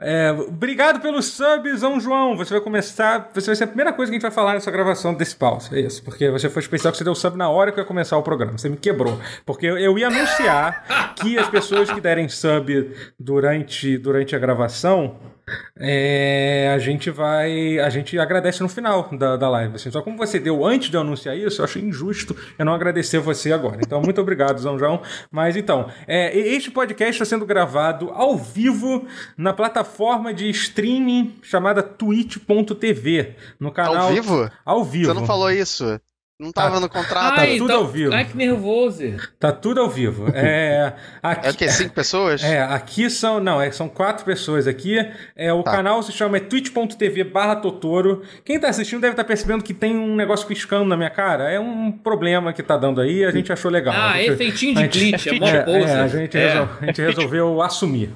Obrigado pelos subs, São João. Você vai ser a primeira coisa que a gente vai falar nessa gravação desse pause. É isso, porque você foi especial que você deu sub na hora que eu ia começar o programa. Você me quebrou. Porque eu ia anunciar que as pessoas que derem sub durante a gravação, a gente agradece no final da live. Assim. Só como você deu antes de eu anunciar isso, eu achei injusto eu não agradecer você agora. Então, muito obrigado, São João. Mas então, este podcast está sendo gravado ao vivo na plataforma de streaming chamada twitch.tv. No canal. Ao vivo? Ao vivo. Você não falou isso? Não tava no contrato? Tá tudo ao vivo. Ai, que nervoso. Tá tudo ao vivo. Aqui, é o quê? 5 pessoas? Aqui são 4 pessoas aqui. O canal se chama twitch.tv/Totoro. Quem tá assistindo deve estar percebendo que tem um negócio piscando na minha cara. É um problema que tá dando aí, a gente achou legal. Efeitinho de glitch, é mó pose. A gente resolveu assumir.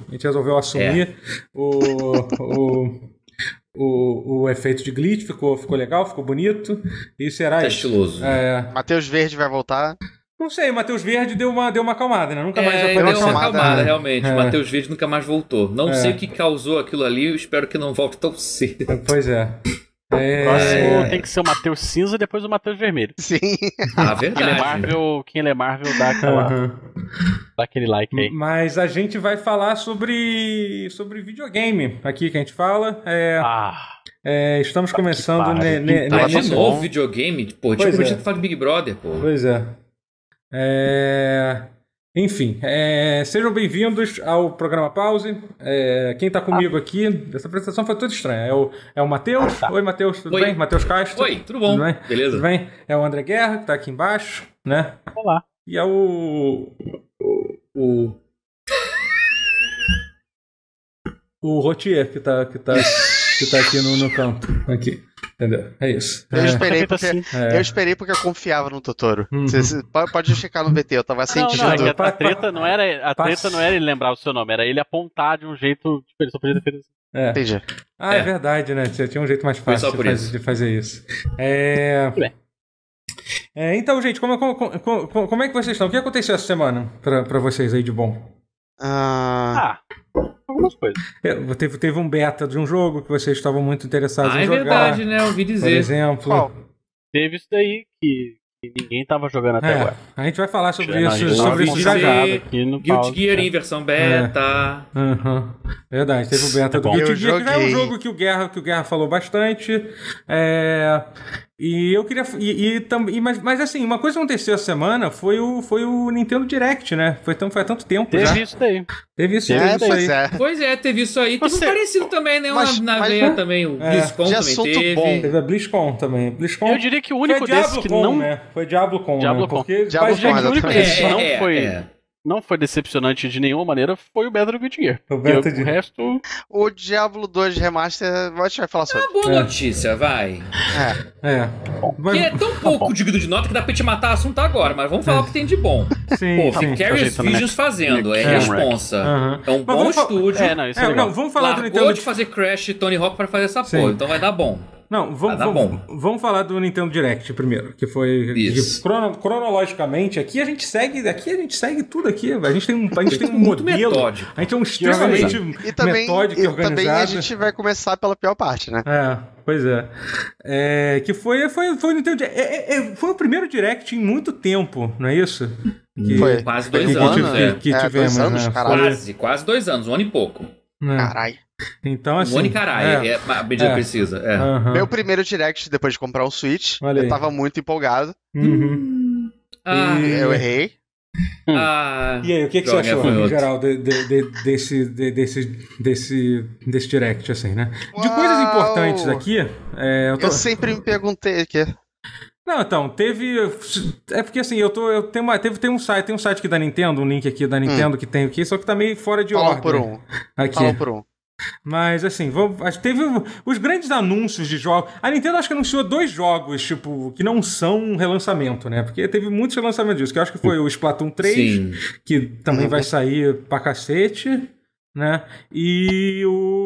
O efeito de glitch ficou legal, ficou bonito. E será isso. Estiloso. Matheus Verde vai voltar? Não sei, Matheus Verde deu uma acalmada, né? Nunca mais apareceu. Deu uma acalmada, realmente. Matheus Verde nunca mais voltou. Não sei o que causou aquilo ali, eu espero que não volte tão cedo. Pois é. O próximo tem que ser o Matheus Cinza e depois o Matheus Vermelho. Sim. Verdade. Quem é Marvel dá aquele like aí. Mas a gente vai falar sobre videogame aqui que a gente fala. Estamos começando de novo videogame? Pô, tipo, a gente fala de Big Brother, pô. Pois é. Enfim, sejam bem-vindos ao programa Pause. Quem tá comigo aqui, essa apresentação foi toda estranha. É o Matheus. Oi, Matheus, tudo bem? Matheus Castro. Oi, tudo bom? Tudo bem? Beleza. Tudo bem? É o André Guerra, que tá aqui embaixo, né? Olá. E é o Rotier, que tá aqui no canto. Aqui. Entendeu? É isso. Eu esperei porque eu confiava no Totoro. Você pode checar no VT, eu tava sentindo. A treta não era ele lembrar o seu nome, era ele apontar de um jeito diferente. Só podia ter feito assim. Entendi. É verdade, né? Você tinha um jeito mais fácil de fazer isso. Então, gente, como é que vocês estão? O que aconteceu essa semana pra vocês aí de bom? Algumas coisas. Teve um beta de um jogo que vocês estavam muito interessados em jogar. É verdade, né? Eu ouvi dizer. Por exemplo. Teve isso daí que ninguém tava jogando até agora. A gente vai falar sobre isso já já. Guilty Gear em versão beta. Verdade, teve o beta do Guilty Gear, que já é um jogo que o Guerra falou bastante. E eu queria. Mas assim, uma coisa que aconteceu essa semana foi o Nintendo Direct, né? Foi há tanto tempo já. Teve isso daí. Teve isso aí. Pois é, teve isso aí. Teve um parecido também, né? Na veia também. O BlizzCon também teve. Bom. Teve a BlizzCon também. Eu diria que o único desse que não... né? Foi DiabloCon, né? Porque o único desse não foi decepcionante de nenhuma maneira foi o beta do Guilty Gear. O resto... O Diablo 2 Remaster, a gente vai falar sobre. Uma boa notícia, vai. Que é tão pouco digno de nota que dá pra te matar o assunto agora, mas vamos falar o que tem de bom. Sim, Vicarious Visions fazendo, responsa. É um bom estúdio. Vamos falar do Nintendo. Largou de fazer Crash e Tony Hawk pra fazer essa porra, então vai dar bom. Não, vamos falar do Nintendo Direct primeiro, que foi cronologicamente, aqui a gente segue tudo aqui, a gente tem um modelo, metódico. A gente é um extremamente metódico e organizado. E também a gente vai começar pela pior parte, né? Pois é. Que foi o Nintendo Direct. Foi o primeiro Direct em muito tempo, não é isso? Foi quase 2 anos, que tivemos, 2 anos, né? Quase 2 anos, 1 ano e pouco. Caralho. Então, assim, um ano e caralho, a medida precisa. Meu primeiro Direct depois de comprar um Switch, eu tava muito empolgado. Eu errei. E aí, o que você achou, em geral, desse Direct, assim, né? De coisas importantes aqui... Eu sempre me perguntei aqui. Não, então, teve... É porque, assim, tem um site aqui da Nintendo, um link aqui da Nintendo que tem aqui, só que tá meio fora de ordem. Fala por um. Mas, assim, teve os grandes anúncios de jogos. A Nintendo acho que anunciou 2 jogos, tipo, que não são um relançamento, né? Porque teve muitos relançamentos disso, que eu acho que foi o Splatoon 3, que também vai sair pra cacete. né? E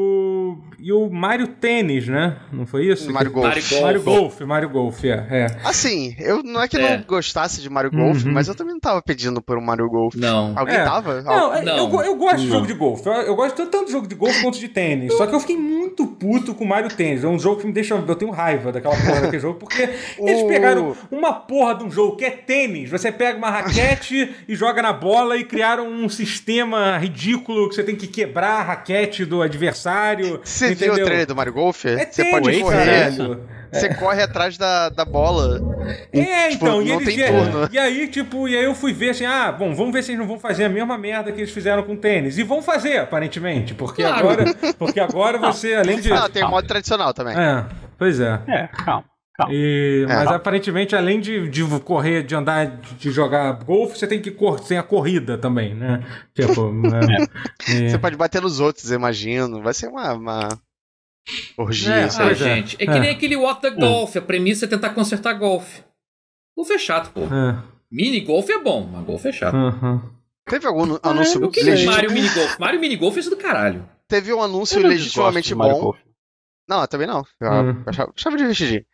o Mario Tênis, né? Não foi isso? Mario Golf. Mario Golf, é. Assim, eu não é que não gostasse de Mario Golf, mas eu também não tava pedindo por um Mario Golf. Não. Alguém tava? Não. Eu gosto de jogo de golfe. Eu gosto tanto de jogo de golfe quanto de tênis. Só que eu fiquei muito puto com o Mario Tênis. É um jogo que me deixa... Eu tenho raiva daquela porra daquele jogo, porque eles pegaram uma porra de um jogo que é tênis. Você pega uma raquete e joga na bola e criaram um sistema ridículo que você tem que quebrar a raquete do adversário. Você viu o trailer do Mario Golf? Você pode correr. Você corre atrás da bola. Então, não tem turno. E aí eu fui ver assim, vamos ver se eles não vão fazer a mesma merda que eles fizeram com o tênis. E vão fazer, aparentemente, porque agora você, além de... tem o modo tradicional também. Pois é. Calma. Mas aparentemente, além de correr, de andar, de jogar golfe, você tem que tem a corrida também, né? Tipo, Você pode bater nos outros, eu imagino. Vai ser uma orgia. Gente. É que nem aquele What the Golf. A premissa é tentar consertar golfe. Golfe é chato, pô. Mini golfe é bom, mas golfe é chato. Teve algum anúncio o que legítimo? Mario Mini Golf? Mario Mini Golf é isso do caralho. Teve um anúncio legitimamente bom. Não, eu também não. Eu achava divertidinho.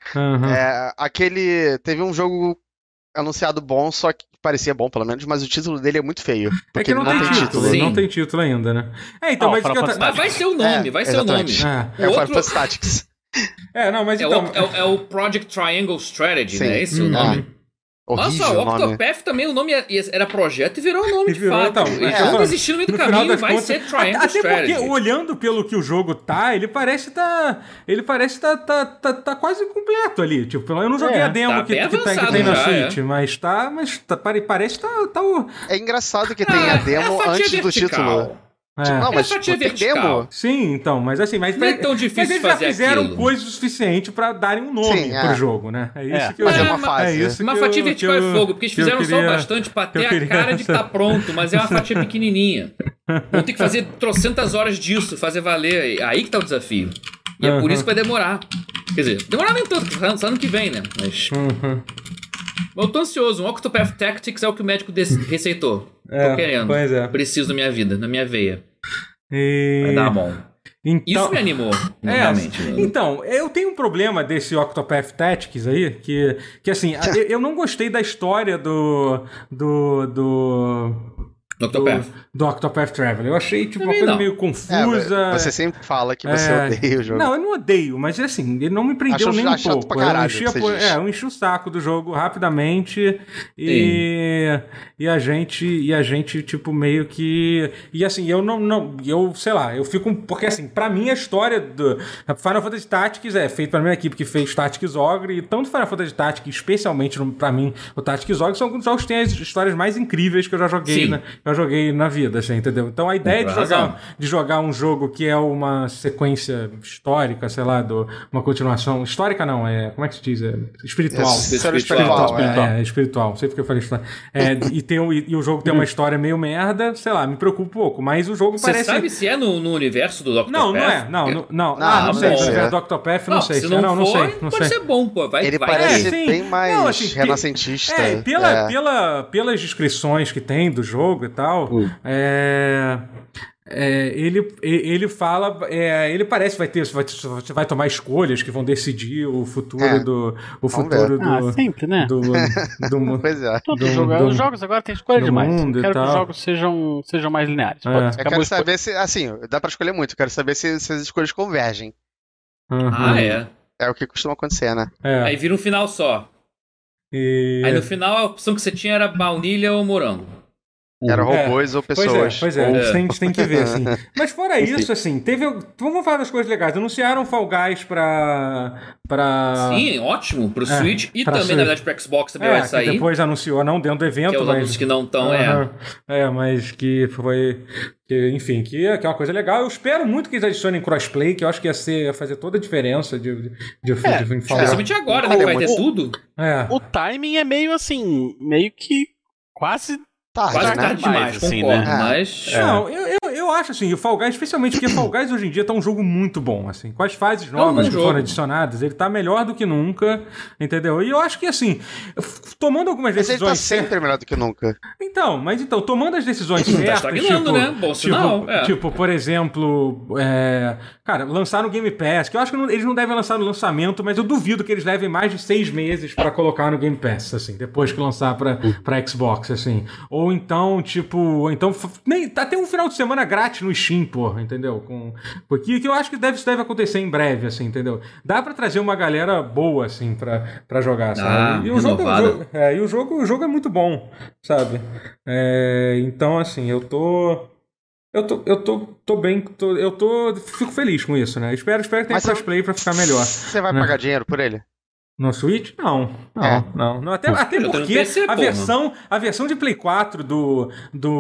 Teve um jogo anunciado bom, só que parecia bom, pelo menos, mas o título dele é muito feio. Porque não tem título. Não tem título ainda, né? Mas vai ser o nome, ser o nome. É o Final Fantasy Tactics. É o Project Triangle Strategy, né? Esse é o nome. Nossa, o Octopath também, o nome era projeto e virou o nome de fato. Eles vão desistir no meio do caminho e vai ser Triangle Strategy. Porque, olhando pelo que o jogo ele parece tá quase completo ali. Tipo, eu não joguei a demo que tem na Switch, mas parece É engraçado que tem a demo antes do título. Não, mas tem demo. Sim, então, mas assim, mas não é tão difícil fazer eles já fizeram aquilo. coisa o suficiente pra darem um nome pro jogo, né? É isso que eu... Mas é uma fase. Uma fatia vertical é fogo, porque eles fizeram só bastante pra ter a cara de que tá pronto, mas é uma fatia pequenininha. Vão ter que fazer trocentas horas disso, fazer valer. Aí que tá o desafio. E é por isso que vai demorar. Quer dizer, demorar nem tanto, só ano que vem, né? Mas... Eu tô ansioso. Um Octopath Tactics é o que o médico receitou. Tô querendo. Pois é. Preciso na minha vida, na minha veia. Vai dar bom. Então, isso me animou, realmente. Então, eu tenho um problema desse Octopath Tactics aí, que assim, eu não gostei da história do Octopath Traveler. Eu achei tipo uma coisa meio confusa. Você sempre fala que você odeia o jogo. Não, eu não odeio, mas assim, ele não me prendeu nem um pouco. Eu enchi o saco do jogo rapidamente e a gente tipo meio que... E assim, eu sei lá, eu fico... Porque assim, pra mim a história do Final Fantasy Tactics é feita pela minha equipe que fez Tactics Ogre, e tanto Final Fantasy Tactics, especialmente pra mim, o Tactics Ogre, são alguns jogos que têm as histórias mais incríveis que eu já joguei, né? Eu joguei na vida, assim, entendeu? Então a ideia de jogar um jogo que é uma sequência histórica, sei lá, uma continuação... Histórica não, como é que se diz? Espiritual. Espiritual. Não sei porque eu falei história. E o jogo tem uma história meio merda, sei lá, me preocupa um pouco, mas o jogo parece... Você sabe se é no universo do Octopath? Não é. Não sei. No universo do Octopath, não sei. Se não for, pode ser bom, pô. Ele parece bem mais renascentista. Pelas descrições que tem do jogo e tal, ele fala, ele parece você vai tomar escolhas que vão decidir o futuro do sempre, né? Pois é. Os jogos agora tem escolha demais. Quero que os jogos sejam mais lineares. Eu quero saber se, assim, dá pra escolher muito. Eu quero saber se as escolhas convergem. É o que costuma acontecer, né? Aí vira um final só. Aí no final a opção que você tinha era baunilha ou morango. Era robôs ou pessoas. Pois é. A gente tem que ver, assim. Mas fora isso, assim, vamos falar das coisas legais. Anunciaram Fall Guys pra... Sim, ótimo. Pro Switch e também, na verdade, pro Xbox também vai sair. Depois anunciou, não dentro do evento, que é os anúncios que não estão, mas que foi... Enfim, que é uma coisa legal. Eu espero muito que eles adicionem crossplay, que eu acho que ia fazer toda a diferença de falar. Especialmente agora, né? Que vai ter tudo. O timing é meio assim, meio que quase tarde demais, assim, concordo, né? Mas... Não, eu eu acho, assim, o Fall Guys, especialmente porque Fall Guys hoje em dia tá um jogo muito bom, assim. Com as fases novas que foram adicionadas, ele tá melhor do que nunca, entendeu? E eu acho que, assim, tomando algumas decisões... Mas ele tá sempre melhor do que nunca. Então, tomando as decisões certas... Tá estagnando, né? Bom sinal. Tipo, por exemplo, cara, lançar no Game Pass, que eu acho que eles não devem lançar no lançamento, mas eu duvido que eles levem mais de 6 meses pra colocar no Game Pass, assim, depois que lançar pra Xbox, assim. Ou então, até um final de semana grátis no Steam, porra, entendeu? Porque eu acho que isso deve acontecer em breve, assim, entendeu? Dá pra trazer uma galera boa, assim, pra jogar, sabe? E o jogo é muito bom, sabe? Então, assim, eu fico feliz com isso, né? Espero que tenha crossplay pra ficar melhor. Você vai pagar dinheiro por ele? No Switch? Não. Até porque PC, a versão de Play 4 do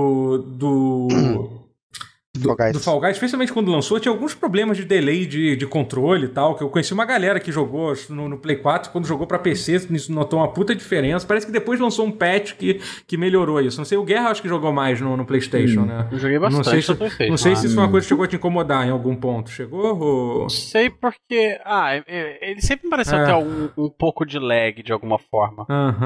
Fall Guys, especialmente quando lançou, tinha alguns problemas de delay de controle e tal, que eu conheci uma galera que jogou no Play 4, quando jogou pra PC, notou uma puta diferença. Parece que depois lançou um patch que melhorou isso. Não sei, o Guerra acho que jogou mais no PlayStation, né? Eu joguei bastante. Não sei se isso é uma coisa que chegou a te incomodar em algum ponto. Chegou? Ou... Não sei porque... ele sempre me pareceu ter um pouco de lag de alguma forma.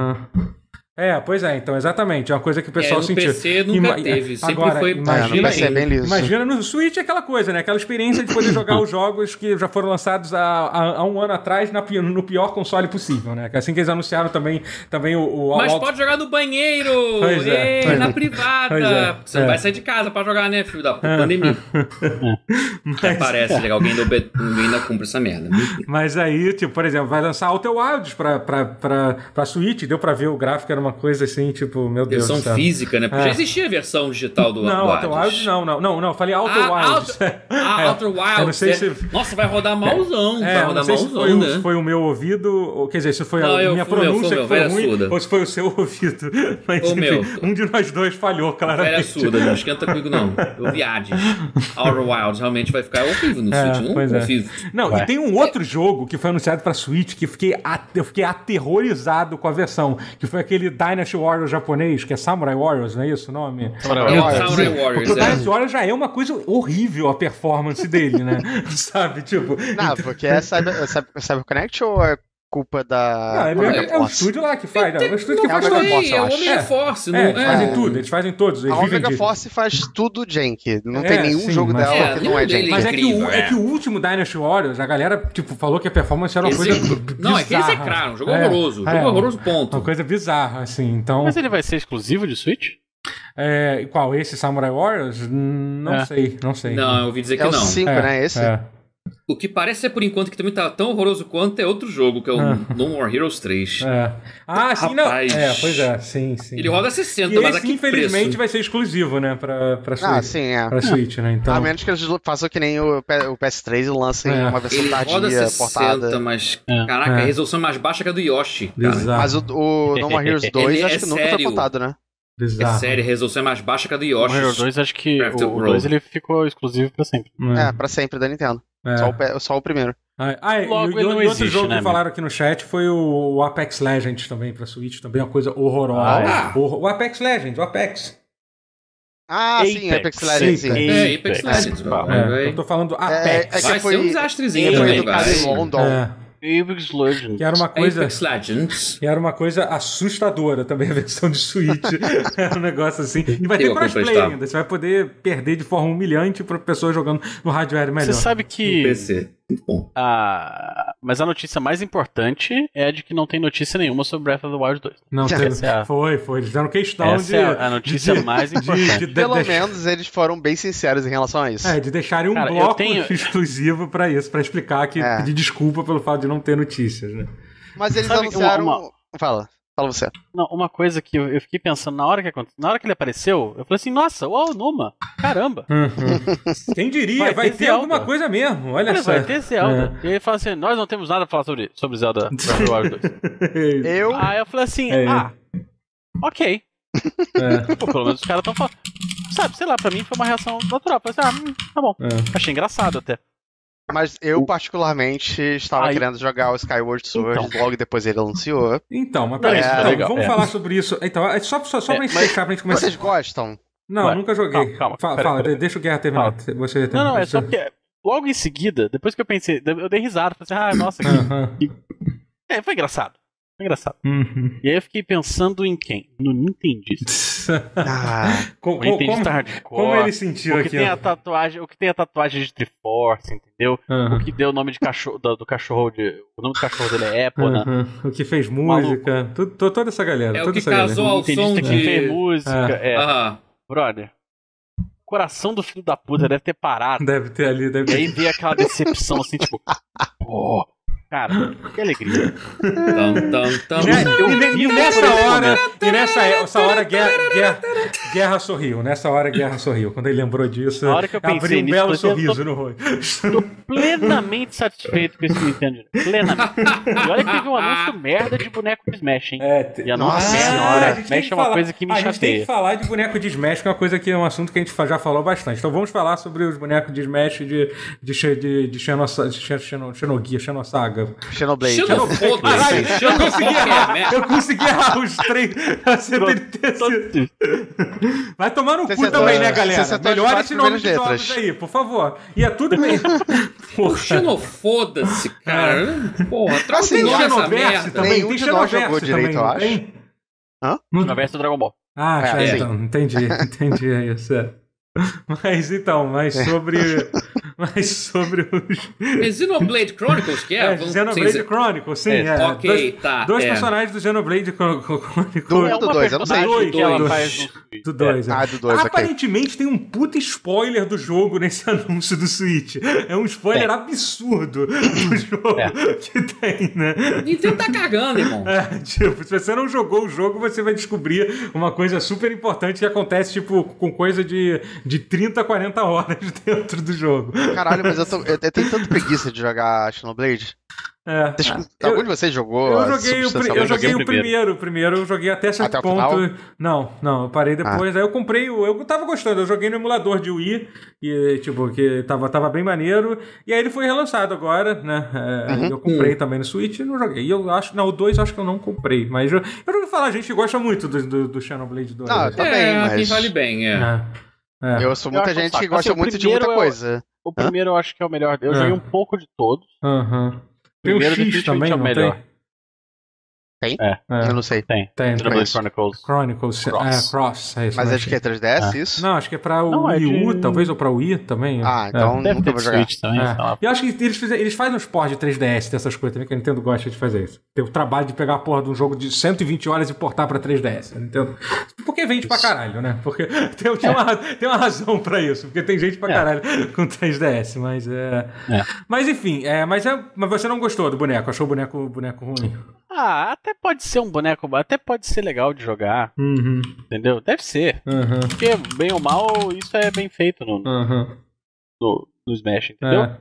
Pois é, então, exatamente. É uma coisa que o pessoal sentiu. No PC nunca teve, sempre foi... Imagina no Switch aquela coisa, né? Aquela experiência de poder jogar os jogos que já foram lançados há um ano atrás no pior console possível, né? Assim que eles anunciaram também o... Mas pode jogar no banheiro! Na privada! Você não vai sair de casa pra jogar, né, filho da pandemia. Parece legal, alguém ainda cumpre essa merda. Mas aí, tipo, por exemplo, vai lançar Outer Wilds pra Switch, deu pra ver o gráfico, era uma coisa assim, tipo, meu Deus do céu. Versão física, né? Porque já existia a versão digital do Outer Wilds, não, falei Outer Wilds. Outer Wilds. Eu não sei se... Nossa, vai rodar malzão. Não sei se foi o meu ouvido, quer dizer, se foi a minha pronúncia que foi ruim, ou se foi o seu ouvido. Mas, enfim, um de nós dois falhou, claramente. Velha surda, não esquenta comigo, não. Eu viagens. Outer Wilds realmente vai ficar horrível no Switch. Não, e tem um outro jogo que foi anunciado pra Switch que eu fiquei aterrorizado com a versão, que foi aquele Dynasty Warriors japonês, que é Samurai Warriors, não é isso o nome? Samurai Warriors. Porque o Dynasty Warriors já é uma coisa horrível a performance dele, né? Sabe, tipo... Não, porque é CyberConnect ou é culpa da... Não, é o estúdio lá que faz. É o estúdio que faz tudo. É o Omega Force. Eles fazem tudo, eles fazem todos. A Omega Force faz tudo jank. Não tem nenhum jogo dela que não é jank. Mas é que o último Dynasty Warriors, a galera tipo, falou que a performance era uma coisa bizarra. Não, é que eles secraram. Jogo horroroso. Jogo horroroso, ponto. Uma coisa bizarra, assim, então... Mas ele vai ser exclusivo de Switch? Qual? Esse Samurai Warriors? Não sei. Não, eu ouvi dizer que não. não. É o 5, né? Esse? O que parece ser, por enquanto, que também tá tão horroroso quanto é outro jogo, que é o No More Heroes 3. Sim, Rapaz, não. Pois é, sim. Ele roda 60, mas aqui infelizmente vai ser exclusivo, né, pra Switch. Sim, pra Switch, né, então... A menos que eles façam que nem o PS3 e lancem uma versão tardia, roda 60, portada. Mas, caraca, a resolução é mais baixa que a do Yoshi, cara. Mas o No More Heroes 2 acho que nunca foi portado, né? Bizarro. É sério, a resolução é mais baixa que a do Yoshi. O Hero 2 acho que o 2 ele ficou exclusivo pra sempre. Pra sempre da Nintendo. Só o primeiro. Logo e não outro existe, jogo né, que falaram aqui no chat foi o Apex Legends também pra Switch, também é uma coisa horrorosa. O Apex Legends, o Apex. Sim, Apex Legends, sim. Apex Legends. Eu tô falando Apex. Vai ser um desastrezinho também, em London. Apex Legends. Que era uma coisa. Apex Legends. Que era uma coisa assustadora também, a versão de Switch. Era um negócio assim. E vai ter crossplay ainda. Você vai poder perder de forma humilhante pra pessoa jogando no hardware melhor. Você sabe que. No PC. Mas a notícia mais importante é a de que não tem notícia nenhuma sobre Breath of the Wild 2. Não tem. Foi. Eles fizeram questão de. A notícia mais importante. Pelo menos eles foram bem sinceros em relação a isso. De deixarem um bloco exclusivo pra isso, pra explicar que pedir desculpa pelo fato de não ter notícias, né? Mas eles anunciaram. Fala você. Não, uma coisa que eu fiquei pensando na hora que ele apareceu, eu falei assim, nossa, Numa, caramba. Quem diria, vai ter alguma coisa mesmo, olha só. Vai ter Zelda. E ele fala assim, nós não temos nada pra falar sobre Zelda Breath of the Wild 2. Aí eu falei assim, ok. Pelo menos os caras estão falando. Sabe, sei lá, pra mim foi uma reação natural. Eu falei assim, tá bom. Achei engraçado até. Mas eu, particularmente, estava querendo jogar o Skyward Sword, logo depois ele anunciou. Então, mas peraí, vamos falar sobre isso. Então, só pra gente fechar, pra gente começar. Vocês gostam Não, nunca joguei. Calma. Fala, deixa o Guerra terminar. Você não, é só porque logo em seguida, depois que eu pensei, eu dei risada, falei assim, nossa, foi engraçado. Uhum. E aí eu fiquei pensando em quem? No Nintendista. Como ele sentiu aqui? O que tem a tatuagem de Triforce, entendeu? O que deu o nome de cachorro, do cachorro o nome do cachorro dele é Epona. O que fez música. Toda essa galera. O que casou ao som de... que fez música. Brother. O coração do filho da puta deve ter parado. Deve ter ali. E aí veio aquela decepção assim, tipo... Pô... Cara, que alegria. E nessa hora Guerra sorriu. Nessa hora Guerra sorriu. Quando ele lembrou disso, na hora que eu pensei abriu um belo sorriso no rosto. Tô plenamente satisfeito com esse Nintendo. Plenamente. E olha que teve um anúncio merda de boneco de Smash, hein? E a nossa senhora, Smash é uma coisa que me chateia. A gente tem que falar de boneco de Smash, que é uma coisa que é um assunto que a gente já falou bastante. Então vamos falar sobre os bonecos de Smash de Xenosaga. Xenoblade. Eu consegui errar os 3. Vai tomar no cu também, né, galera? Melhora esse nome de jogos aí, por favor. E é tudo bem. Xenofoda-se, cara. Porra, troca o nome essa merda. Também. Tem Xenoverse direito, eu acho. Xenoverse do Dragon Ball. Então, entendi. É isso, Mas sobre os... Xenoblade Chronicles, que é? Xenoblade Chronicles, sim. Ok, dois personagens do Xenoblade Chronicles. Do 2, eu não sei. Do 2, do 2, aparentemente tem um puta spoiler do jogo nesse anúncio do Switch. É um spoiler absurdo do jogo que tem, né? Nintendo tá cagando, irmão. Se você não jogou o jogo, você vai descobrir uma coisa super importante que acontece, com coisa de 30 a 40 horas dentro do jogo. Caralho, mas eu tenho tanta preguiça de jogar Xenoblade. Algum de vocês jogou? Eu joguei o primeiro. Primeiro eu joguei até certo ponto. Não, eu parei depois. Aí eu comprei. Eu tava gostando, eu joguei no emulador de Wii. E, que tava bem maneiro. E aí ele foi relançado agora, né? Eu comprei também no Switch e não joguei. E eu acho. Não, o 2 eu acho que eu não comprei. Mas eu já ouvi falar, a gente gosta muito do Xenoblade 2. Não, também, mas... quem vale bem, Eu sou muita gente que gosta muito de muita coisa. O primeiro eu acho que é o melhor. Eu joguei um pouco de todos. Tem o X também, é o melhor. Tem? Eu não sei. Tem. Chronicles. Cross. É isso. Mas acho que é 3DS, isso? Não, acho que é pra o Wii U, talvez, ou pra Wii também. Então nunca vou jogar. Também, eu acho que eles fazem uns ports de 3DS dessas coisas também, que a Nintendo gosta de fazer isso. Tem o trabalho de pegar a porra de um jogo de 120 horas e portar pra 3DS. Nintendo. Porque vende pra caralho, né? Porque tem uma razão pra isso. Porque tem gente pra caralho com 3DS, mas Mas enfim, mas você não gostou do boneco? Achou o boneco ruim? Até pode ser um boneco, até pode ser legal de jogar, entendeu? Deve ser, porque bem ou mal isso é bem feito no Smash, entendeu?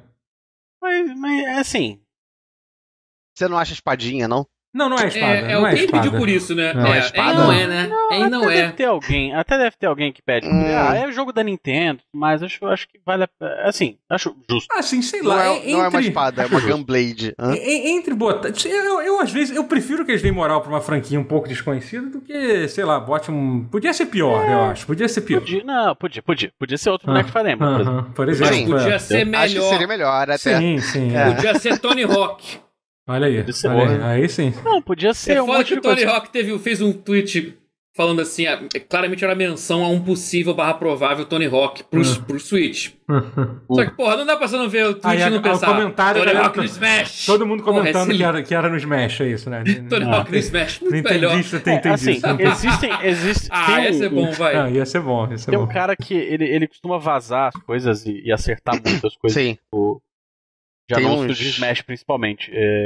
Mas assim... Você não acha espadinha, não? Não é espada. O que pediu por isso, né? Não é espada. Não é, né? Não é. Até deve ter alguém que pede. É o jogo da Nintendo, mas acho que vale a pena. Assim, acho justo. Assim, sei lá. Não é uma espada, é uma Gunblade. Entre botar. Eu às vezes, eu prefiro que eles deem moral pra uma franquia um pouco desconhecida do que, sei lá, bote um. Podia ser pior, eu acho. Podia ser pior. Podia ser outro boneco Fire Emblem, por exemplo. Mas podia ser melhor. Acho que seria melhor até. Sim. Podia ser Tony Hawk. Olha aí, aí sim. Não, podia ser um monte de coisa. O Tony Hawk fez um tweet falando assim, claramente era menção a um possível / provável Tony Hawk pro Switch. Só que, porra, não dá pra você não ver o tweet e não pensar. Comentário Tony Hawk no Smash. Todo mundo comentando que era no Smash, é isso, né? Tony Hawk no Smash, muito melhor. Assim, existe ia ser bom, vai. Ia ser bom. Tem um cara que ele costuma vazar as coisas e acertar muitas coisas. Sim. De anúncios de Smash, principalmente.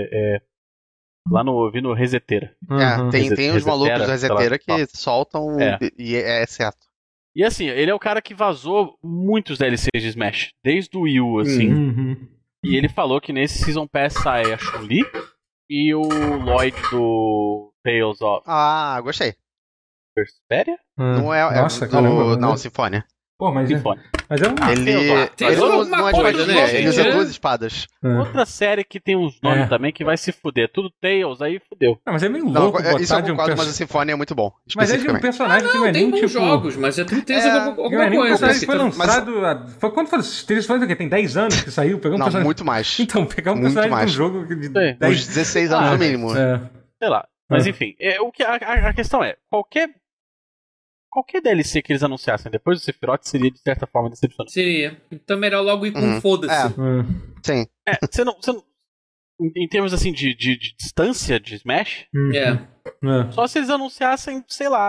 Eu vi no Reseteira. Tem uns malucos do Reseteira que soltam e é certo. E assim, ele é o cara que vazou muitos DLCs de Smash, desde o Wii U, assim. E ele falou que nesse Season Pass sai a Chun-Li e o Lloyd do Tales of... Gostei. Vesperia? Não é... Nossa, caramba. Não, Sinfonia. Pô, mas é um... Ele não é de magia, né? Ele usa 2 espadas. Outra série que tem uns nomes também que vai se fuder. Tudo Tails, aí fudeu. Mas é meio louco botar isso de um mas a Sinfonia é muito bom. Mas é de um personagem que não é nem tipo... jogos, mas é tudo Tails alguma coisa. Foi lançado... Quando foi? Tem 10 anos que saiu? Pegou um personagem... muito mais. Então, pegar um personagem de um jogo de 10... Uns 16 anos no mínimo. Sei lá. Mas enfim, a questão é, qualquer DLC que eles anunciassem depois do Sephiroth seria, de certa forma, decepcionante. Seria. Então é melhor logo ir com foda-se. Sim. Você não, em termos assim de distância de Smash, só se eles anunciassem, sei lá,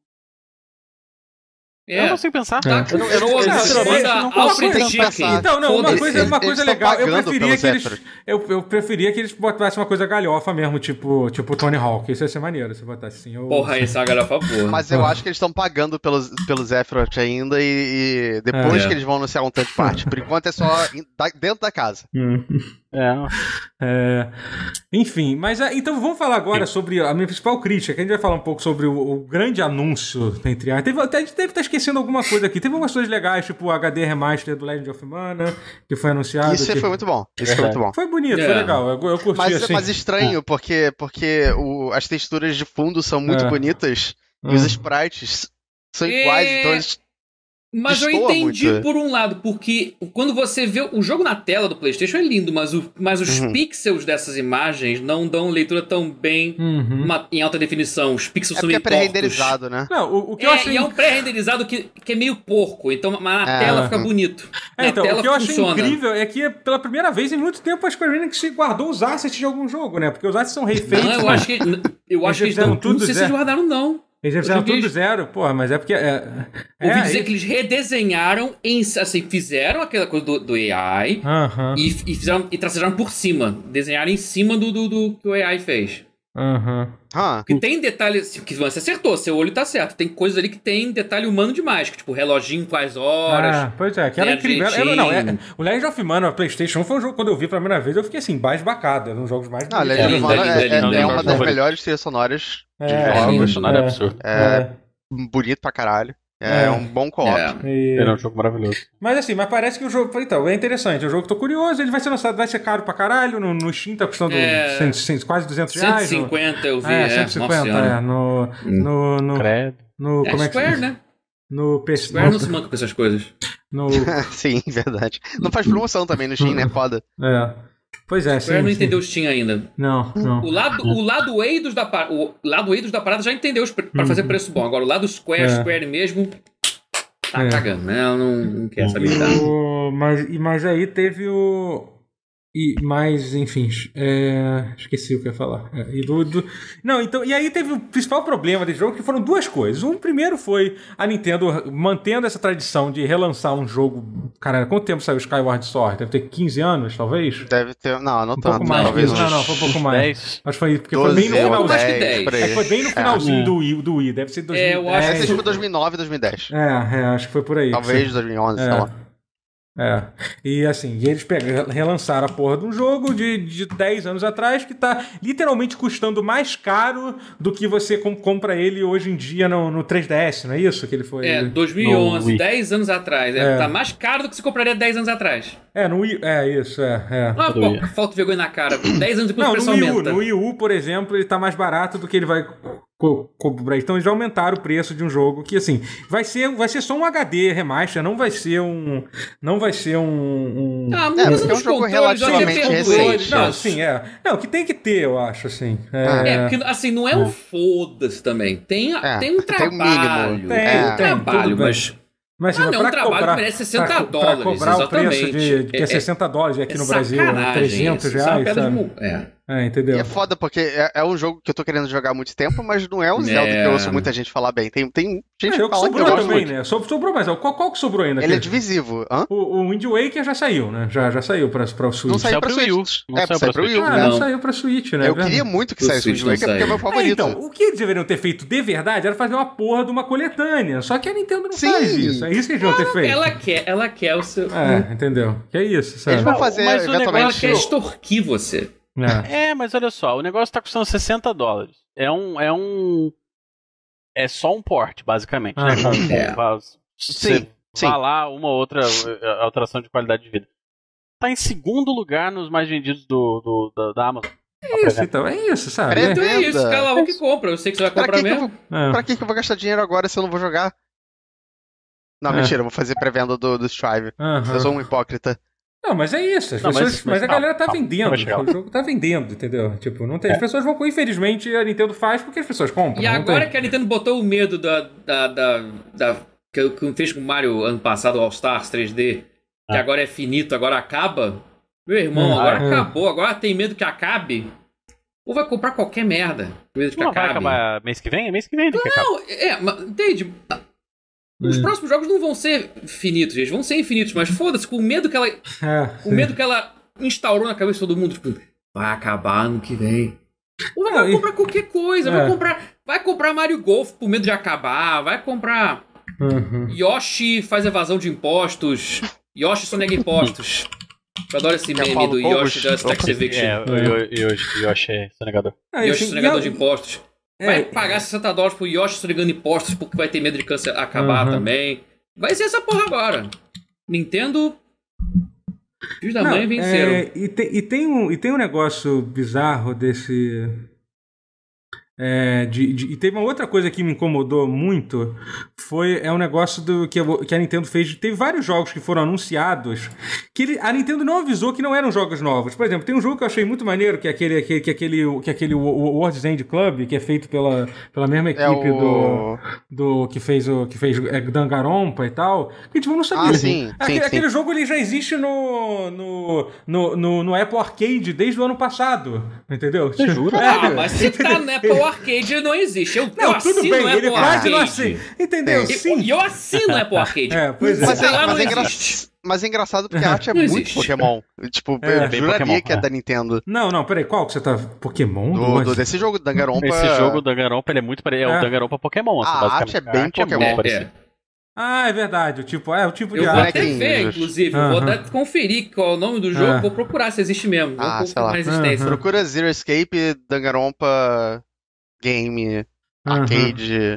eu não consigo pensar. Eu não consigo pensar. Então, não, uma coisa legal. Eu preferia que eles botassem uma coisa galhofa mesmo, tipo Tony Hawk. Isso ia ser maneiro se botasse assim. Porra, isso é uma galhofa boa. Mas eu acho que eles estão pagando pelo Sephiroth ainda e depois que eles vão anunciar um third party. Por enquanto é só dentro da casa. Enfim, mas então vamos falar agora sobre a minha principal crítica, que a gente vai falar um pouco sobre o grande anúncio, entre a gente deve estar esquecendo alguma coisa aqui. Teve algumas coisas legais, tipo o HD Remaster do Legend of Mana, que foi anunciado. Isso foi muito bom. Foi bonito, foi legal. Eu curti assim. Mas estranho, porque as texturas de fundo são muito bonitas e os sprites são iguais, então eles... Mas eu entendi muito. Por um lado, porque quando você vê o jogo na tela do PlayStation é lindo, mas os pixels dessas imagens não dão leitura tão bem em alta definição. Os pixels são meio tortos. É pré-renderizado, né? Não, o que eu achei... E é um pré-renderizado que é meio porco, então, mas na tela fica bonito. Então, o que eu achei incrível é que pela primeira vez em muito tempo a Square Enix guardou os assets de algum jogo, né? Porque os assets são refeitos. Não, eu acho que eles dão tudo, não sei se eles guardaram, não. Eles fizeram tudo zero, porra, mas é porque... Ouvi dizer que eles redesenharam, fizeram aquela coisa do AI e tracejaram por cima. Desenharam em cima do que o AI fez. Que tem detalhes que você acertou, seu olho tá certo. Tem coisas ali que tem detalhe humano demais, que tipo reloginho com as horas. Pois é, que era incrível. O Legend of Mana, PlayStation 1 foi um jogo, quando eu vi pela primeira vez, eu fiquei assim, basbacado. Era um dos jogos mais bonitos. Legend of Mana é uma das melhores trilhas sonoras de jogos. É absurdo. Bonito pra caralho. É um bom co-op. É um jogo maravilhoso. Mas parece que o jogo... Então, é interessante. O jogo, tô curioso. Ele vai ser lançado, vai ser caro pra caralho. No Steam tá custando quase R$200. 150 eu vi. 150, no... Credo. Como é que Square, né? No PC. Square não se manca com essas coisas. Sim, verdade. Não faz promoção também no Steam, né? Foda. Pois é, Square não entendeu o Steam ainda. Não. O lado Eidos da parada já entendeu pra fazer preço bom. Agora o lado Square mesmo tá cagando, né? Ela não quer saber. Mas aí teve o... Mas, enfim, esqueci o que eu ia falar. Não, então, e aí teve o principal problema desse jogo, que foram duas coisas. Um primeiro foi a Nintendo mantendo essa tradição de relançar um jogo. Cara, quanto tempo saiu o Skyward Sword? Deve ter 15 anos, talvez? Deve ter. Não tanto. Pouco mais. Talvez foi um pouco mais. 10. Acho que foi porque 12, foi bem no finalzinho. Acho que 10. Foi bem no finalzinho do Wii. Deve ser 2010. Eu acho que foi 2009, 2010. Acho que foi por aí. Talvez 2011, sei lá. E assim, eles relançaram a porra de um jogo de 10 anos atrás que tá literalmente custando mais caro do que você compra ele hoje em dia no 3DS, não é isso que ele foi? 2011, 10 anos atrás. Tá mais caro do que se compraria 10 anos atrás. No Wii, isso. Falta de vergonha na cara. 10 anos depois o preço aumenta. No Wii U, por exemplo, ele tá mais barato do que ele vai cobrar. Então eles já aumentaram o preço de um jogo que, assim, vai ser só um HD remaster, não vai ser um... mas é um jogo relativamente recente. Não, que tem que ter, eu acho, assim. Porque, assim, não é um foda-se também. Tem um trabalho. Tem um trabalho, mas não é um trabalho que merece $60. Pra cobrar exatamente. O preço que é $60 aqui no Brasil, R$300, entendeu? E é foda porque é um jogo que eu tô querendo jogar há muito tempo, mas não é um Zelda que eu ouço muita gente falar bem. Tem gente que fala que eu gosto também, muito. Né? Sobrou mais. Qual que sobrou ainda? Ele é divisivo. O Wind Waker já saiu, né? Já saiu pra Switch. Não saiu pra Switch. Saiu pra Wii U. Não saiu pra Switch, né? Eu queria muito que saísse o Wind Waker porque é meu favorito. Então, o que eles deveriam ter feito de verdade era fazer uma porra de uma coletânea. Só que a Nintendo não faz isso. É isso que eles deviam ter feito. Ela quer o seu... entendeu? Que é isso, sabe? Eles vão fazer, eventualmente... Ela quer extorquir você. Mas olha só, o negócio tá custando $60. É só um port, basicamente. Né? Sim. vá lá, uma ou outra alteração de qualidade de vida. Tá em segundo lugar nos mais vendidos da Amazon. É isso, sabe? Então é isso, cala o que compra. Eu sei que você vai comprar mesmo. Pra que eu vou gastar dinheiro agora se eu não vou jogar? Não, mentira, eu vou fazer pré-venda do Strive. Eu sou um hipócrita. Não, mas é isso. Mas a galera tá vendendo. O jogo tá vendendo, entendeu? Tipo, não tem. As pessoas vão. Infelizmente, a Nintendo faz porque as pessoas compram. E agora que a Nintendo botou o medo que fez com o Mario ano passado, o All Stars 3D, que agora é finito, agora acaba. Meu irmão, agora acabou. Agora tem medo que acabe. Ou vai comprar qualquer merda. Medo que acabe. Vai acabar mês que vem? É mês que vem. Mas entende? Os próximos jogos não vão ser finitos, gente. Vão ser infinitos, mas foda-se, com o medo que ela. O medo que ela instaurou na cabeça de todo mundo, tipo, vai acabar ano que vem. Ou vai comprar qualquer coisa, vai comprar Mario Golf por medo de acabar, vai comprar Yoshi faz evasão de impostos, Yoshi sonega impostos. Eu adoro esse meme do Yoshi da Tax Eviction. Yoshi é sonegador. Yoshi sonegador de impostos. Vai pagar $60 pro Yoshi sonegando impostos porque vai ter medo de acabar também. Vai ser essa porra agora. Nintendo... Filhos da mãe venceram. E tem um negócio bizarro desse... E teve uma outra coisa que me incomodou muito, é um negócio que a Nintendo fez. Teve vários jogos que foram anunciados que a Nintendo não avisou que não eram jogos novos. Por exemplo, tem um jogo que eu achei muito maneiro, que é aquele World's End Club, que é feito pela mesma equipe que fez Danganronpa e tal. Que tipo, eu não sabia. Sim. Aquele jogo ele já existe no Apple Arcade desde o ano passado. Entendeu? Você jura? Mas se tá no Apple Arcade não existe. Eu tudo assino bem, o Apple Arcade. Não assim, entendeu? Sim. E eu assino o Apple Arcade. Pois é. Mas é engraçado porque a arte é muito Pokémon. Tipo, eu juraria que é da Nintendo. Não, peraí, qual que você tá... Pokémon? Desse jogo, Danganronpa... Esse jogo, Danganronpa, ele é muito parecido. É o Danganronpa Pokémon. A arte é bem Pokémon. É verdade, o tipo de arte. Eu vou até ver, inclusive. Eu vou até conferir qual é o nome do jogo. Vou procurar se existe mesmo. Vou procurar resistência. Procura Zero Escape, Danganronpa... Game, arcade,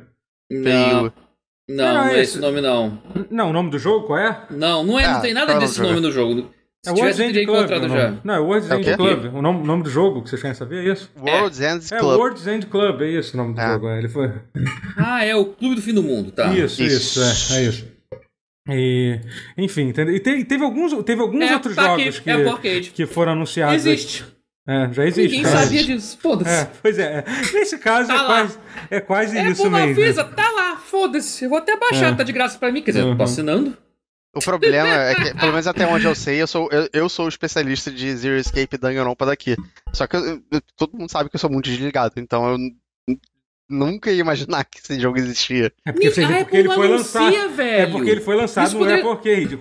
Não é esse nome não. Não, o nome do jogo qual é? Não tem nada desse nome no jogo. Se tivesse, eu teria encontrado já. Não, é World's End Club. O nome do jogo que vocês querem saber é isso? World's End Club. World's End Club, é isso o nome do jogo. Ele foi... é o Clube do Fim do Mundo, tá? Isso, é isso. Enfim, entendeu? E teve alguns outros jogos que foram anunciados. Existe. Já existe. Ninguém sabia disso, foda-se. Pois é. Nesse caso é quase isso mesmo. Avisa, tá lá, foda-se. Eu vou até baixar, tá de graça pra mim, quer dizer, eu tô assinando. O problema é que, pelo menos até onde eu sei, eu sou o especialista de Zero Escape e Danganronpa daqui. Só que todo mundo sabe que eu sou muito desligado, então eu nunca ia imaginar que esse jogo existia. Porque ele foi lançado. Velho. É porque ele foi lançado no Apple Arcade.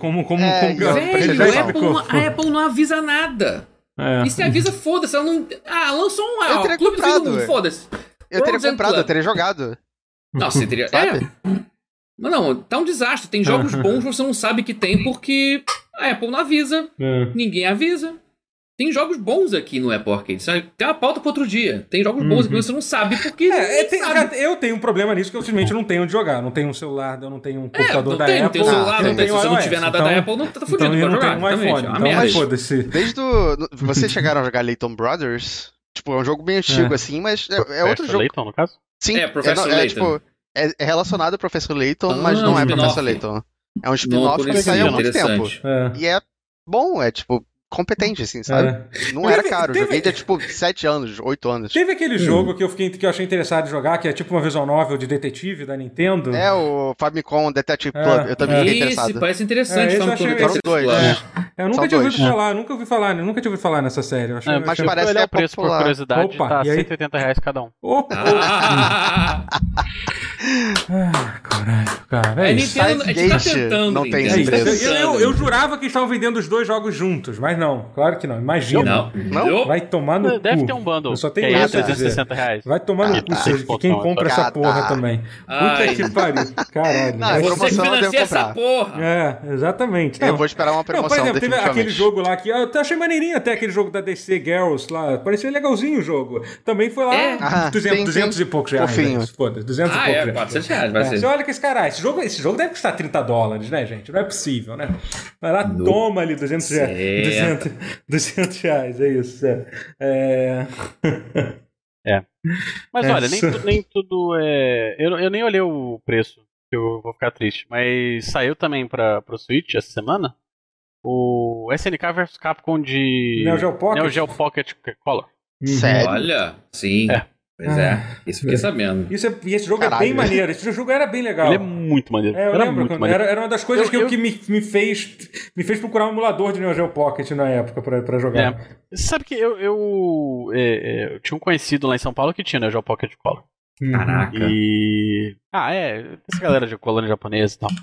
A Apple não avisa nada. E se avisa, foda-se, ela não... lançou eu teria Clube comprado. do Fim do Mundo, foda-se. Eu teria comprado, eu teria jogado. Não, você teria... Mas não, tá um desastre. Tem jogos bons que você não sabe que tem porque a Apple não avisa. Ninguém avisa. Tem jogos bons aqui no Apple Arcade. Tem uma pauta para outro dia. Tem jogos bons aqui que você não sabe porque sabe. Eu tenho um problema nisso que eu simplesmente não tenho onde jogar. Não tenho um celular, eu não tenho um computador da Apple. Não tem celular, não tem. Se você não tiver nada da Apple, não tá fudido. Então eu não tenho um iPhone. Então foda-se. Desde vocês chegaram a jogar Layton Brothers? Tipo, é um jogo bem antigo assim, mas é outro jogo. Layton, no caso? Sim, Professor Layton. Tipo, é relacionado ao Professor Layton, mas não é Professor Layton. É um spin-off que saiu há muito tempo. E é bom, é tipo... competente, assim, sabe? Não era caro. Joguei de, tipo, 7 anos, 8 anos. Teve aquele jogo que eu achei interessado em jogar, que é tipo uma visual novel de detetive da Nintendo. É, o Famicom Detective Club. Eu também fiquei interessado. Isso, parece interessante. Eu nunca tinha ouvido falar nessa série. Mas parece que é preço por curiosidade, tá R$180 cada um. Caralho, cara. A Nintendo, a gente tá tentando. Não tem preço. Eu jurava que estavam vendendo os dois jogos juntos, mas não, claro que não. Imagina. Não? Vai tomar no cu. Deve ter um bundle. Eu só tenho isso a dizer. R$360. Vai tomar no cu, quem compra essa porra também. Puta que pariu. Caralho. Não, promoção eu devo comprar. Essa porra. Exatamente. Eu vou esperar uma promoção, por exemplo, teve aquele jogo lá que eu achei maneirinho até, aquele jogo da DC Girls lá. Parecia legalzinho o jogo. Também foi lá 200 e poucos reais. Fofinho. Foda-se, 200 e poucos reais. R$400 vai ser. Você olha que esse jogo deve custar $30, né, gente? Não é possível, né? Vai lá, toma ali $200, é isso. Mas olha, nem tudo é... Eu nem olhei o preço, que eu vou ficar triste. Mas saiu também pro Switch essa semana o SNK vs Capcom de Neo Geo Pocket Color. Sério? Olha, sim. Pois isso fiquei sabendo. E esse jogo é bem maneiro. Esse jogo era bem legal. Ele é muito maneiro. Eu lembro quando era uma das coisas que me fez procurar um emulador de Neo Geo Pocket na época pra jogar. Sabe que eu tinha um conhecido lá em São Paulo que tinha Neo Geo Pocket Color. Caraca. Essa galera de colônia japonesa e tal.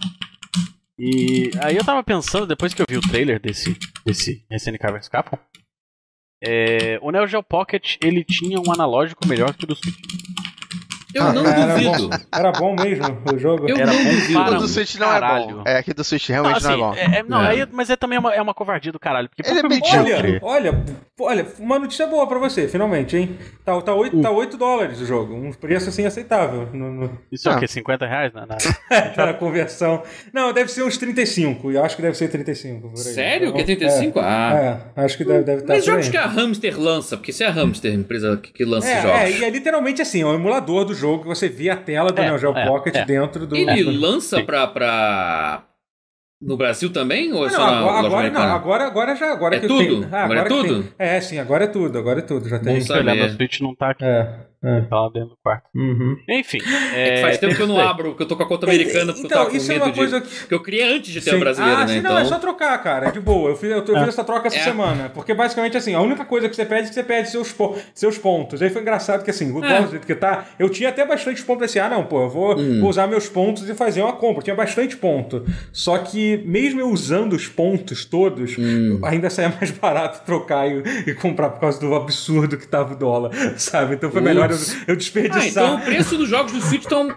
E aí eu tava pensando, depois que eu vi o trailer desse SNK vs Capcom, o Neo Geo Pocket, ele tinha um analógico melhor que o do Switch. Eu não duvido. Era bom mesmo o jogo? Era bom para o do Switch não é bom. Aqui do Switch realmente não é bom. Mas também uma covardia do caralho. Porque ele é medíocre. Olha, uma notícia boa pra você, finalmente, hein? Tá $8 o jogo. Um preço assim aceitável. Isso é o quê? R$50 na conversão. Não, deve ser uns 35. Eu acho que deve ser 35. Sério? Que é 35? Acho que deve estar. Mas jogos que a Hamster lança, porque se é a Hamster, empresa que lança jogos. E é literalmente assim, é um emulador do jogo que você vê a tela do Neo Geo Pocket dentro do... Ele lança pra... No Brasil também? Ou agora já. Agora é que tudo? Tem, agora é tudo? Sim, agora é tudo. Já tem. Se olhar no Switch não tá aqui. Tá lá dentro do quarto. Enfim. Faz tempo que eu não abro, que eu tô com a conta americana, porque eu tava com isso medo é uma coisa que eu criei antes de ter a brasileira, né? Não, é só trocar, cara. É de boa. Eu fiz essa troca essa semana. Porque basicamente, assim, a única coisa que você pede é que você pede seus pontos. Aí foi engraçado que, assim, o dólar do jeito que tá, eu tinha até bastante ponto. Assim, não, pô, eu vou usar meus pontos e fazer uma compra. Eu tinha bastante ponto. Só que, mesmo eu usando os pontos todos, ainda saía mais barato trocar e comprar por causa do absurdo que tava o dólar, sabe? Então foi melhor eu desperdiçar. Então o preço dos jogos do Switch estão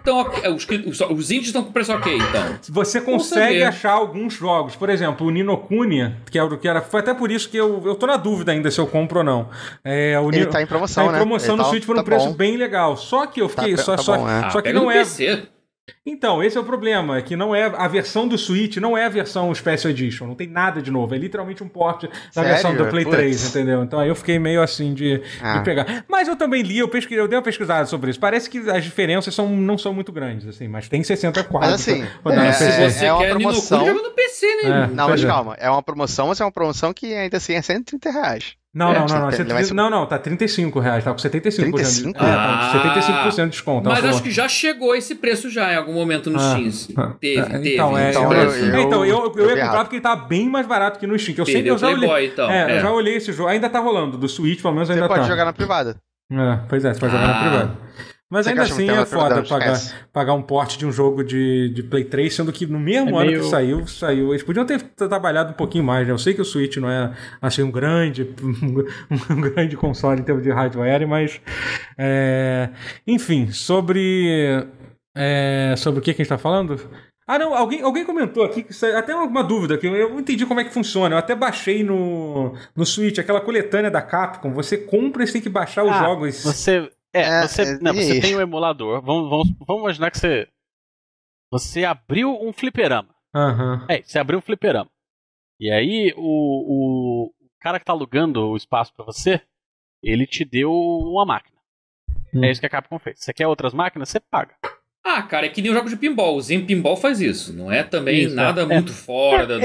os indies estão com preço ok, então. Você consegue achar alguns jogos. Por exemplo, o Ni no Kuni, que é o que era... Foi até por isso que eu tô na dúvida ainda se eu compro ou não. Ele tá em promoção, né? Tá em promoção no Switch por um preço bem legal. Só que eu fiquei... Só que não é... PC. Então, esse é o problema, é que não é a versão do Switch, não é a versão Special Edition, não tem nada de novo, é literalmente um port da versão do Play 3, entendeu? Então aí eu fiquei meio assim de pegar. Mas eu também li, eu dei uma pesquisada sobre isso, parece que as diferenças não são muito grandes, assim, mas tem 60 quadros. Mas assim, se você quer promoção, joga no PC, né? Não, mas calma, é uma promoção, mas é uma promoção que ainda assim é R$130. Não, tá R$35, tá com 75%. Tá com 75% de desconto. Mas acho que já chegou esse preço já em algum momento no Steam. Teve. Então, eu ia comprar porque ele tá bem mais barato que no Steam. Eu já olhei esse jogo, ainda tá rolando, do Switch pelo menos ainda tá. Você pode jogar na privada. Pois é, você pode jogar na privada. Mas ainda assim é foda pagar um port de um jogo de Play 3, sendo que no mesmo ano que saiu. Eles podiam ter trabalhado um pouquinho mais, né? Eu sei que o Switch não é assim, um grande console em termos de hardware, mas enfim, sobre o que a gente tá falando? Não, alguém comentou aqui, que até uma dúvida, que eu não entendi como é que funciona. Eu até baixei no Switch aquela coletânea da Capcom. Você compra e você tem que baixar os jogos. Você tem um emulador. Vamos imaginar que você abriu um fliperama. Você abriu um fliperama. E aí o cara que tá alugando o espaço pra você, ele te deu uma máquina. É isso que a Capcom fez. Você quer outras máquinas? Você paga. Cara, é que nem o jogo de pinball. O Zen Pinball faz isso. Não é também nada muito fora da...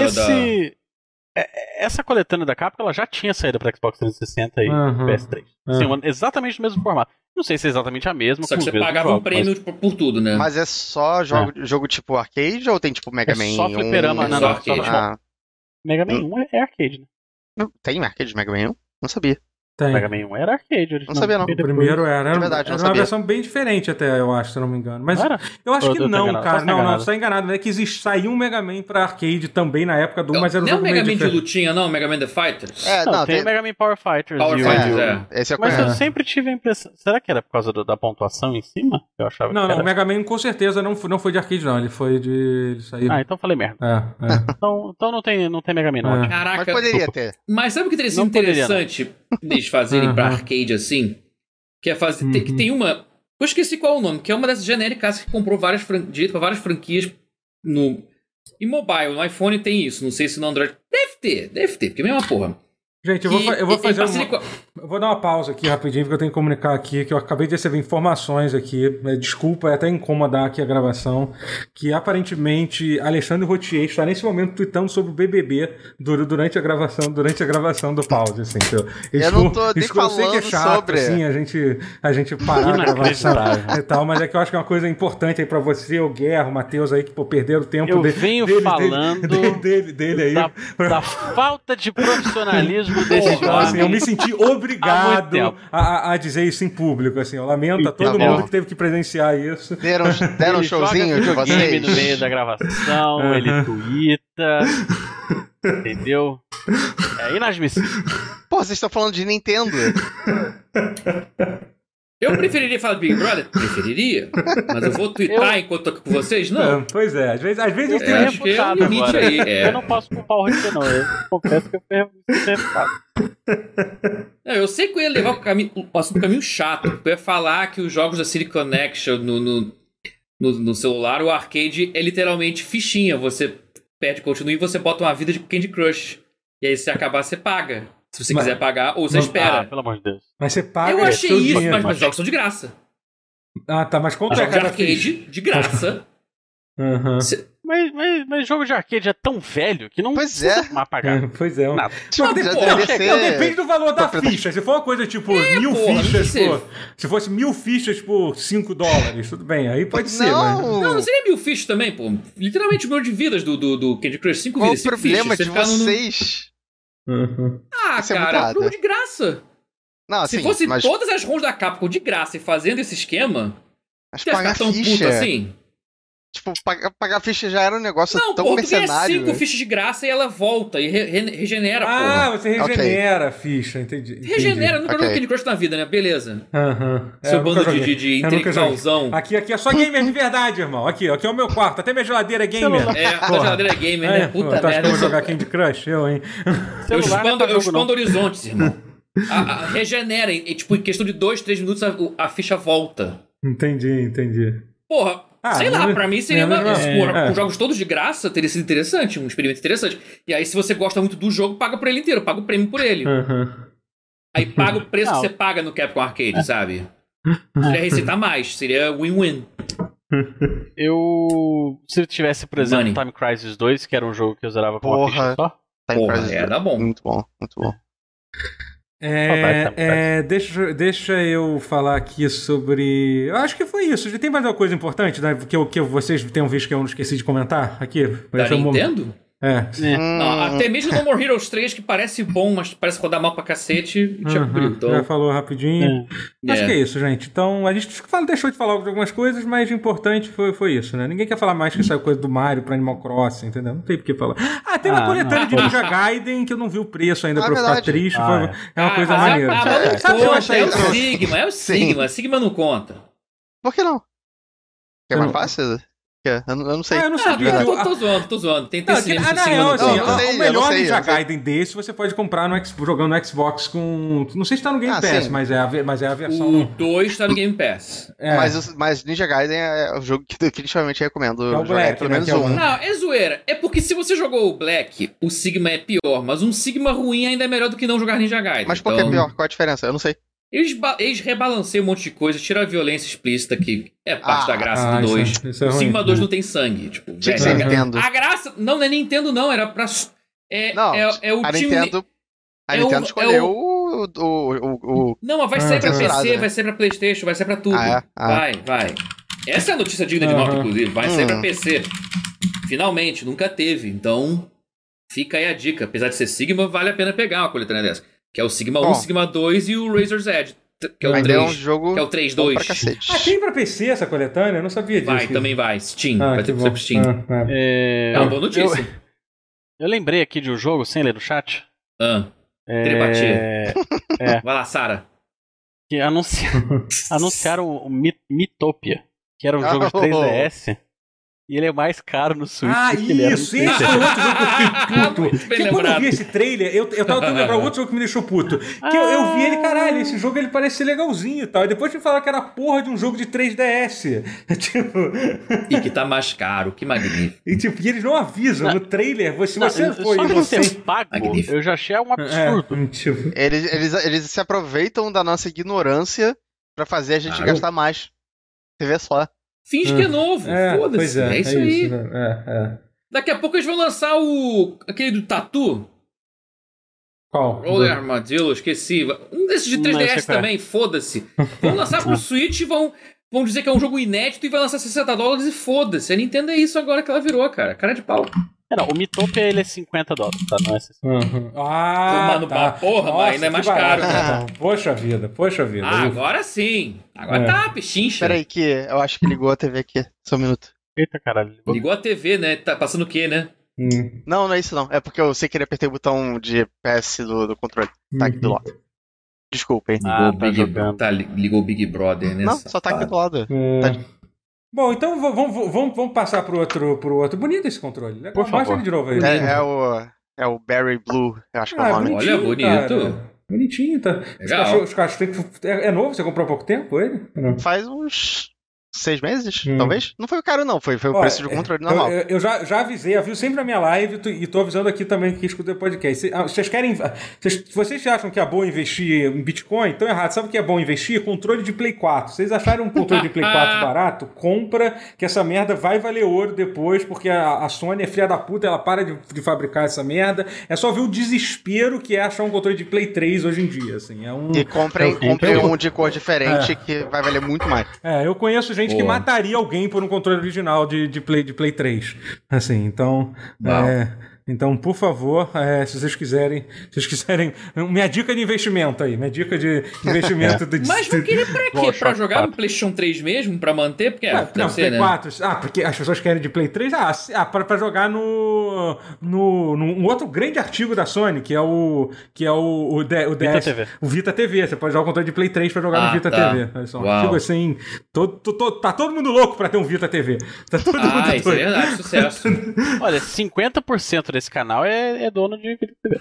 Essa coletânea da Capcom, ela já tinha saído para Xbox 360 e PS3. Assim, exatamente o mesmo formato. Não sei se é exatamente a mesma. Só que você pagava um prêmio por tudo, né? Mas é só jogo tipo arcade ou tem tipo Mega Man 1? Só fliperama, não, arcade. Mega Man 1 é arcade, né? Não, tem arcade de Mega Man 1? Não sabia. Tem. Mega Man 1 era arcade original. Não sabia, não. O primeiro era verdade, uma versão bem diferente até, eu acho, se eu não me engano. Mas eu acho que não, cara. Não, você tá enganado. É que saiu um Mega Man pra arcade também na época do 1, mas era um jogo meio diferente. Não é o Mega Man de lutinha, não? O Mega Man The Fighters? Tem o Mega Man Power Fighters. Esse eu mas eu sempre tive a impressão... Será que era por causa da pontuação em cima? Eu achava não, o Mega Man com certeza não foi de arcade, não. Ele foi de... Ele saiu... então falei merda. Então não tem Mega Man, não. Caraca. Mas poderia ter. Mas sabe o que teria sido interessante deles fazerem pra arcade assim? Que é fazer. Que tem uma. Eu esqueci qual é o nome, que é uma dessas genéricas que comprou direito pra várias franquias em mobile. No iPhone tem isso, não sei se no Android... Deve ter, porque é a mesma porra. Gente, eu vou fazer eu vou dar uma pausa aqui rapidinho, porque eu tenho que comunicar aqui que eu acabei de receber informações aqui, desculpa, é até incomodar aqui a gravação, que aparentemente Alexandre Rotier está nesse momento tweetando sobre o BBB durante a gravação do pause, assim. Eu não tô nem falando sei que é chato, sobre... assim, a gente parar a gravação e tal, mas é que eu acho que é uma coisa importante aí pra você, o Guerra, o Matheus aí, que perderam o tempo eu venho falando dele aí. Da falta de profissionalismo desse jovem. Assim, eu me senti obrigado a dizer isso em público, assim, eu lamento a todo mundo que teve que presenciar isso. Deram um showzinho de vocês? No meio da gravação, ele tuita, entendeu? É inadmissível. Pô, vocês estão falando de Nintendo. Eu preferiria falar de Big Brother? Preferiria. Mas eu vou twittar enquanto tô aqui com vocês? Não. Pois é, às vezes tem acho que é um limite aí. Eu não posso culpar o Rotier, não. Eu confesso que eu perguntei. Eu sei que eu ia levar o assunto pro caminho chato. Eu ia falar que os jogos da City Connection no celular, o arcade é literalmente fichinha. Você perde continue e você bota uma vida de Candy Crush. E aí se acabar, você paga. Se você quiser pagar, ou você espera. Pelo amor de Deus. Mas você paga. Eu achei isso, mas os jogos são de graça. Ah, tá, mas quanto os é jogos de cada arcade ficha? de graça. Uhum. Mas jogo de arcade é tão velho que não precisa mais pagar. Pois é. Nada. Depende do valor da ficha. Se for uma coisa tipo 1000 fichas, se fosse 1000 fichas por $5, tudo bem, aí pode ser. Mas... Não seria 1000 fichas também, pô. Literalmente o número de vidas do Candy Crush, 5 Qual vidas, 5 fichas. Qual o problema de vocês? Cara, é um jogo de graça. Não, se fosse todas as ROMs da Capcom de graça e fazendo esse esquema, mas você ia ficar tão puto assim? Tipo, pagar ficha já era um negócio tão mercenário. mercenário. Tu ganha 5 fichas de graça e ela volta e regenera, porra. Você regenera a ficha, entendi. Regenera, nunca jogou Candy Crush na vida, né? Beleza. Seu bando de intelectualzão. Aqui é só gamer de verdade, irmão. Aqui é o meu quarto. Até minha geladeira é gamer. A geladeira é gamer, né? Puta merda. Acho que eu vou jogar Candy Crush? hein? Eu expando horizontes, irmão. Regenera. E, tipo, em questão de 2, 3 minutos a ficha volta. Entendi. Porra. Sei lá, pra mim seria com jogos todos de graça, teria sido interessante, um experimento interessante. E aí, se você gosta muito do jogo, paga por ele inteiro, paga o prêmio por ele. Aí paga o preço que você paga no Capcom Arcade, sabe? Seria recitar mais, seria win-win. Se eu tivesse, por exemplo, Time Crisis 2, que era um jogo que eu zerava com uma ficha só. Time Crisis era bom. Muito bom. Deixa eu falar aqui sobre... Eu acho que foi isso. Tem mais alguma coisa importante, né, que vocês tenham visto que eu não esqueci de comentar aqui? Da Nintendo? Não, até mesmo No More Heroes 3, que parece bom, mas parece rodar mal pra cacete. Então... Já falou rapidinho. Acho que é isso, gente. Então, a gente deixou de falar de algumas coisas, mas o importante foi isso, né? Ninguém quer falar mais que saiu coisa do Mario pra Animal Crossing, entendeu? Não tem por que falar. Tem uma coletânea de Ninja Gaiden que eu não vi o preço ainda pra eu ficar triste. É uma coisa maneira. É o Sigma. A Sigma não conta. Por que não? É mais fácil? Eu não sei. Eu não sabia. Tô zoando. Tem esse Sigma o melhor Ninja Gaiden desse você pode comprar jogando no Xbox com... Não sei se tá no Game Pass, mas é a versão... O 2 tá no Game Pass. Mas Ninja Gaiden é o jogo que definitivamente recomendo jogar pelo menos um. Não, é zoeira. É porque se você jogou o Black, o Sigma é pior, mas um Sigma ruim ainda é melhor do que não jogar Ninja Gaiden. Mas por que é pior? Qual a diferença? Eu não sei. Eles rebalanceiam um monte de coisa, tiram a violência explícita, que é parte da graça do 2. O Sigma 2 não tem sangue. Tipo, Nintendo. A graça. Não é Nintendo, não. Era pra. A Nintendo escolheu o. Não, mas vai sair pra PC, vai sair pra PlayStation, vai sair pra tudo. Vai. Essa é a notícia digna de nota, inclusive. Vai sair pra PC. Finalmente, nunca teve. Então, fica aí a dica. Apesar de ser Sigma, vale a pena pegar uma coletânea dessa. Que é o Sigma 1, Sigma 2 e o Razor's Edge. Que é o 3. É um jogo que é o 3.2. Tem pra PC essa coletânea? Eu não sabia disso. Também vai. Steam. Vai ter pra Steam. É uma boa notícia. Eu lembrei aqui de um jogo, sem ler no chat. Telepatia. Vai lá, Sara. Que anunciaram o Miitopia, que era um jogo de 3DS. E ele é mais caro no Switch. Isso! Esse foi outro jogo que eu fiquei puto. Porque quando eu vi esse trailer, eu tava tentando lembrar outro jogo que me deixou puto. Que eu vi ele, caralho, esse jogo ele parece ser legalzinho e tal. E depois me falaram que era porra de um jogo de 3DS. Tipo... E que tá mais caro, que magnífico. E eles não avisam no trailer. Se você foi inocente, pago, eu já achei um absurdo. Tipo... Eles se aproveitam da nossa ignorância pra fazer a gente gastar mais. Você vê só. Finge que é novo, foda-se. É isso aí. Daqui a pouco eles vão lançar aquele do Tatu. Qual? Roller Armadillo, esqueci. Um desses de 3DS também, foda-se. Vão lançar pro Switch e vão dizer que é um jogo inédito e vai lançar $60 e foda-se. A Nintendo é isso agora que ela virou, cara de pau. O Miitopia ele é $50, tá? Não é 60. Porra, mas ainda é mais caro, né? Poxa vida. Agora sim. Agora tá, pechincha. Peraí que eu acho que ligou a TV aqui. Só um minuto. Eita, caralho. Ligou a TV, né? Tá passando o quê, né? Não é isso não. É porque eu sei que ele apertei o botão de PS do controle. Tá aqui do lado. Desculpa, hein. Ligou o Big Brother, né? Não, só tá aqui do lado. Bom, então vamos passar pro outro. Bonito esse controle. Legal. Mostra ele de novo aí. É o Berry Blue, eu acho que é o nome. Olha, bonito. Cara. Bonitinho, tá? Os cachorros é novo? Você comprou há pouco tempo ele? Faz uns 6 meses, talvez? Não foi caro, não. Foi o preço do controle normal. Eu já aviso sempre na minha live e tô avisando aqui também que escuta o podcast. Vocês querem... Vocês acham que é bom investir em Bitcoin? Estão errados. Sabe o que é bom investir? Controle de Play 4. Vocês acharem um controle de Play 4 barato? Compra, que essa merda vai valer ouro depois, porque a Sony é filha da puta, ela para de fabricar essa merda. É só ver o desespero que é achar um controle de Play 3 hoje em dia. Assim. E comprem um de cor diferente que vai valer muito mais. Eu conheço gente que mataria alguém por um controle original de Play 3. Assim, então... Então, por favor, se vocês quiserem... Minha dica de investimento aí. Minha dica de investimento... Mas vão querer pra quê? Pra jogar no PlayStation 3 mesmo? Pra manter? Porque não, Play 4. Porque as pessoas querem de Play 3. Pra jogar num outro grande artigo da Sony, que é o Vita TV. O Vita TV. Você pode usar o controle de Play 3 pra jogar no Vita TV. É um artigo assim... Tá todo mundo louco pra ter um Vita TV. Tá todo mundo doido. Isso é verdade, sucesso. Olha, 50% desse canal é dono de Vita TV.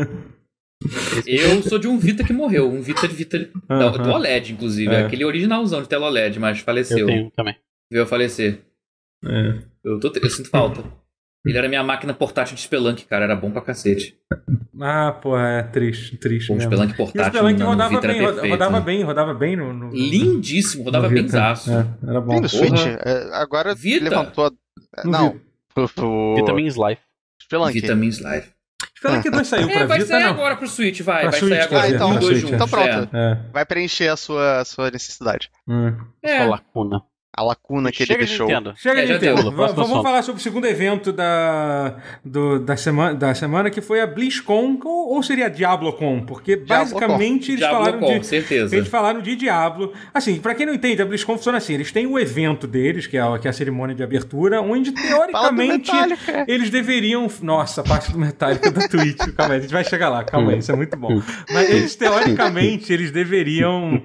Eu sou de um Vita que morreu. Um Vita de Vita... Não, do OLED, inclusive. Aquele originalzão de tela OLED, mas faleceu. Eu tenho também. Veio a falecer. Eu sinto falta. Ele era minha máquina portátil de Spelunk, cara. Era bom pra cacete. Triste Um Spelunk portátil. E o Spelunk rodava bem no... Lindíssimo, rodava benzaço. Era bom. Tem no Switch. Agora levantou... Não. Vitamin Life. Vitamin Life. Spelunk 2 saiu pra Vita, vai sair agora pro Switch, vai sair agora. Então pronto. Vai preencher a sua necessidade. Sua lacuna. A lacuna que ele deixou. Chega de Nintendo. Vamos falar sobre o segundo evento da semana, que foi a BlizzCon, ou seria a DiabloCon, porque basicamente eles falaram de Diablo. Assim, pra quem não entende, a BlizzCon funciona assim, eles têm o evento deles, que é a cerimônia de abertura, onde teoricamente eles deveriam... Nossa, a parte do Metallica da Twitch. Calma aí, a gente vai chegar lá, calma aí, isso é muito bom. Mas eles, teoricamente, eles deveriam...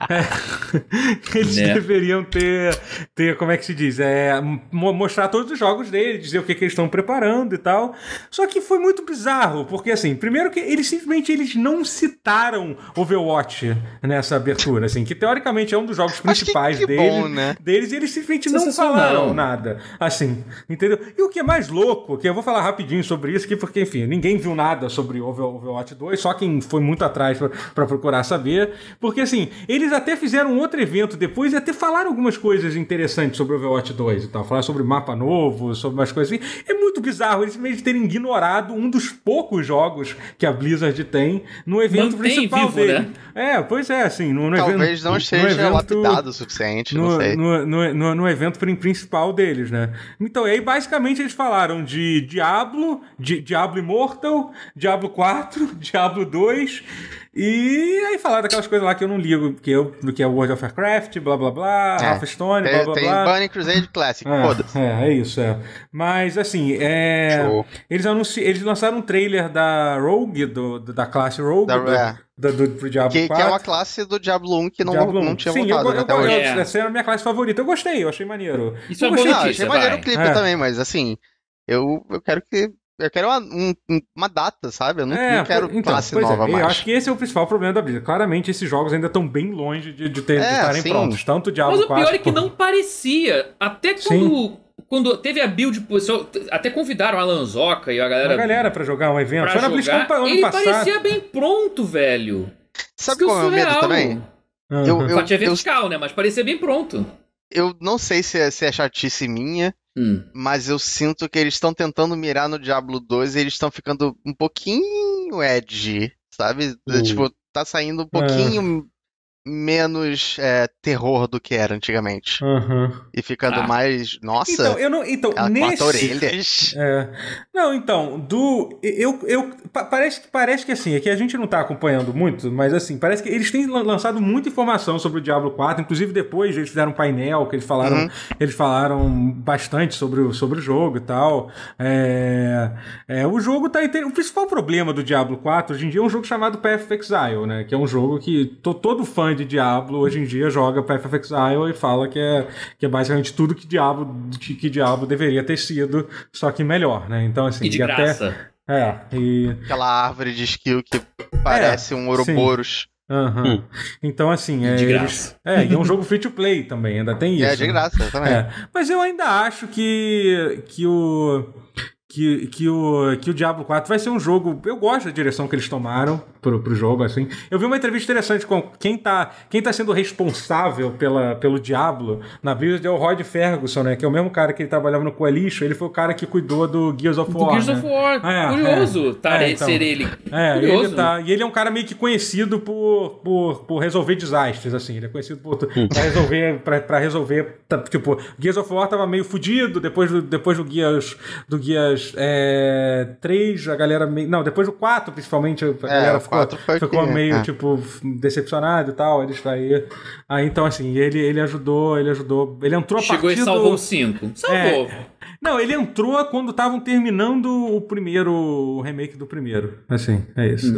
deveriam ter, como é que se diz? Mostrar todos os jogos dele, dizer o que eles estão preparando e tal. Só que foi muito bizarro, porque assim, primeiro que eles não citaram Overwatch nessa abertura, assim, que teoricamente é um dos jogos principais deles, e eles simplesmente não falaram nada, assim, entendeu? E o que é mais louco, que eu vou falar rapidinho sobre isso, porque, enfim, ninguém viu nada sobre Overwatch 2, só quem foi muito atrás pra procurar saber, porque, assim, eles até fizeram um outro evento depois e até falaram algumas coisas interessantes sobre Overwatch 2 e tal. Falar sobre mapa novo, sobre umas coisas assim. É muito bizarro eles terem ignorado um dos poucos jogos que a Blizzard tem no evento principal dele. Né? Pois é, assim. Talvez não esteja lapidado o suficiente, não sei. No evento principal deles, né? Então, aí basicamente eles falaram de Diablo Immortal, Diablo 4, Diablo 2 E aí falar daquelas coisas lá que eu não ligo, que é o World of Warcraft, blá blá blá, Hearthstone, blá blá blá. Tem Burning Crusade Classic, foda-se. É isso, Mas assim, eles lançaram um trailer da Rogue, da classe Rogue, do Diablo 4. Que é uma classe do Diablo 1 que não tinha voltado até hoje. Essa era a minha classe favorita. Eu achei maneiro. Isso é bonito. Achei maneiro o clipe também, mas assim, eu quero que... Eu quero uma data, sabe? Eu não quero classe nova mais. Eu acho que esse é o principal problema da Blizzard. Claramente, esses jogos ainda estão bem longe de estarem prontos. Tanto o Diablo 4... Mas o pior é que não parecia. Até quando teve a build... Até convidaram a Lanzoca e a galera... A galera pra jogar um evento. Foi na BlizzCon ano passado. Ele parecia bem pronto, velho. Sabe qual é o meu medo também? Só tinha vertical, né? Mas parecia bem pronto. Eu não sei se é chatice minha... Mas eu sinto que eles estão tentando mirar no Diablo 2 e eles estão ficando um pouquinho edgy, sabe? Tipo, tá saindo um pouquinho menos terror do que era antigamente. E ficando mais... Nossa! Nesse... 4 orelhas. Não, então, parece que assim, é que a gente não tá acompanhando muito, mas assim, parece que eles têm lançado muita informação sobre o Diablo 4, inclusive depois eles fizeram um painel que eles falaram bastante sobre o jogo e tal. O jogo tá... O principal problema do Diablo 4 hoje em dia é um jogo chamado Path of Exile, né? Que é um jogo que todo fã de Diablo hoje em dia joga Path of Exile e fala que é basicamente tudo que Diablo deveria ter sido, só que melhor, né? Então, assim... E de graça. Aquela árvore de skill que parece um Ouroboros. Então, assim... De graça. E é um jogo free to play também, ainda tem isso. É, de graça também. Mas eu ainda acho que o Diablo 4 vai ser um jogo... Eu gosto da direção que eles tomaram pro jogo, assim. Eu vi uma entrevista interessante com quem tá sendo responsável pelo Diablo na Blizzard é o Rod Ferguson, né? Que é o mesmo cara que ele trabalhava no Coalition. Ele foi o cara que cuidou do Gears of War, Gears of War. Curioso ser ele. Curioso. E ele é um cara meio que conhecido por resolver desastres, assim. Ele é conhecido pra resolver... Tipo, Gears of War tava meio fudido, depois do Gears 3, a galera meio... Não, depois do 4, principalmente, a galera ficou meio, tipo, decepcionado e tal. Aí, então, assim, ele ajudou. Ele entrou a partir Chegou e salvou o 5. Salvou. Não, ele entrou quando estavam terminando o remake do primeiro. Assim, é isso.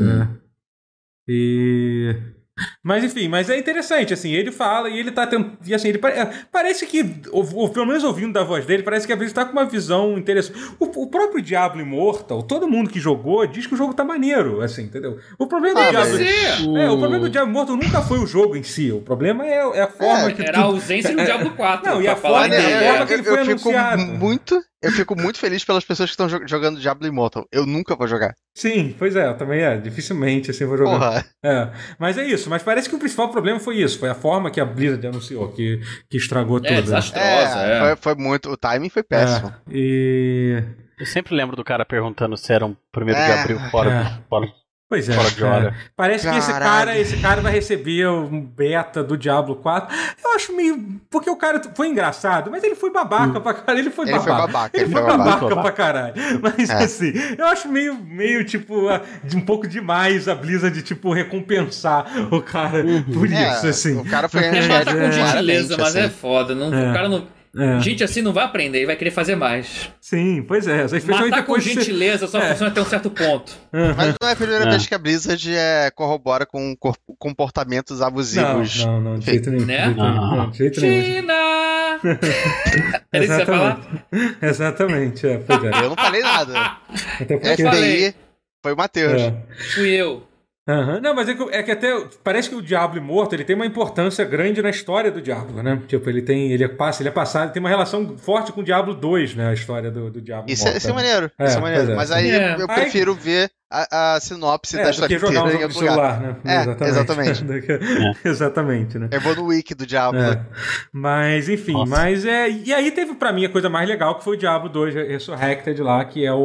Mas enfim, mas é interessante, assim, ele fala e ele tá tentando, e assim, parece que, ou pelo menos ouvindo da voz dele, parece que a Blizzard tá com uma visão interessante. O próprio Diablo Immortal, todo mundo que jogou diz que o jogo tá maneiro, assim, entendeu? O problema do Diablo Immortal nunca foi o jogo em si, o problema é a forma que... Era a ausência do Diablo 4. Não, e a forma que ele foi anunciado. Eu fico muito feliz pelas pessoas que estão jogando Diablo Immortal. Eu nunca vou jogar. Sim, pois eu também dificilmente assim vou jogar. Porra. Mas é isso, mas parece que o principal problema foi isso, foi a forma que a Blizzard anunciou, que estragou tudo. Desastrosa, Foi muito, o timing foi péssimo. Eu sempre lembro do cara perguntando se era um 1º de abril fora Pois é. Fora de hora. Parece que esse cara vai receber um beta do Diablo 4. Eu acho meio... Porque o cara foi engraçado, mas ele foi babaca pra caralho. Ele foi babaca pra caralho. Mas assim, eu acho meio tipo, um pouco demais a Blizzard, tipo, recompensar o cara por isso, assim. O cara foi com gentileza, mas é foda. O cara não... Gente assim não vai aprender e vai querer fazer mais. Sim, pois é. Matar com gentileza só funciona até um certo ponto. Mas não é a primeira vez que a Blizzard corrobora com comportamentos abusivos. Não, de jeito nenhum. Né? De jeito nenhum. China! Era isso que você ia falar? Exatamente, pois é. Eu não falei nada. Até porque... Esse daí foi o Matheus. Fui eu. Não, mas é que até parece que o Diablo Immortal ele tem uma importância grande na história do Diablo, né? Tipo, ele é passado, ele tem uma relação forte com o Diablo 2, né? A história do Diablo Immortal. Isso é maneiro. Mas aí eu prefiro ver a sinopse da história do que jogar um jogo de celular, né? Exatamente. Exatamente, né? Eu vou no wiki do Diablo. Mas, enfim, e aí teve pra mim a coisa mais legal que foi o Diablo 2 Resurrected lá, que é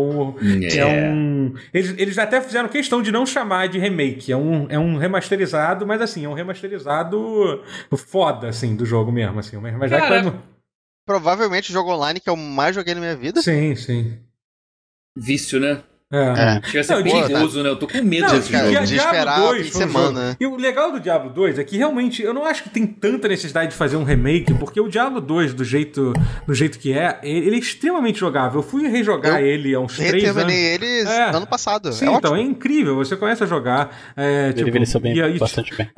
eles até fizeram questão de não chamar de remake, é um remasterizado, mas assim, é um remasterizado foda, assim, do jogo mesmo, assim. Mas provavelmente o jogo online que eu mais joguei na minha vida. Sim. Vício, né? Chega a ser perigoso, né? Eu tô com medo desse jogo. De esperar a semana. E o legal do Diablo 2 é que realmente eu não acho que tem tanta necessidade de fazer um remake, porque o Diablo 2, do jeito que ele é extremamente jogável. Eu fui rejogar ele há uns 3 anos. Eu terminei ele ano passado. Sim, então é incrível. Você começa a jogar. Ele envelheceu bastante bem.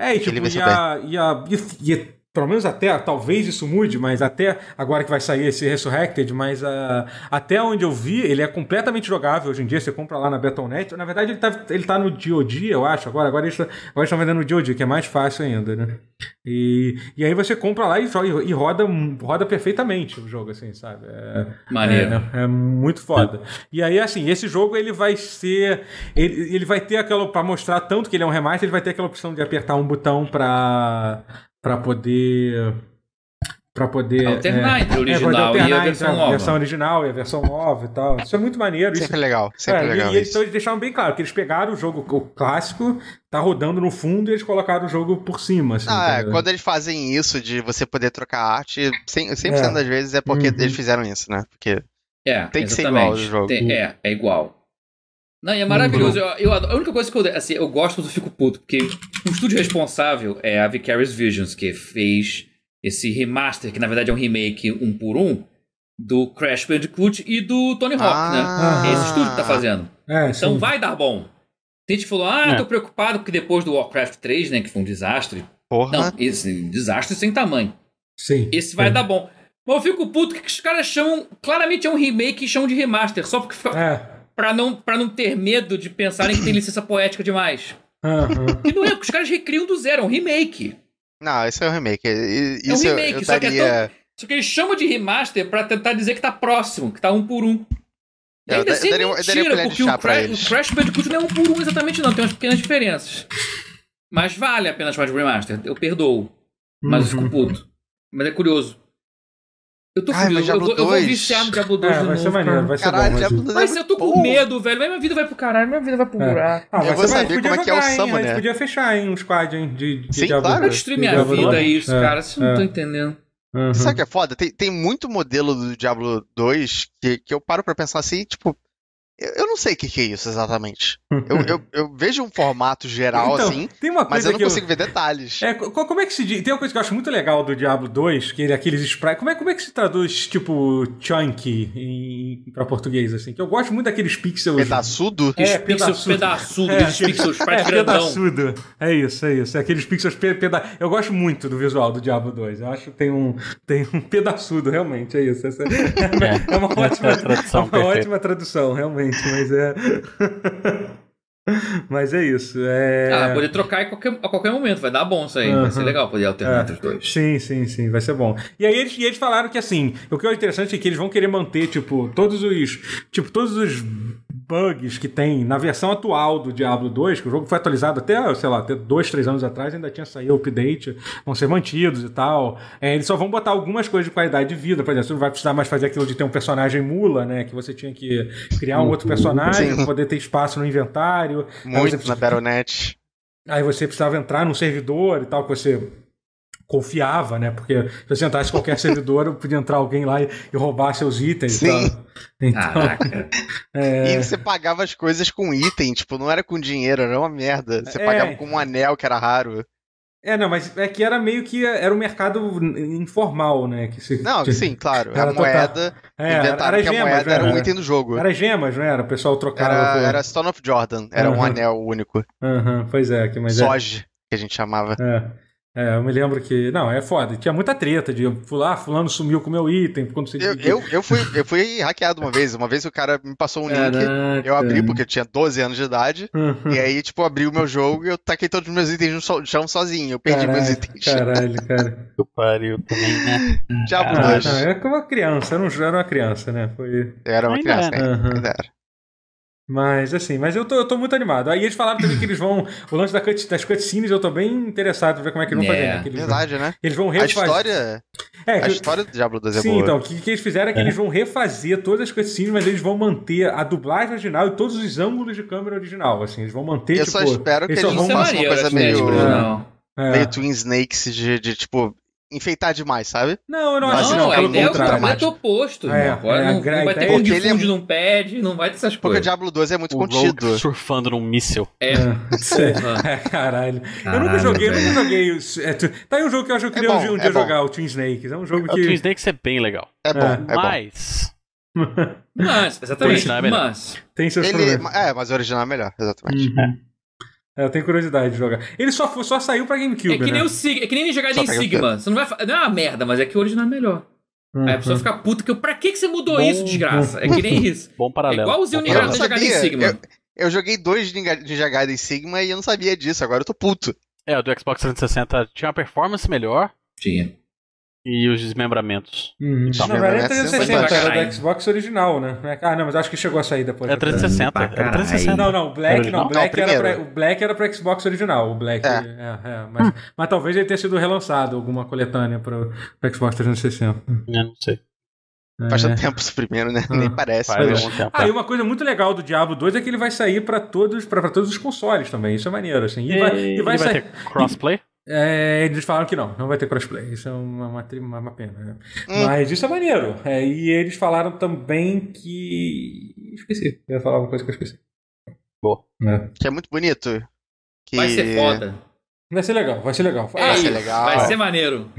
Pelo menos até, talvez isso mude, mas até agora que vai sair esse Resurrected, mas até onde eu vi, ele é completamente jogável hoje em dia. Você compra lá na Battle.net. Na verdade, ele tá no DoD, eu acho. Agora eles estão vendendo no DoD, que é mais fácil ainda, né? E aí você compra lá e roda perfeitamente o jogo, assim, sabe? Maneiro. É muito foda. E aí, assim, esse jogo ele vai ser... Ele vai ter aquela... Pra mostrar tanto que ele é um remaster, ele vai ter aquela opção de apertar um botão pra poder alternar entre o original e a versão nova. A versão original e a versão nova e tal. Isso é muito maneiro. Sempre legal. E eles deixaram bem claro que eles pegaram o jogo o clássico, tá rodando no fundo, e eles colocaram o jogo por cima. Assim, quando eles fazem isso de você poder trocar arte, 100% das vezes é porque eles fizeram isso, né? Porque tem que ser igual o jogo. É igual. Não, e é maravilhoso. A única coisa que eu gosto, mas eu fico puto, porque o estúdio responsável é a Vicarious Visions, que fez esse remaster, que na verdade é um remake 1 por 1, do Crash Bandicoot e do Tony Hawk, né? É esse estúdio que tá fazendo. Então sim. Vai dar bom. Tem gente que falou, tô preocupado porque depois do Warcraft 3, né, que foi um desastre. Porra. Não, esse desastre sem tamanho. Sim. Esse vai dar bom. Mas eu fico puto que os caras chamam, claramente é um remake e chamam de remaster, só porque pra não ter medo de pensarem que tem licença poética demais. E não é, porque os caras recriam do zero, é um remake. Não, esse é um remake. É um remake, só que eles chamam de remaster pra tentar dizer que tá próximo, que tá 1 por 1. E ainda assim é mentira, porque o Crash Bandicoot não é 1 por 1 exatamente não, tem umas pequenas diferenças. Mas vale a pena chamar de remaster, eu perdoo. Mas eu fico puto. Mas é curioso. Eu tô feliz, eu vou viciar no Diablo 2 de novo. Vai ser maneiro, vai ser bom. Mas eu tô com medo, velho. Minha vida vai pro caralho, minha vida vai pro buraco. Eu vou saber como é que é o Summoner. A gente podia fechar, um squad, de Sim, Diablo 2. claro. Vai destruir minha vida isso, cara. Vocês não estão entendendo. Sabe o que é foda? Tem muito modelo do Diablo 2 que eu paro pra pensar assim, tipo... Eu não sei o que é isso exatamente. Eu vejo um formato geral então, assim, mas eu não consigo ver detalhes. Como é que se diz? Tem uma coisa que eu acho muito legal do Diablo 2, que aqueles sprites. Como é que se traduz, tipo, chunky pra português, assim? Que eu gosto muito daqueles pixels. Pedaçudo? Pedaçudo, esses pixels, sprite grandão. Pedaçudo. É isso. Aqueles pixels Eu gosto muito do visual do Diablo 2. Eu acho que tem um pedaçudo, realmente, é isso. É uma ótima tradução, realmente. Mas é isso. Poder trocar a qualquer momento, vai dar bom isso aí. Vai ser legal poder alternar entre os dois. Sim, vai ser bom. E aí eles falaram que assim, o que é interessante é que eles vão querer manter, todos os bugs que tem na versão atual do Diablo 2, que o jogo foi atualizado até 2-3 anos atrás, ainda tinha saído o update, vão ser mantidos e tal. Eles só vão botar algumas coisas de qualidade de vida, por exemplo, você não vai precisar mais fazer aquilo de ter um personagem mula, né, que você tinha que criar um outro personagem para poder ter espaço no inventário. Muito na Battle.net. Aí você precisava entrar num servidor e tal, que você confiava, né? Porque se você entrasse em qualquer servidor, podia entrar alguém lá e roubar seus itens. Sim. Então, caraca. E você pagava as coisas com item, não era com dinheiro, era uma merda. Você pagava com um anel que era raro. Não, mas é que era meio que... Era um mercado informal, né? Sim, claro. A moeda... Inventaram que a moeda era um item do jogo. Era gemas, não era? O pessoal trocava... Era Stone of Jordan. Era um anel único. Pois é. Soge, que a gente chamava. Eu me lembro que... Não, é foda. Tinha muita treta de fulano sumiu com o meu item. Quando você... eu fui hackeado uma vez. Uma vez o cara me passou um link, eu abri porque eu tinha 12 anos de idade, e aí, abri o meu jogo e eu taquei todos os meus itens no chão sozinho. Eu perdi meus itens. Caralho, cara. Eu pariu também, né? Diablo 2. Era como uma criança. Era uma criança, né? Era uma criança, ainda era. Mas eu tô muito animado. Aí eles falaram também que eles vão... O lance das cutscenes, eu tô bem interessado pra ver como é que eles vão fazer. Né? Verdade, né? Eles vão refazer... A história do Diablo 2 é boa. Sim, então, o que eles fizeram é que eles vão refazer todas as cutscenes, mas eles vão manter a dublagem original e todos os ângulos de câmera original, assim. Eles vão manter, Eu só espero que eles não façam uma coisa meio Twin Snakes de enfeitar demais, sabe? Não, eu não acho não. Pelo É o contrário. completo oposto. Não vai ter porque de fundo num pad, não vai ter essas porque coisas. Porque o Diablo 2 é muito o contido. Rogue surfando num míssil. Caralho. Eu nunca joguei. Tá aí um jogo que eu acho que eu queria um dia jogar, o Twin Snakes. É um jogo que... O Twin Snakes é bem legal. É bom, mas... Exatamente. Tem seus problemas. Mas o original é melhor, exatamente. Eu tenho curiosidade de jogar. Ele só saiu pra GameCube, é que nem o Sigma, é que nem Ninja Gaiden Sigma. Você não vai não é uma merda, mas é que o original é melhor. Aí a pessoa fica puta que pra que você mudou isso, desgraça? É que nem isso. Bom paralelo. É igualzinho o Ninja Gaiden Sigma. Eu joguei 2 Ninja Gaiden Sigma e eu não sabia disso, agora eu tô puto. O do Xbox 360 tinha uma performance melhor. Tinha. E os desmembramentos. Não, não era 360, era do Xbox original, né? Não, mas acho que chegou a sair depois. É 360. Era 360. Não, o Black era pra Xbox original. O Black. Mas talvez ele tenha sido relançado, alguma coletânea pro Xbox 360. Eu não sei. Faz tanto tempo isso primeiro, né? Nem parece. E uma coisa muito legal do Diablo 2 é que ele vai sair pra todos os consoles também. Isso é maneiro, assim. E vai sair... ter crossplay? Eles falaram que não vai ter crossplay. Isso é uma pena, né? Mas isso é maneiro. E eles falaram também que... Esqueci. Eu ia falar uma coisa que eu esqueci. Boa. Que é muito bonito. Vai ser foda. Vai ser legal. Vai ser legal. Vai ser maneiro.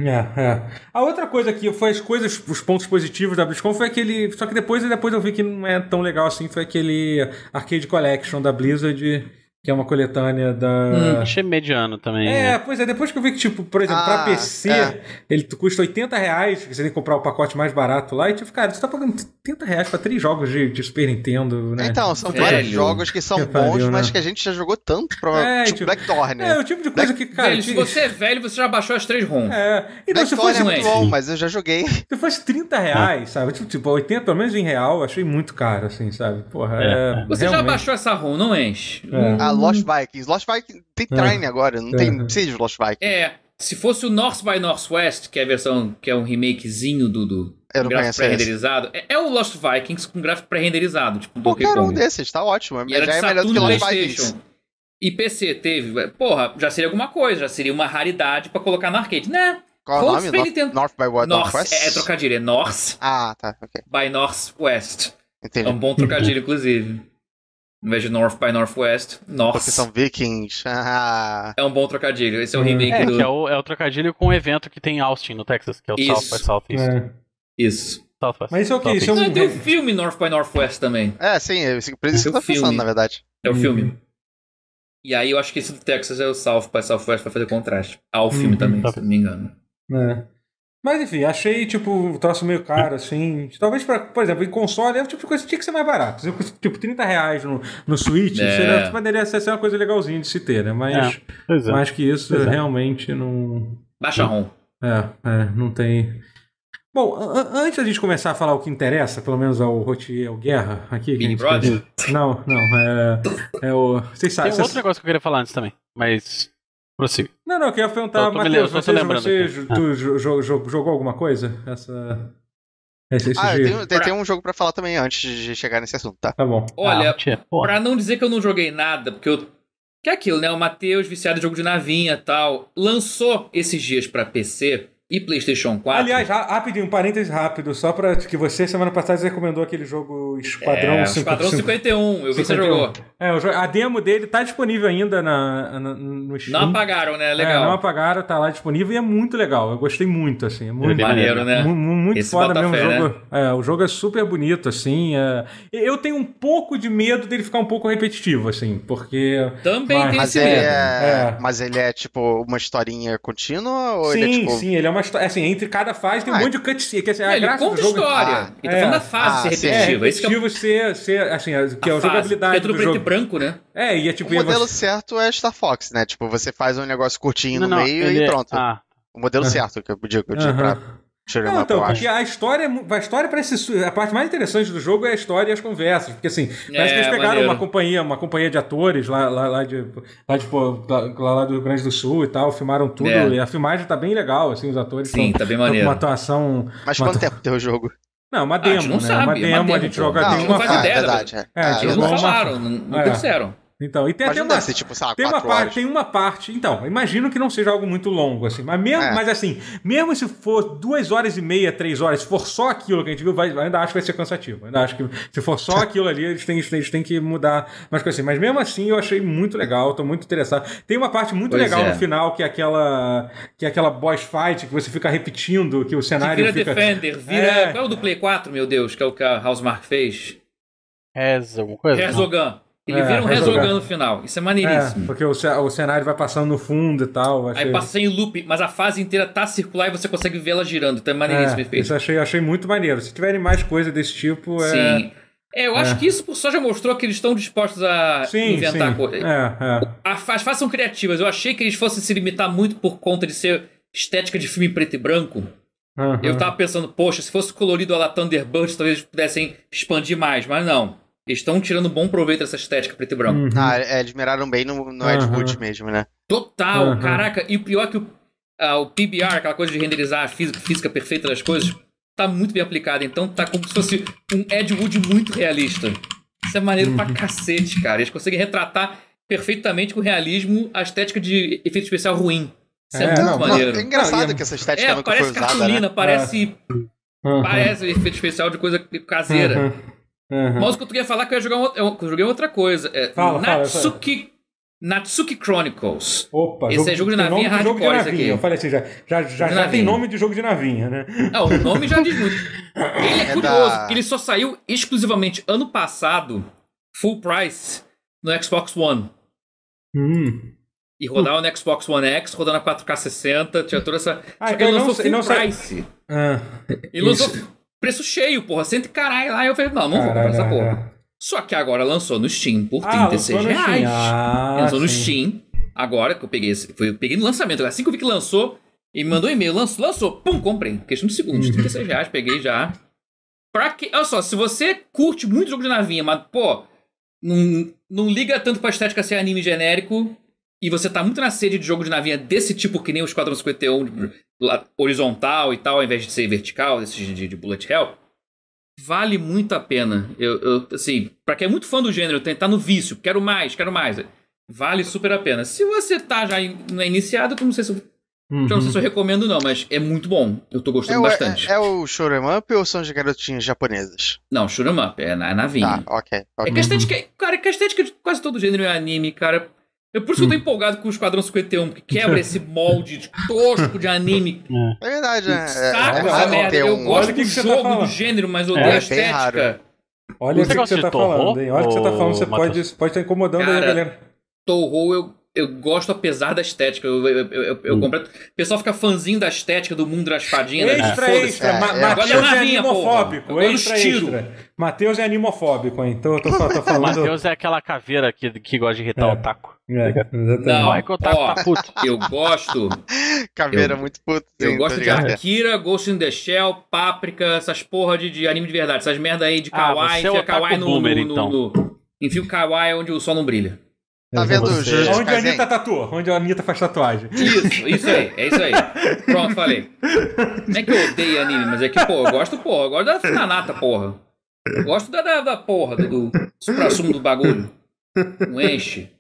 A outra coisa que foi os pontos positivos da BlizzCon foi aquele... Só que depois eu vi que não é tão legal assim. Foi aquele Arcade Collection da Blizzard... Que é uma coletânea da... Achei mediano também. Pois é, depois que eu vi que, tipo, por exemplo, pra PC, ele custa R$80, você tem que comprar o pacote mais barato lá, e tipo, cara, você tá pagando R$80 pra 3 jogos de Super Nintendo, né? Então, são vários jogos que são bons, mas que a gente já jogou tanto, tipo Blackthorn. O tipo de coisa que, cara... Velho, se você é velho, você já baixou as 3 ROMs. Então, se fosse muito bom, mas eu já joguei. Se fosse R$30, sabe? Tipo, 80, pelo menos em real, achei muito caro, assim, sabe? Porra, Você realmente... já baixou essa ROM, não enche? Lost Vikings. Lost Vikings tem Trine agora, não precisa de Lost Vikings. Se fosse o North by Northwest, que é a versão, que é um remakezinho do gráfico pré-renderizado, é o Lost Vikings com gráfico pré-renderizado, tipo qualquer um desses, tá ótimo. E já é melhor do que Lost Vikings. E PC teve, já seria alguma coisa, já seria uma raridade pra colocar no arcade, né? Qual é o nome? North by what? Northwest? É trocadilho, é North by Northwest. Entendi. É um bom trocadilho, inclusive. Em vez de North by Northwest, North. Porque são Vikings. É um bom trocadilho. Esse é o remake do... Que é o trocadilho com o evento que tem em Austin, no Texas, que é o South by Southeast. Isso. Southwest. Mas isso é o que? Isso tem o filme North by Northwest também. Sim. Por isso que eu tô pensando, na verdade. É o filme. E aí eu acho que esse do Texas é o South by Southwest pra fazer contraste. O filme também, se não me engano. Mas enfim, achei tipo um troço meio caro, assim. Talvez, por exemplo, em console é o tipo de coisa que tinha que ser mais barato. Se fosse tipo R$30 no Switch, poderia ser uma coisa legalzinha de se ter, né? Mas mais que isso, realmente não. Baixa ROM. Não tem. Bom, antes da gente começar a falar o que interessa, pelo menos ao Rotier, ao Guerra, aqui. Big Brother? Não, é o. Vocês sabem. Tem outro negócio que eu queria falar antes também, mas. Prossiga. Não, eu queria perguntar, Matheus, você jogou alguma coisa? Tem um jogo pra falar também antes de chegar nesse assunto, tá? Tá bom. Olha, pra não dizer que eu não joguei nada, porque eu... Que é aquilo, né? O Matheus, viciado em jogo de navinha e tal, lançou esses dias pra PC e PlayStation 4. Aliás, rapidinho, um parênteses rápido, só pra que você, semana passada, recomendou aquele jogo Esquadrão 51, eu vi que você jogou. A demo dele tá disponível ainda no Steam. Não apagaram, né? Legal. Não apagaram, tá lá disponível e é muito legal. Eu gostei muito, assim. É muito maneiro, né? Muito foda mesmo o jogo. Né? O jogo é super bonito, assim. Eu tenho um pouco de medo dele ficar um pouco repetitivo, assim, porque... Também tem esse medo. Mas ele é, tipo, uma historinha contínua? Ou sim, ele é, tipo... sim, ele é uma história. Assim, entre cada fase tem um monte de cutscene. Que, assim, ele conta história. Ele tá falando da fase ser repetitiva. Repetitivo ser, assim, que é a jogabilidade. É tudo preto e branco, né? E é tipo. O modelo certo é Star Fox, né? Tipo, você faz um negócio curtinho no meio e pronto. O modelo certo que eu digo pra. Porque a história parece. A parte mais interessante do jogo é a história e as conversas. Porque assim, parece que eles pegaram uma companhia de atores lá do Rio Grande do Sul e tal, filmaram tudo. E a filmagem tá bem legal, assim, os atores. Sim, tá bem maneiro. Uma atuação. Mas quanto tempo tem o jogo? Não, uma demo, a gente não sabe, uma demo, a gente joga. Não faz ideia. Verdade. Eles não falaram, não disseram. Então, e tem mas até não uma, deve ser, tipo, sei lá, tem uma parte, então, imagino que não seja algo muito longo, assim, mas assim, mesmo se for 2h30, 3 horas, se for só aquilo que a gente viu, ainda acho que vai ser cansativo, ainda acho que se for só aquilo ali, eles têm que mudar mais coisas assim, mas mesmo assim eu achei muito legal, tô muito interessado. Tem uma parte muito legal no final, que é aquela boss fight, que você fica repetindo, que o cenário que vira Defender, qual é o do Play 4, meu Deus, que é o que a Housemarque fez? Resogun. Ele vira um Resogun no final. Isso é maneiríssimo. Porque o cenário vai passando no fundo e tal. Aí passa sem loop, mas a fase inteira tá circular e você consegue ver ela girando. Então é maneiríssimo efeito. Isso achei muito maneiro. Se tiverem mais coisa desse tipo... Sim. Eu acho que isso por só já mostrou que eles estão dispostos a inventar coisas. As fases são criativas. Eu achei que eles fossem se limitar muito por conta de ser estética de filme preto e branco. Eu tava pensando, poxa, se fosse colorido a la Thunderbird, talvez eles pudessem expandir mais. Mas não. Eles estão tirando bom proveito dessa estética preto e branco. Eles miraram bem no Ed Wood mesmo, né? Total, caraca. E o pior é que o PBR, aquela coisa de renderizar a física perfeita das coisas, tá muito bem aplicado. Então tá como se fosse um Ed Wood muito realista. Isso é maneiro pra cacete, cara. Eles conseguem retratar perfeitamente com realismo a estética de efeito especial ruim. Isso é muito maneiro. É engraçado que essa estética nunca foi usada, cartolina, né? parece efeito especial de coisa caseira. Mas o que eu queria falar é que eu joguei outra coisa. Natsuki Chronicles. Opa, esse é jogo de navinha hardcore, esse aqui. Eu falei assim, já tem nome de jogo de navinha, né? Não, o nome já diz muito. Ele é curioso, porque ele só saiu exclusivamente ano passado, full price, no Xbox One. E rodava no Xbox One X, rodando a 4K 60, tinha toda essa... Só que ele lançou full price. Ele lançou preço cheio, porra, 100 e caralho lá. E eu falei, não vou comprar essa porra. Só que agora lançou no Steam por R$36. Lançou no Steam. Agora que eu peguei no lançamento. Assim que eu vi que lançou, e me mandou um e-mail, lançou, pum, comprei. Questão de segundos, R$36, peguei já. Pra que... Olha só, se você curte muito jogo de navinha, mas, pô, não liga tanto pra estética ser anime genérico, e você tá muito na sede de jogo de navinha desse tipo, que nem o Esquadrão 51, horizontal e tal, ao invés de ser vertical, desses de Bullet Hell, vale muito a pena. Assim, pra quem é muito fã do gênero, tá no vício, quero mais. Vale super a pena. Se você tá já iniciado, eu não sei se eu recomendo não, mas é muito bom. Eu tô gostando bastante. É o shoot'em up ou são as garotinhas japonesas? Não, shoot'em up, é navinha. Ok. É que a estética de quase todo gênero é anime, cara. Por isso que eu tô empolgado com o Esquadrão 51, porque quebra esse molde tosco de anime. É verdade, né? Merda. Eu gosto do jogo, do gênero, mas odeio a estética. Olha o que você tá falando, hein? Olha o que você tá falando, você pode estar incomodando aí a galera. Touhou eu gosto apesar da estética. Eu compro. O pessoal fica fãzinho da estética do mundo das fadinhas. Extra. Matheus é animofóbico. Extra. Matheus é animofóbico, hein? Tô falando. Matheus é aquela caveira que gosta de irritar o taco. Não, é que o taco tá puto. Eu gosto. Caveira muito puto. Eu gosto de Akira, Ghost in the Shell, Páprica, essas porra de anime de verdade. Essas merda aí de kawaii. Enfia kawaii enfia o kawaii onde o sol não brilha. Tá vendo onde a Anitta tatua, onde a Anitta faz tatuagem. Isso aí. Pronto, falei. Não é que eu odeio anime, mas é que, eu gosto da Nanata, porra. Eu gosto da porra, do supra-sumo do bagulho. Não enche.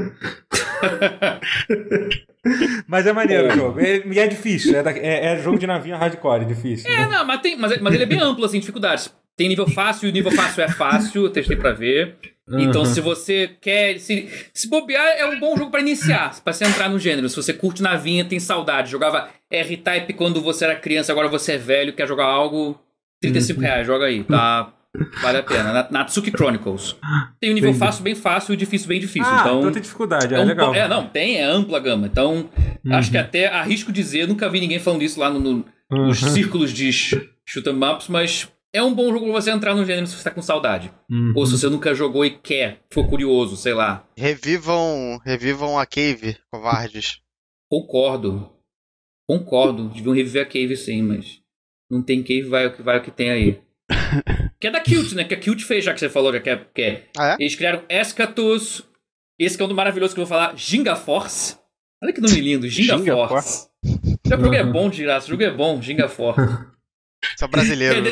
Mas é maneiro o jogo. E é difícil. É jogo de navinha hardcore, é difícil. Não, mas ele é bem amplo, assim, dificuldades. Tem nível fácil, e o nível fácil é fácil, eu testei pra ver. Então, se você quer... Se bobear, é um bom jogo pra iniciar, pra você entrar no gênero. Se você curte navinha, tem saudade. Jogava R-Type quando você era criança, agora você é velho, quer jogar algo... R$35, joga aí, tá? Vale a pena. Natsuki Chronicles. Tem um nível fácil, bem fácil, e difícil, bem difícil. Então tem dificuldade, é legal. É ampla a gama. Então, acho que até arrisco dizer, nunca vi ninguém falando isso lá nos círculos de shoot 'em ups, mas... É um bom jogo pra você entrar no gênero se você tá com saudade. Ou se você nunca jogou e ficou curioso, sei lá. Revivam a Cave, covardes. Concordo. Deviam reviver a Cave sim, mas não tem Cave, vai o que tem aí. Que é da Cute, né? Que a Cute fez, já que você falou, já que é. Ah, é? Eles criaram Escatus, esse que é um do maravilhoso que eu vou falar, Ginga Force. Olha que nome lindo, Ginga Force. O jogo é bom, de graça, o jogo é bom, Ginga Force. Só brasileiro,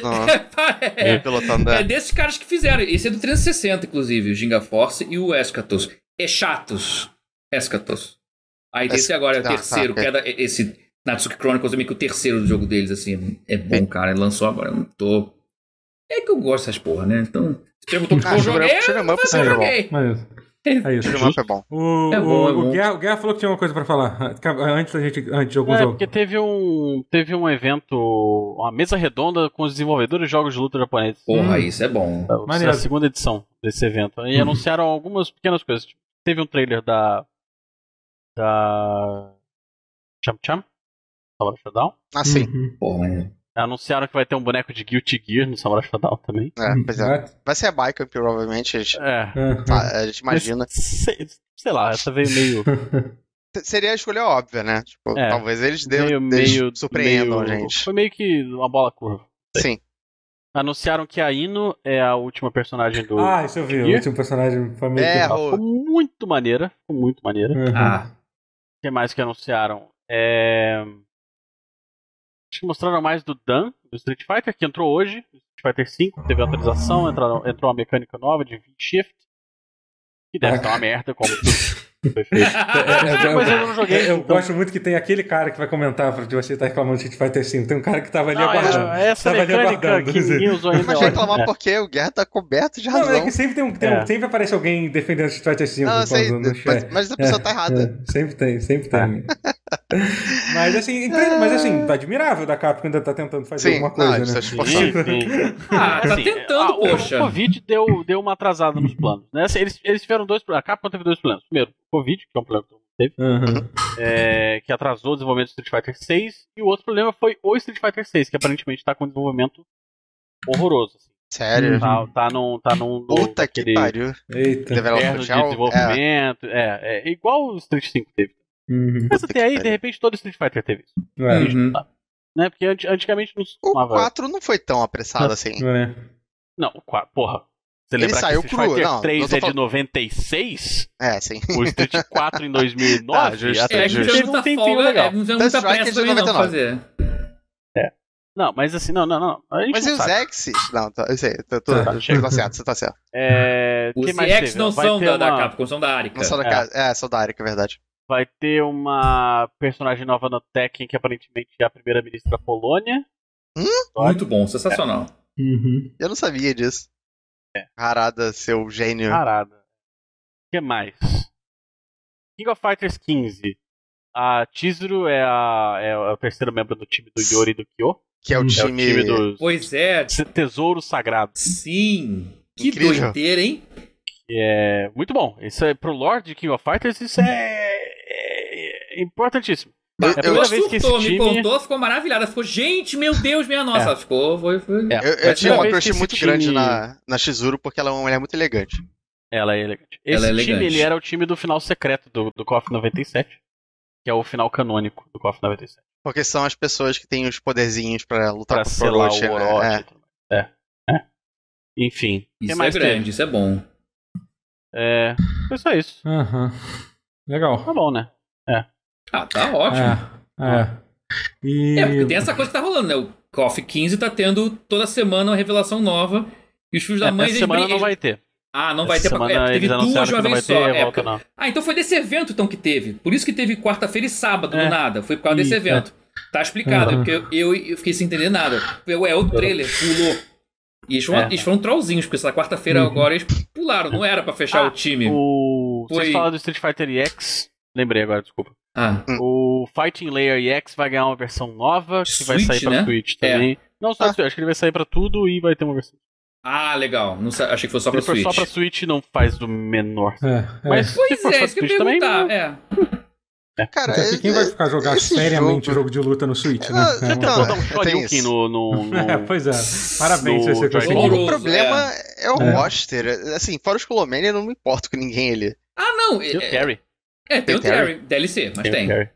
pilotando. É desses caras que fizeram. Esse é do 360, inclusive, o Ginga Force e o Escatus. Chatos Eschatos. Aí desse agora é o terceiro, que é esse Natsuki Chronicles, é meio que o terceiro do jogo deles, assim. É bom, cara. Ele lançou agora, eu não tô... É que eu gosto dessas porra, né? Então, você perguntou o que eu joguei, eu joguei. É isso. É bom. O Guerra falou que tinha uma coisa pra falar antes de algum jogo. Porque teve um evento, uma mesa redonda com os desenvolvedores de jogos de luta japoneses. Porra, isso é bom. A segunda edição desse evento. E anunciaram algumas pequenas coisas. Teve um trailer da Cham Samurai Shodown. Ah, sim. Porra, anunciaram que vai ter um boneco de Guilty Gear no Samurai Shodown também. Pois é. Vai ser a Bicamp, provavelmente. A gente imagina. Sei lá, essa veio meio... Seria a escolha óbvia, né? Tipo, talvez eles surpreendam a gente. Foi meio que uma bola curva. Sim. Anunciaram que a Ino é a última personagem do... isso eu vi. O último personagem família. Ficou muito maneira. O que mais que anunciaram? Acho que mostraram mais do Dan, do Street Fighter, que entrou hoje. Street Fighter V, teve atualização, entrou uma mecânica nova de V-Shift. Que deve estar uma merda, como tudo foi feito. Mas eu não joguei. Eu gosto muito que tem aquele cara que vai comentar de você estar reclamando de Street Fighter V. Tem um cara que tava ali aguardando. Essa mecânica que ninguém usou ainda. Mas reclamar porque o Guerra tá coberto de razão. Não, é que sempre sempre aparece alguém defendendo Street Fighter V no chat. Mas a pessoa tá errada. Sempre tem. Mas assim, admirável da Capcom ainda tá tentando fazer alguma coisa, né? Tá tentando, poxa. O Covid deu uma atrasada nos planos, né? Eles tiveram dois problemas. A Capcom teve dois problemas. Primeiro, o Covid, que é um problema que todo mundo teve, que atrasou o desenvolvimento do Street Fighter 6, e o outro problema foi o Street Fighter 6, que aparentemente tá com um desenvolvimento horroroso. Assim. Sério? Tá num Puta que pariu. Eita. De desenvolvimento. É igual o Street 5 teve. Mas até aí, de repente, todo Street Fighter teve isso. Né? Porque antigamente não se costumava... O 4 não foi tão apressado assim. Não, o 4, porra. Você lembra que o Street Fighter 3 é de 96? Sim. O Street 4 em 2009? Até que teve um tempinho legal. Não tem muita pressa também não fazer. Não, mas assim, não. Mas e os X? Não, eu sei, você tá certo. Os X não são da Capcom, são da Arica. São da Arica, é verdade. Vai ter uma personagem nova no Tekken, que aparentemente é a primeira-ministra da Polônia. Muito bom, sensacional. Eu não sabia disso. Harada, seu gênio. Harada. O que mais? King of Fighters 15. A Chizuru é o terceiro membro do time do Yori e do Kyo. Que é o time dos... Pois é. Tesouro Sagrado. Sim. Que doideira, hein? É muito bom. Isso é pro Lord de King of Fighters, isso é importantíssimo. A primeira vez que esse time... me contou, ficou maravilhada. Ficou, gente, meu Deus, minha nossa. Ela ficou, foi. Eu tinha uma crush muito grande na Chizuru, porque ela é uma mulher muito elegante. Ela é elegante. Esse time, ele era o time do final secreto do KOF 97, que é o final canônico do KOF 97. Porque são as pessoas que têm os poderzinhos pra lutar com o Orochi. Enfim. Isso é grande, isso é bom. Foi só isso. Legal. Tá bom, né? Tá ótimo. Porque tem essa coisa que tá rolando, né? O KOF 15 tá tendo toda semana uma revelação nova. E os filhos da mãe... Essa semana não vai ter. Não vai ter. Teve duas de uma vez só. Então foi desse evento que teve. Por isso que teve quarta-feira e sábado, do nada. Foi por causa desse evento. Tá explicado. Porque eu fiquei sem entender nada. O trailer pulou. E eles foram trollzinhos, porque essa quarta-feira agora eles pularam. Não era pra fechar o time. Vocês falaram do Street Fighter EX. Lembrei agora, desculpa. O Fighting Layer EX vai ganhar uma versão nova que vai sair pra Switch também. Não só Switch, acho que ele vai sair pra tudo e vai ter uma versão. Legal. Não, achei que fosse só pra Switch. Se for só pra Switch, não faz do menor. Mas se for só pra Switch também. Cara, quem vai ficar jogar seriamente jogo de luta no Switch, né? Vou dar um Shoryuken no... Pois é. Parabéns se você conseguiu. O problema é o roster. Assim, fora os Colomania, eu não me importo com ninguém ali. Não. Tem o Terry. Tem o Terry. DLC, mas tem.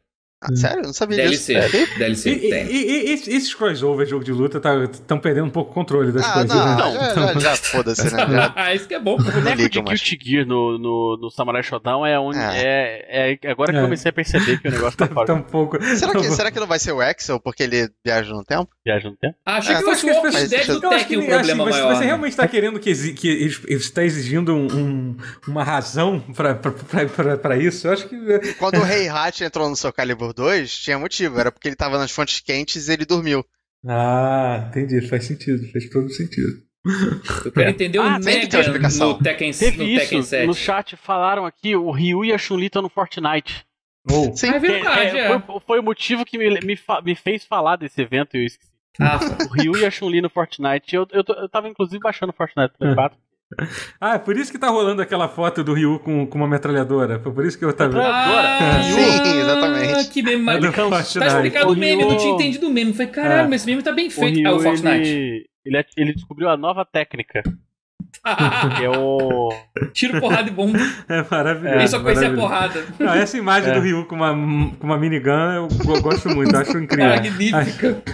Sério? Eu não sabia DLC. disso. DLC. E esses crossovers de jogo de luta estão perdendo um pouco o controle das coisas, não, né? Já foda-se, né? Isso que é bom. O boneco de Guilty Gear no Samurai Shodown é agora que eu comecei a perceber que o negócio tá fora. Um pouco... Será que não vai ser o Axel porque ele viaja no tempo? Viaja no tempo? Achei que fosse o Walking Dead do Tekken o problema maior. Você realmente tá querendo que ele está exigindo uma razão pra isso? Eu acho que... Quando o Heihachi entrou no Soul Calibur 2, tinha motivo. Era porque ele tava nas fontes quentes e ele dormiu. Ah, entendi. Faz sentido. Faz todo sentido. Eu quero entender o Mega no Tekken 7. No chat falaram aqui, o Ryu e a Chun-Li estão no Fortnite. Sim. É verdade, foi o motivo que me fez falar desse evento e eu esqueci. O Ryu e a Chun-Li no Fortnite. Eu tava inclusive baixando o Fortnite Play 4. É por isso que tá rolando aquela foto do Ryu com uma metralhadora. Foi por isso que eu tava vendo. Sim, exatamente. Que meme mais. Tá explicado o meme, eu não tinha entendido o meme. Falei, caralho, mas esse meme tá bem feito. O Fortnite. Ele descobriu a nova técnica. Que é o... Tiro, porrada e bomba. É maravilhoso. Ele só conhecia a porrada. Não, essa imagem do Ryu com uma minigun eu gosto muito, acho incrível. Magnífica.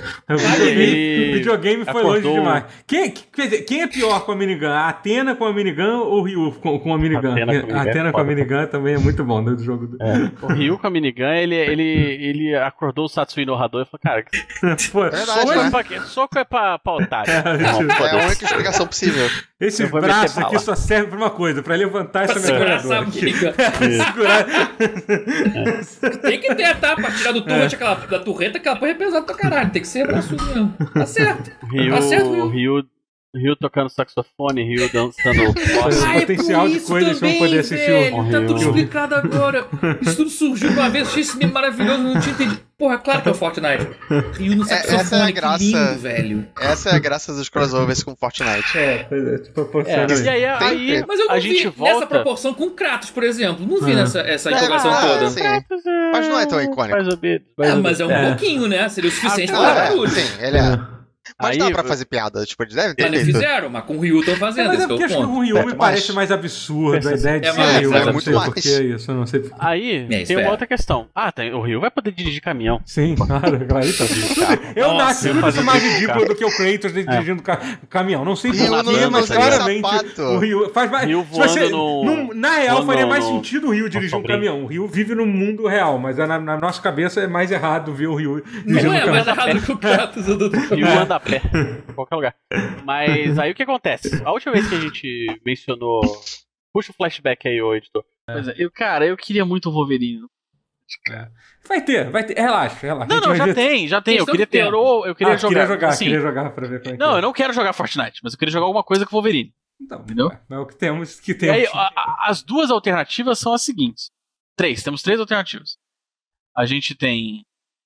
O videogame foi longe demais. Quem é pior com a minigun? A Athena com a minigun ou o Ryu com a minigun? A Athena com a minigun também é muito bom do jogo. O Ryu com a minigun, ele acordou o Satsui no Hadou e falou, cara, soco é pra otário. É a única explicação possível. Esse braço aqui só serve pra uma coisa, pra levantar essa metralhadora. Segurar. Tem que ter, tá? Pra tirar do turret da turreta, aquela porra é pesada pra caralho. Tem que ser braçudo mesmo. Tá certo. O Ryu tocando saxofone, Ryu dançando potencial de coisas pra poder assistir o Ryu. Tá tudo explicado agora. Isso tudo surgiu de uma vez, achei esse meme maravilhoso, não tinha entendido. Porra, claro que é o Fortnite. Ryu no saxofone, essa é a graça, que lindo, velho. Essa é a graça dos crossovers com Fortnite. E aí mas eu não vi nessa proporção com Kratos, por exemplo. Não vi essa empolgação toda. Sim. Mas não é tão icônico. Mas é um pouquinho, né? Seria o suficiente pra barulho. Sim, ele é. Mas dá pra fazer piada, tipo, eles devem ter feito. Mas não fizeram, mas com o Ryu estão fazendo, esse é o ponto. O Ryu me parece mais absurdo, a ideia de ser o Ryu, eu não sei por que isso, eu não sei por que. Aí, tem uma outra questão. O Ryu vai poder dirigir caminhão. Sim, claro, aí tá. Eu nasci muito mais ridículo do que o Kratos dirigindo caminhão, não sei por quê, mas claramente o Ryu faz mais... Na real, faria mais sentido o Ryu dirigir um caminhão. O Ryu vive no mundo real, mas na nossa cabeça é mais errado ver o Ryu dirigindo um caminhão. Não é mais errado que o Kratos. O Ryu anda a pé, em qualquer lugar. Mas aí o que acontece? A última vez que a gente mencionou... Puxa o flashback aí, ô editor. Eu queria muito o Wolverine. Vai ter. Relaxa. Não, já tem. Eu queria queria jogar pra ver como é que Não, eu não quero jogar Fortnite, mas eu queria jogar alguma coisa com o Wolverine. Então, entendeu? É o que temos. E aí, as duas alternativas são as seguintes. Temos três alternativas. A gente tem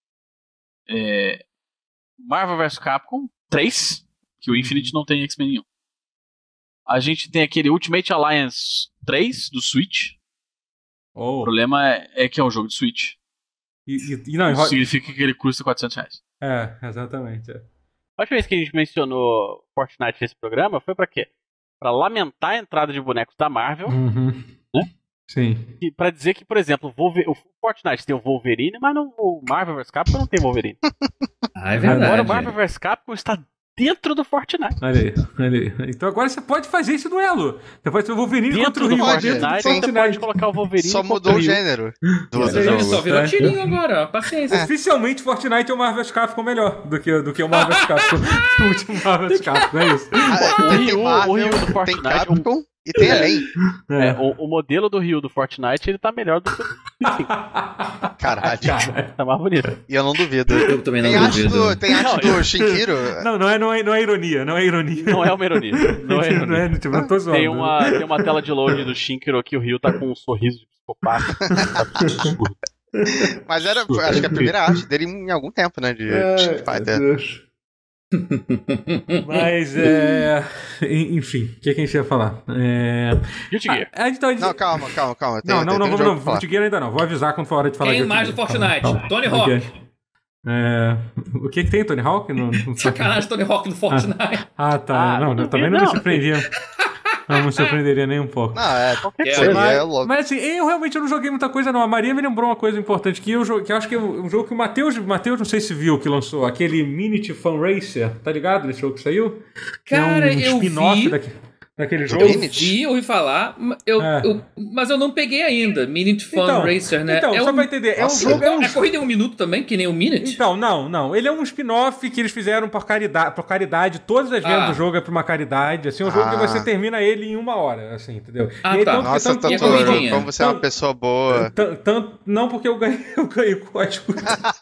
Marvel vs Capcom 3, que o Infinite não tem X-Men nenhum. A gente tem aquele Ultimate Alliance 3 do Switch. O problema é que é um jogo de Switch. Isso significa que ele custa R$400. Exatamente. A última vez que a gente mencionou Fortnite nesse programa foi pra quê? Pra lamentar a entrada de bonecos da Marvel, né? Sim. E pra dizer que, por exemplo, o Fortnite tem o Wolverine, mas o Marvel vs Capcom não tem Wolverine. É verdade. Agora o Marvel vs Capcom está dentro do Fortnite. Olha aí. Então agora você pode fazer esse duelo. Você pode ter o Wolverine contra o Ryu. Você pode colocar o Wolverine. Só mudou o gênero. Só virou tirinho agora, paciência. Oficialmente Fortnite é o Marvel vs Capcom melhor do que o Marvel vs Capcom. O último Marvel vs Capcom, é isso. O Ryu do Fortnite. Tem Capcom e tem além. O modelo do Ryu do Fortnite, ele tá melhor do que o... Caralho. Tá mais bonito. E eu não duvido. Eu também não duvido. Tem arte do Shinkiro? Não é ironia. Não é uma ironia. Não tô zoando. Tem uma tela de load do Shinkiro que o Ryu tá com um sorriso de psicopata. Mas acho que a primeira arte dele em algum tempo, né? De Street Fighter. Mas, enfim, o que a gente ia falar? Guilty Gear. Não, calma. Não, vamos Guilty Gear ainda não. Vou avisar quando for a hora de falar. Quem mais do Fortnite? Tony Hawk. O que tem, Tony Hawk? Sacanagem, Tony Hawk no Fortnite. Tá. Não, também não me surpreendia. Não me surpreenderia nem um pouco. Não, qualquer coisa, é louco. Mas assim, eu realmente não joguei muita coisa, não. A Maria me lembrou uma coisa importante, que eu acho que é um jogo que o Matheus não sei se viu, que lançou, aquele Minute Fun Racer, tá ligado? Esse jogo que saiu? Cara, é um spin-off daquele jogo. Eu ouvi falar, mas eu não peguei ainda. Minute Fun Racer, né? Então, só pra entender, é um jogo... É corrida em 1 minuto também, que nem o Minute? Então, não. Ele é um spin-off que eles fizeram por caridade. Todas as vendas do jogo é pra uma caridade. Assim, é um jogo que você termina ele em 1 hora, assim, entendeu? Nossa, Totoro, como você é uma pessoa boa. Não, porque eu ganhei código.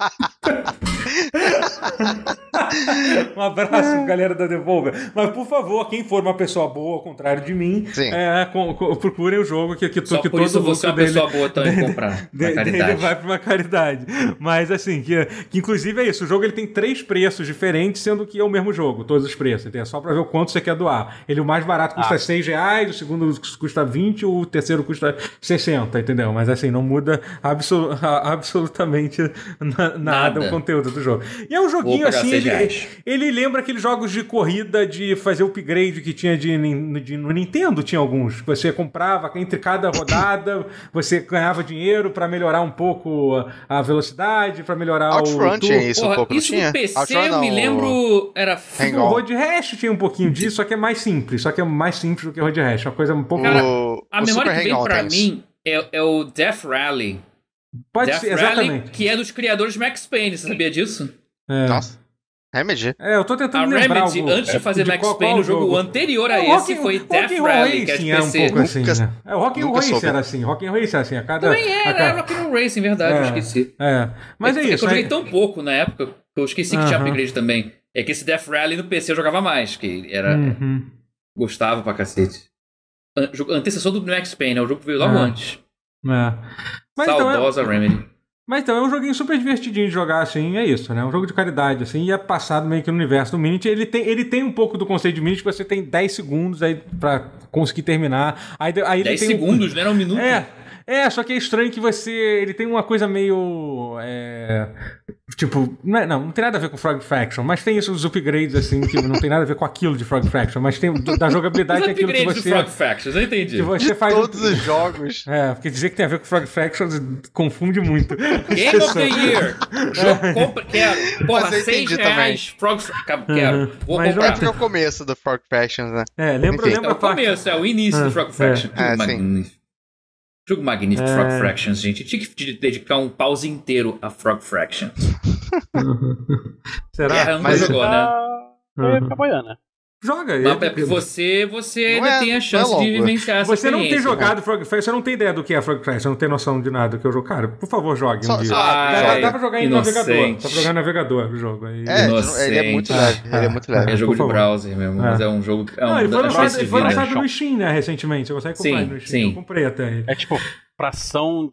Um abraço, galera da Devolver. Mas, por favor, quem for uma pessoa boa, ao contrário de mim, procurem o jogo que só por todo isso você é uma pessoa boa também comprar. Ele vai pra uma caridade. Mas assim, que inclusive é isso. O jogo ele tem 3 preços diferentes, sendo que é o mesmo jogo, todos os preços. É só pra ver o quanto você quer doar. Ele, o mais barato custa R$6, o segundo custa 20, o terceiro custa 60, entendeu? Mas assim, não muda absolutamente nada o conteúdo do jogo. E é um joguinho assim, ele lembra aqueles jogos de corrida, de fazer upgrade que tinha no Nintendo, tinha alguns. Você comprava entre cada rodada, você ganhava dinheiro pra melhorar um pouco a velocidade, pra melhorar Outrun tinha isso um pouco, isso no PC Outrun, eu me lembro, era... O Road Rash tinha um pouquinho disso, só que é mais simples do que o Road Rash, uma coisa um pouco... Cara, a memória que vem pra mim é o Death Rally. Pode ser, exatamente. Que é dos criadores de Max Payne, você sabia disso? Nossa. Remedy? Eu tô tentando lembrar Remedy, antes de fazer Max Payne, o jogo anterior a esse foi Death Rally, que é de PC. Um pouco assim, né? O Rock'n'Roll Racer era assim. Rock'n'Roll Racer assim. Também era Rock'n'Roll Racing, verdade, eu esqueci. Mas é isso. Eu joguei tão pouco na época, que eu esqueci que tinha upgrade também. É que esse Death Rally no PC eu jogava mais, que era... Gostava pra cacete. Antecessor do Max Payne, o jogo veio logo antes. Saudosa Remedy. Mas então, é um joguinho super divertidinho de jogar, assim, é isso, né? Um jogo de caridade, assim, e é passado meio que no universo do Minute. Ele tem um pouco do conceito de Minute, que você tem 10 segundos aí pra conseguir terminar. Aí 10 segundos, não era 1 minuto? Só que é estranho que ele tem uma coisa meio... tipo, não tem nada a ver com Frog Fraction, mas tem os upgrades, assim, que não tem nada a ver com aquilo de Frog Fraction, mas tem da jogabilidade é aquilo que você... de Frog Fractions, eu entendi. Que você faz todos os jogos. Porque dizer que tem a ver com Frog Fractions confunde muito. Game of the Year! Quero. Porra, R$6. Quero. Vou comprar. É o começo do Frog Fractions, né? Lembra é o começo, é o início do Frog Fractions. Jogo magnífico, Frog Fractions, gente. Eu tinha que dedicar um pause inteiro a Frog Fractions. Será? Mas jogou, né? Eu ia ficar boiando, né? Joga. Você ainda tem a chance de vivenciar essa experiência. Você não tem jogado Frog Fractions, você não tem ideia do que é Frog Fractions, você não tem noção de nada do que eu jogo. Cara, por favor, jogue um dia. Dá pra jogar em navegador. Dá pra jogar em navegador o jogo. Ele é muito leve. Ele é muito leve. É jogo de browser mesmo, mas é um jogo... Ele foi lançado no Steam, né, recentemente. Você consegue comprar no Steam. Eu comprei até ele. É tipo... fração...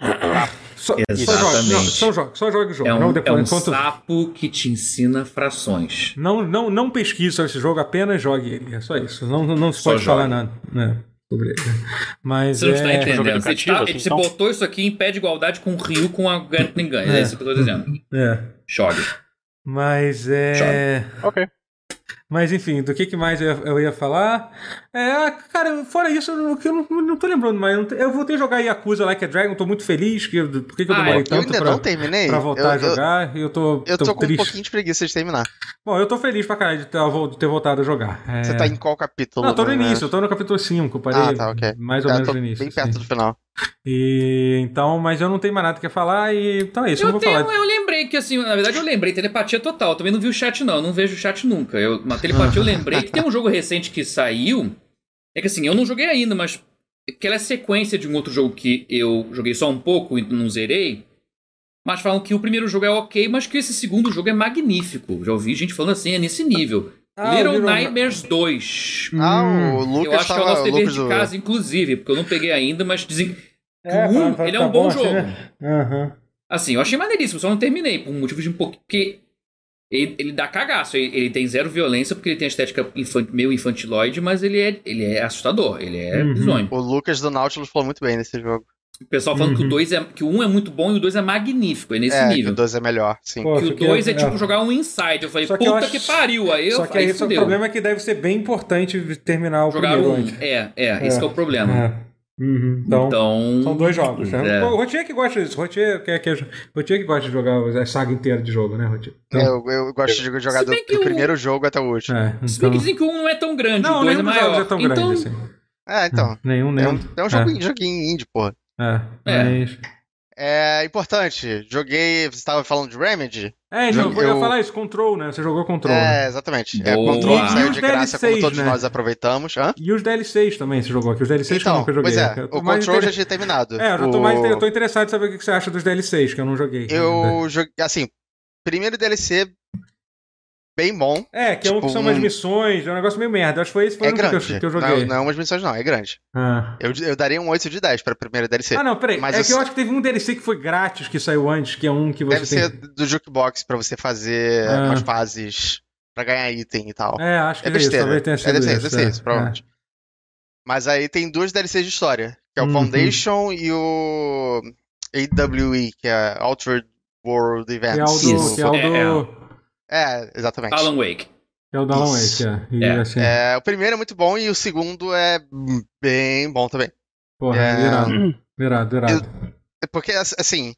Só joga o jogo. É um sapo que te ensina frações. Não pesquise sobre esse jogo, apenas jogue ele. É só isso. Não se pode falar nada. Sobre ele. Mas você não está entendendo. Você botou isso aqui em pé de igualdade com o Ryu com a Gunpling Gun. É isso que eu tô dizendo. Jogue. Mas Ok. Mas enfim, do que mais eu ia falar? Cara, fora isso, eu não tô lembrando mais. Eu voltei a jogar Yakuza Like a Dragon, tô muito feliz. Por que eu demorei tanto pra voltar a jogar? Eu tô com triste. um pouquinho de preguiça de terminar. Bom, eu tô feliz pra caralho de ter voltado a jogar. Você tá em qual capítulo? Não, eu tô no início, eu tô no capítulo 5, parei mais ou menos no início. Bem perto do final. Mas eu não tenho mais nada que falar, então é isso, eu não vou falar. Eu lembrei que, assim, na verdade eu lembrei, telepatia total, também não vi o chat não vejo o chat nunca. Uma telepatia eu lembrei que tem um jogo recente que saiu, é que assim, eu não joguei ainda, mas aquela é sequência de um outro jogo que eu joguei só um pouco e não zerei, mas falam que o primeiro jogo é ok, mas que esse segundo jogo é magnífico. Já ouvi gente falando assim, é nesse nível. Little Nightmares 2. O Lucas eu acho que é o nosso dever de casa, inclusive, porque eu não peguei ainda, mas dizem que ele é um bom jogo. Assim, eu achei maneiríssimo, só não terminei, por motivo de um pouco... Porque ele dá cagaço, ele tem zero violência, porque ele tem a estética meio infantiloide, mas ele é assustador, ele é bizonho. O Lucas do Nautilus falou muito bem nesse jogo. O pessoal falando que o 2 que o 1 é muito bom e o 2 é magnífico, é nesse nível. Que o 2 é melhor, sim. Pô, que o 2 é tipo jogar um Inside. Eu falei, puta que pariu. Aí só que aí o problema é que deve ser bem importante terminar o primeiro antes. Esse que é o problema. Então, são 2 jogos. O Rotier que gosta disso. Rotier que gosta de jogar a saga inteira de jogo, né, Rotier? Então, eu gosto de jogar do primeiro jogo até o último. Se bem que dizem que o 1 não é tão grande, o 2 é maior. Não é tão grande assim. Então. Nenhum. É um joguinho indie, porra. Mas... É importante. Joguei... Você estava falando de Remedy? Eu ia falar isso. Control, né? Você jogou Control. Exatamente. Control saiu de graça, como todos nós aproveitamos. E os DLCs também você jogou aqui. Os DLCs que eu nunca joguei. Pois é. O Control já tinha terminado. Eu tô interessado em saber o que você acha dos DLCs, que eu não joguei. Eu joguei... Assim, primeiro DLC... bem bom. Que são umas missões, é um negócio meio merda. Acho que foi esse que eu joguei. Não é umas missões, não, é grande. Eu daria um 8 de 10 pra primeira DLC. Não, peraí. Que eu acho que teve um DLC que foi grátis, que saiu antes, que é um que você Deve ser do Jukebox, pra você fazer umas fases pra ganhar item e tal. Acho que é besteira. Talvez tenha sido deve ser isso, provavelmente. Mas aí tem 2 DLCs de história, que é o Foundation e o AWE, que é Altered World Events. Exatamente. Alan Wake. É o do Alan Wake, assim... o primeiro é muito bom e o segundo é bem bom também. Porra, virado. Porque, assim...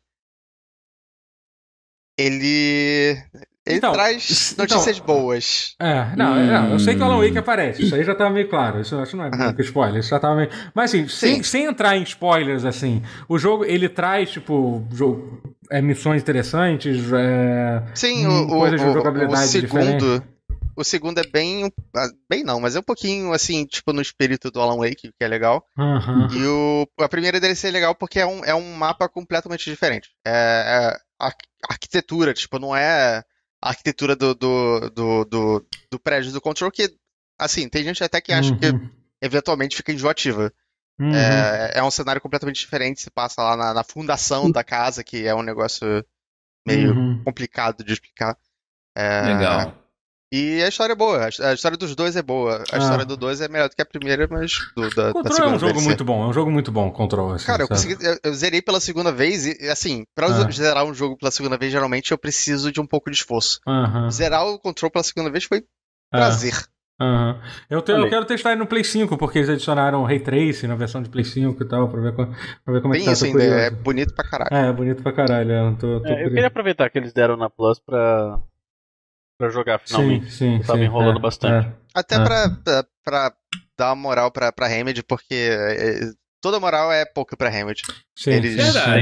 Ele traz notícias boas. Eu sei que o Alan Wake aparece. Isso aí já tá meio claro. Isso não é muito spoiler. Isso já tá meio... Mas, assim, sem entrar em spoilers, assim... O jogo, ele traz, tipo... missões interessantes, coisas de jogabilidade diferente. O segundo é bem não, mas é um pouquinho assim, tipo no espírito do Alan Wake, que é legal. E a primeira DLC é legal porque é um mapa completamente diferente. A arquitetura, tipo, não é a arquitetura do prédio do Control, que, assim, tem gente até que acha que eventualmente fica enjoativa. É um cenário completamente diferente. Você passa lá na fundação da casa, que é um negócio meio complicado de explicar. Legal. E a história é boa. A história dos 2 é boa. A história do 2 é melhor do que a primeira, mas da Control segunda é um jogo muito bom. É um jogo muito bom, Control. Assim, cara, eu zerei pela segunda vez e, assim, pra zerar um jogo pela segunda vez, geralmente eu preciso de um pouco de esforço. Zerar o Control pela segunda vez foi prazer. Eu quero testar ele no Play 5, porque eles adicionaram Ray Tracing na versão de Play 5 e tal, pra ver como é que tá. Isso ainda, é bonito pra caralho. É bonito pra caralho. Eu queria aproveitar que eles deram na Plus pra jogar finalmente. Sim, tava enrolando bastante. Até pra dar uma moral pra Remedy, porque toda moral é pouca pra Remedy. Eles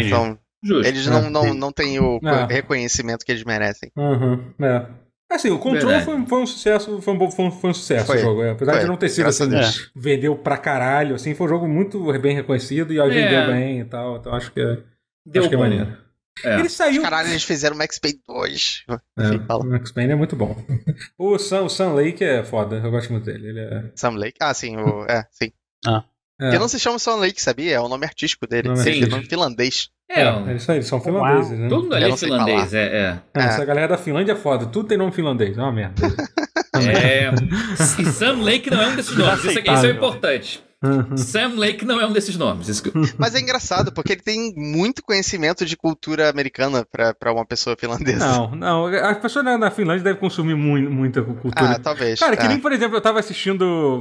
não têm o reconhecimento que eles merecem. Assim, o Control foi um sucesso, foi um sucesso o jogo. Apesar de não ter sido assim, vendeu pra caralho, assim, foi um jogo muito bem reconhecido e vendeu bem e tal. Então acho que é maneiro. Ele saiu... Caralho, eles fizeram o Max Payne 2. O Max Payne é muito bom. O Sam Lake é foda, eu gosto muito dele. Sam Lake? Sim. Porque não se chama Sam Lake, sabia? É o nome artístico dele. Sim. É nome finlandês. É isso aí, eles são finlandeses, né? Todo mundo ali é finlandês, Essa galera da Finlândia é foda, tudo tem nome finlandês, é uma merda. E Sam Lake não é um desses nomes, isso é importante. Sam Lake não é um desses nomes. Mas é engraçado, porque ele tem muito conhecimento de cultura americana pra uma pessoa finlandesa. Não. As pessoas na Finlândia devem consumir muita cultura. Talvez. Cara, que nem, por exemplo, eu tava assistindo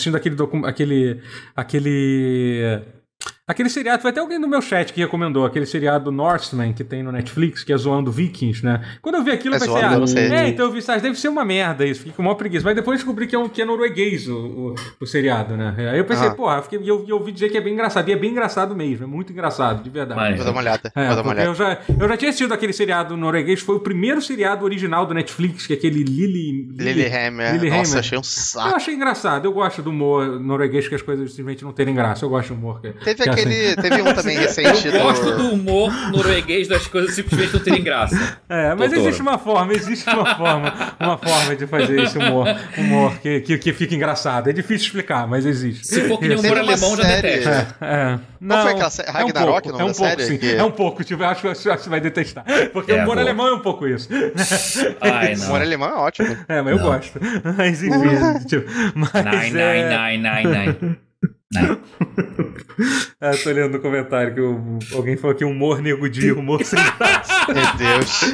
aquele seriado, foi até alguém no meu chat que recomendou, aquele seriado Northman que tem no Netflix, que é zoando Vikings, né? Quando eu vi aquilo, eu pensei, então eu vi, deve ser uma merda isso, fiquei com uma preguiça. Mas depois descobri que é norueguês o seriado, né? Aí eu pensei, eu ouvi dizer que é bem engraçado, e é bem engraçado mesmo, é muito engraçado, de verdade. Vou dar uma olhada. Eu já tinha assistido aquele seriado norueguês, foi o primeiro seriado original do Netflix, que é aquele Lilyhammer. Nossa, achei um saco. Eu achei engraçado, eu gosto do humor norueguês, que as coisas simplesmente não terem graça, eu gosto do humor. Teve um também recente. Eu gosto do humor norueguês das coisas simplesmente não terem graça. Mas existe uma forma de fazer esse humor que fica engraçado. É difícil explicar, mas existe. Se for que nem humor alemão, já detesto. Não foi aquela série? Ragnarok, não é um pouco, sim. É um pouco, tipo, acho que você vai detestar. Porque o humor alemão é um pouco isso. O humor alemão é ótimo. Mas eu gosto. Mas enfim, tipo... Nein. Tô lendo no comentário que alguém falou que humor nego Di, humor sem graça. Meu Deus.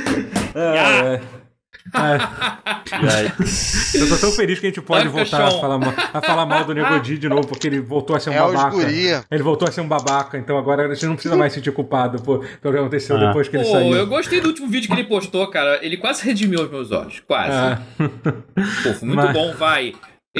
Eu tô tão feliz que a gente pode voltar a falar mal do Nego Di de novo, porque ele voltou a ser um babaca. Ele voltou a ser um babaca, então agora a gente não precisa mais se sentir culpado pelo que aconteceu depois que ele saiu. Eu gostei do último vídeo que ele postou, cara. Ele quase redimiu os meus olhos. Quase. Pô, foi muito bom, vai.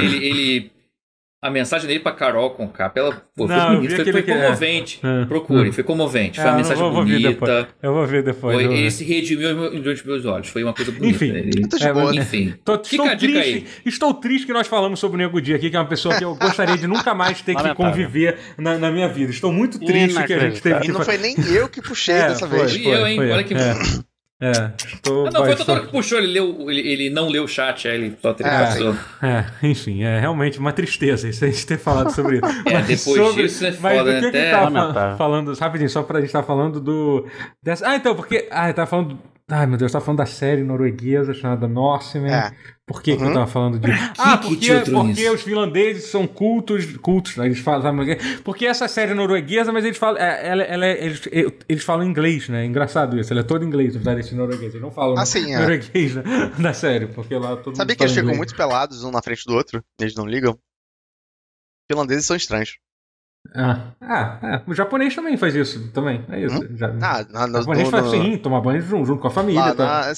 A mensagem dele pra Carol com K, foi bonita, foi comovente. Procure, foi comovente. Foi uma mensagem bonita. Eu vou ver depois. Ele se redimiu durante meus olhos. Foi uma coisa bonita. Enfim. Estou triste que nós falamos sobre o Nego Di aqui, que é uma pessoa que eu gostaria de nunca mais ter que conviver na minha vida. Estou muito triste que a gente teve que... E não foi nem eu que puxei dessa vez. Fui eu, hein? Olha que... foi todo mundo que puxou, ele não leu o chat, ele só passou. Enfim, é realmente uma tristeza isso a gente ter falado sobre isso. Depois disso é foda, mas do que tava falando, rapidinho, só pra gente estar falando tava falando... Ai, meu Deus, eu tava falando da série norueguesa chamada Norseman. Por que eu tava falando disso? Porque os finlandeses são cultos, né? Eles falam, sabe? Porque essa série norueguesa, mas eles falam, eles falam inglês, né? Engraçado isso, ela é toda em inglês, apesar de ser norueguês. Eles não falam norueguês na série, porque lá todo mundo Sabia que eles ficam muito pelados um na frente do outro? Eles não ligam? Finlandeses são estranhos. O japonês também faz isso, também, é isso. O japonês faz assim, tomar banho junto com a família.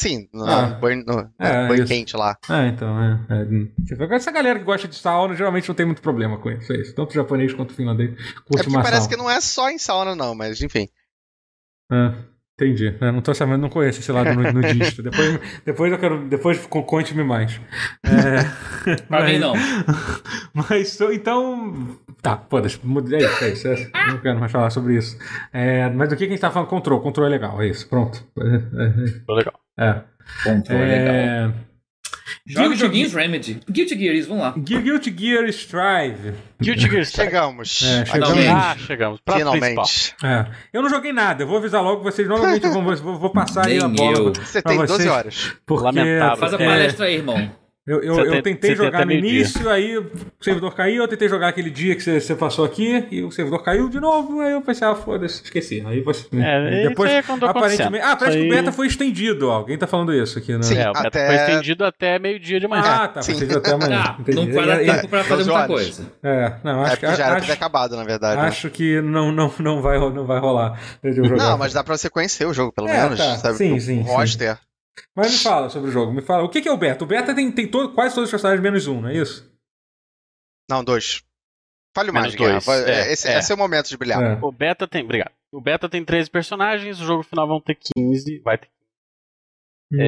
Banho quente lá. Essa galera que gosta de sauna geralmente não tem muito problema com isso, é isso. Tanto o japonês quanto o finlandês curte uma parece sauna. que não é só em sauna não, mas enfim. Entendi. Não tô sabendo, não conheço esse lado nudista. Depois conte-me mais. Pra mim não. Mas então. Tá, foda-se. É isso. Não quero mais falar sobre isso. Mas do que a gente tá falando? Control é legal, é isso. Pronto. Foi legal. Control é legal. Joga joguinhos Remedy. Guilty Gear, isso, vamos lá. Guilty Gear Strive. Guilty Gear Strive. Chegamos. Chegamos. Finalmente. Eu não joguei nada. Eu vou avisar logo vocês. Normalmente eu vou passar aí a bola. Você tem 12 horas. Lamentável. Faz a palestra aí, irmão. Eu tentei jogar no início, aí o servidor caiu, eu tentei jogar aquele dia que você passou aqui, e o servidor caiu de novo, aí eu pensei, foda-se, esqueci. Aí você. Depois, aparentemente. Parece que o beta foi estendido, alguém tá falando isso aqui, né? Sim, o beta foi estendido até meio-dia de manhã. Foi estendido até amanhã. Não vai dar tempo pra fazer muita coisa. Acho que já era pra ter acabado, na verdade. Acho que não vai rolar. Não, mas dá pra você conhecer o jogo, pelo menos. Sabe? Sim. Roster. Mas me fala sobre o jogo, me fala. O que é o beta? O beta tem quase todos os personagens menos um, não é isso? Não, 2. Fale mais, Guerra. Esse é o momento de brilhar. O beta tem... Obrigado. O beta tem 13 personagens, o jogo final vão ter 15. Vai ter 15.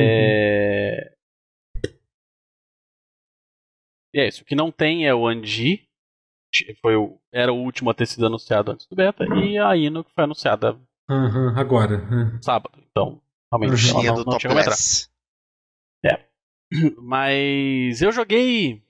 E é isso. O que não tem é o Anji. Era o último a ter sido anunciado antes do beta. E a Ino, que foi anunciada agora. Sábado. Então... Realmente, não tinha como entrar. Mas eu joguei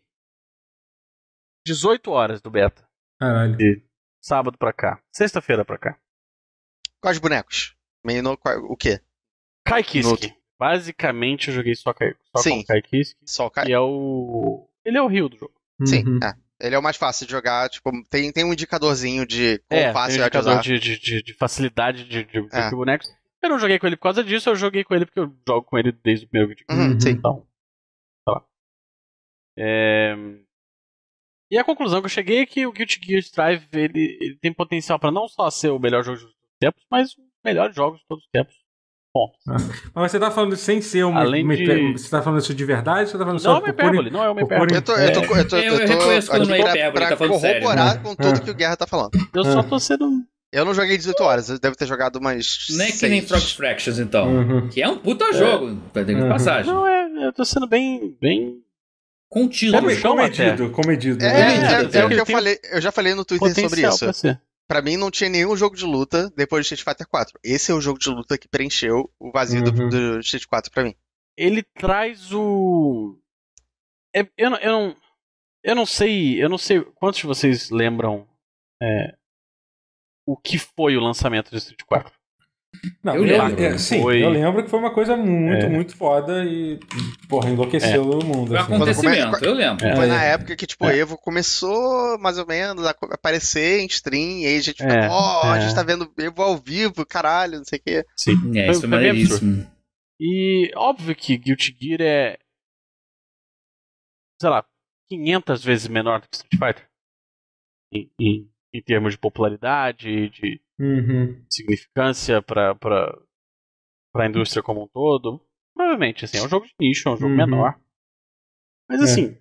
18 horas do beta. Caralho. De sábado pra cá. Sexta-feira pra cá. Quais bonecos? O quê? Kai Kiske. Basicamente eu joguei só com Kai Kiske. Só Kai. E ele é o rio do jogo. Sim, Ele é o mais fácil de jogar, tipo, tem um indicadorzinho de quão fácil é de usar. De facilidade de bonecos. Eu não joguei com ele por causa disso, eu joguei com ele porque eu jogo com ele desde o primeiro vídeo. Sim. Então, tá lá. E a conclusão que eu cheguei é que o Guilty Gear Strive ele tem potencial para não só ser o melhor jogo de todos os tempos, mas o melhor jogo de todos os tempos. Ponto. Mas você tá falando sem ser você tá falando isso de verdade? Você tá falando não, não é uma hipérbole. Eu reconheço quando não é hipérbole, tá falando sério. Corroborar com tudo que o Guerra tá falando. Eu só tô sendo... Eu não joguei 18 horas, eu devo ter jogado umas Não é que nem Frog Fractions, então. Que é um puta jogo, pra ter passagem. Não, eu tô sendo bem contido. Comedido. É o que eu falei. Eu já falei no Twitter sobre isso. Pra mim não tinha nenhum jogo de luta depois do Street Fighter 4. Esse é o jogo de luta que preencheu o vazio do Street 4 pra mim. Ele traz o... Eu não sei quantos de vocês lembram o que foi o lançamento do Street 4. Não, eu lembro. Sim, eu lembro que foi uma coisa muito foda e, porra, enlouqueceu o mundo. Foi um acontecimento, eu lembro. Foi na época que, tipo, o Evo começou, mais ou menos, a aparecer em stream, e aí a gente fica, a gente tá vendo Evo ao vivo, caralho, não sei o quê. Sim, isso foi maneiríssimo. E óbvio que Guilty Gear é, sei lá, 500 vezes menor do que Street Fighter. Em termos de popularidade, de significância pra indústria como um todo. Provavelmente, assim, é um jogo de nicho, é um jogo menor. Mas assim,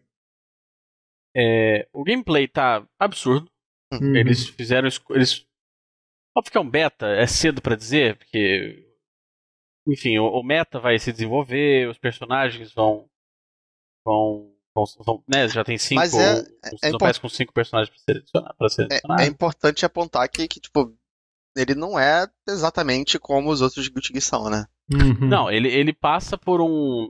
o gameplay tá absurdo. Eles fizeram... Óbvio que é um beta, é cedo pra dizer, porque... Enfim, o meta vai se desenvolver, os personagens vão né, já tem 5. Parece com 5 personagens pra ser adicionado. É importante apontar que, tipo, ele não é exatamente como os outros Guilty Gear são, né? Não, ele passa por um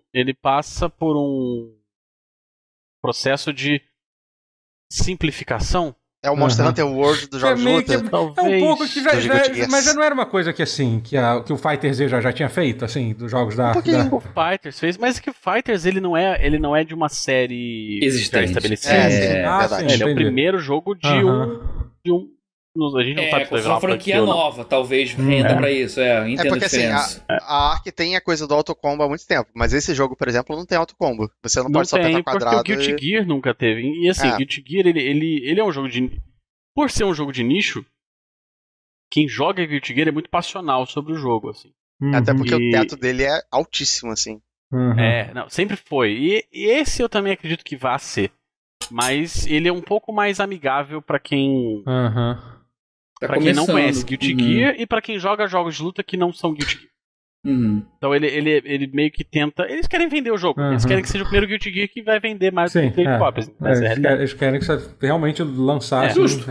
processo de simplificação. É o Monster Hunter World dos jogos de luta. É um pouco que mas já não era uma coisa que assim, que o Fighter Z já tinha feito, assim, dos jogos da... O Fighters fez, mas que o Fighters ele não é de uma série existente, estabelecida. Verdade. Ele é o primeiro jogo de um a gente não sabe com uma franquia nova, talvez renda pra isso. Entendo porque a diferença. Assim, a Ark tem a coisa do autocombo há muito tempo, mas esse jogo, por exemplo, não tem autocombo. Você não pode só apertar quadrado. Porque o Guilty Gear nunca teve. E assim, Guilty Gear, ele é um jogo de... Por ser um jogo de nicho, quem joga Guilty Gear é muito passional sobre o jogo, assim. Até porque o teto dele é altíssimo, assim. Não, sempre foi. E esse eu também acredito que vá ser. Mas ele é um pouco mais amigável pra quem... Pra quem não conhece Guilty Gear e pra quem joga jogos de luta que não são Guilty Gear. Então ele meio que tenta... Eles querem vender o jogo. Eles querem que seja o primeiro Guilty Gear que vai vender mais do que Trade Copies. Eles querem que você realmente lançasse... Justo.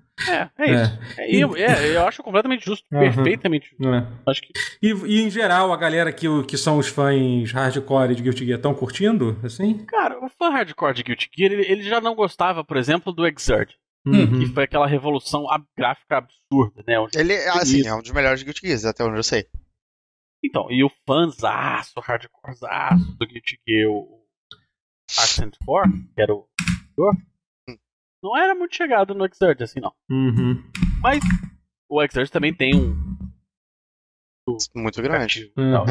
isso. Eu acho completamente justo. Perfeitamente justo. Acho que... E em geral, a galera que são os fãs hardcore de Guilty Gear estão curtindo, assim? Cara, o fã hardcore de Guilty Gear, ele já não gostava, por exemplo, do Exert. Que foi aquela revolução gráfica absurda, né? Ele assim, é um dos melhores Guilty Gears, até onde eu sei. Então, e o fãzaço, hardcorezaço do Guilty Gear, o Accent 4, que era o não era muito chegado no Exert, assim, não. Mas o Exert também tem um... muito grande.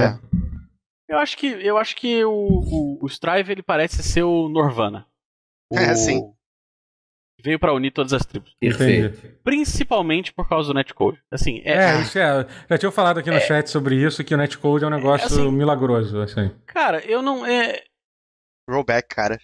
Eu acho que o Strive, ele parece ser o Norvana. Sim. Veio pra unir todas as tribos. Perfeito. Principalmente por causa do netcode. Assim, já tinha falado aqui no chat sobre isso, que o netcode é um negócio assim, milagroso, assim. Cara, eu não... Rollback, cara.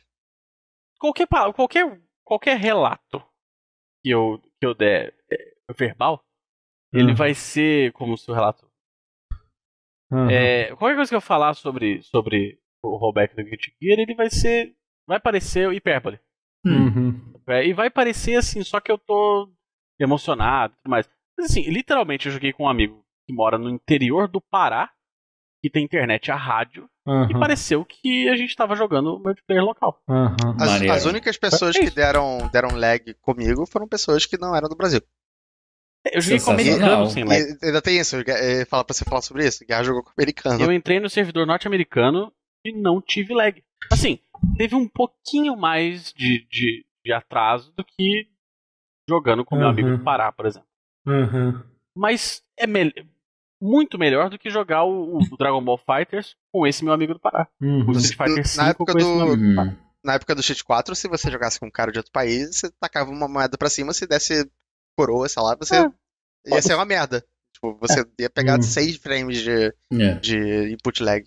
Qualquer relato que eu der verbal, ele vai ser como se o relato... qualquer coisa que eu falar sobre o rollback do Guilty Gear, ele vai parecer hipérbole. E vai parecer assim, só que eu tô emocionado e tudo mais. Mas assim, literalmente eu joguei com um amigo que mora no interior do Pará, que tem internet a rádio, e pareceu que a gente tava jogando multiplayer local. As únicas pessoas que deram lag comigo foram pessoas que não eram do Brasil. Eu joguei com americano sem lag. Ainda tem isso, fala pra você falar sobre isso, que jogou com americano. Eu entrei no servidor norte-americano e não tive lag. Assim, teve um pouquinho mais de atraso do que jogando com meu amigo do Pará, por exemplo. Mas é muito melhor do que jogar o Dragon Ball FighterZ com esse meu amigo do Pará. O Street Fighter V com esse meu amigo do Pará. Na época do Street 4, se você jogasse com um cara de outro país, você tacava uma moeda pra cima, se desse coroa, sei lá, você ia ser uma merda. Tipo, você ia pegar 6 frames de input lag.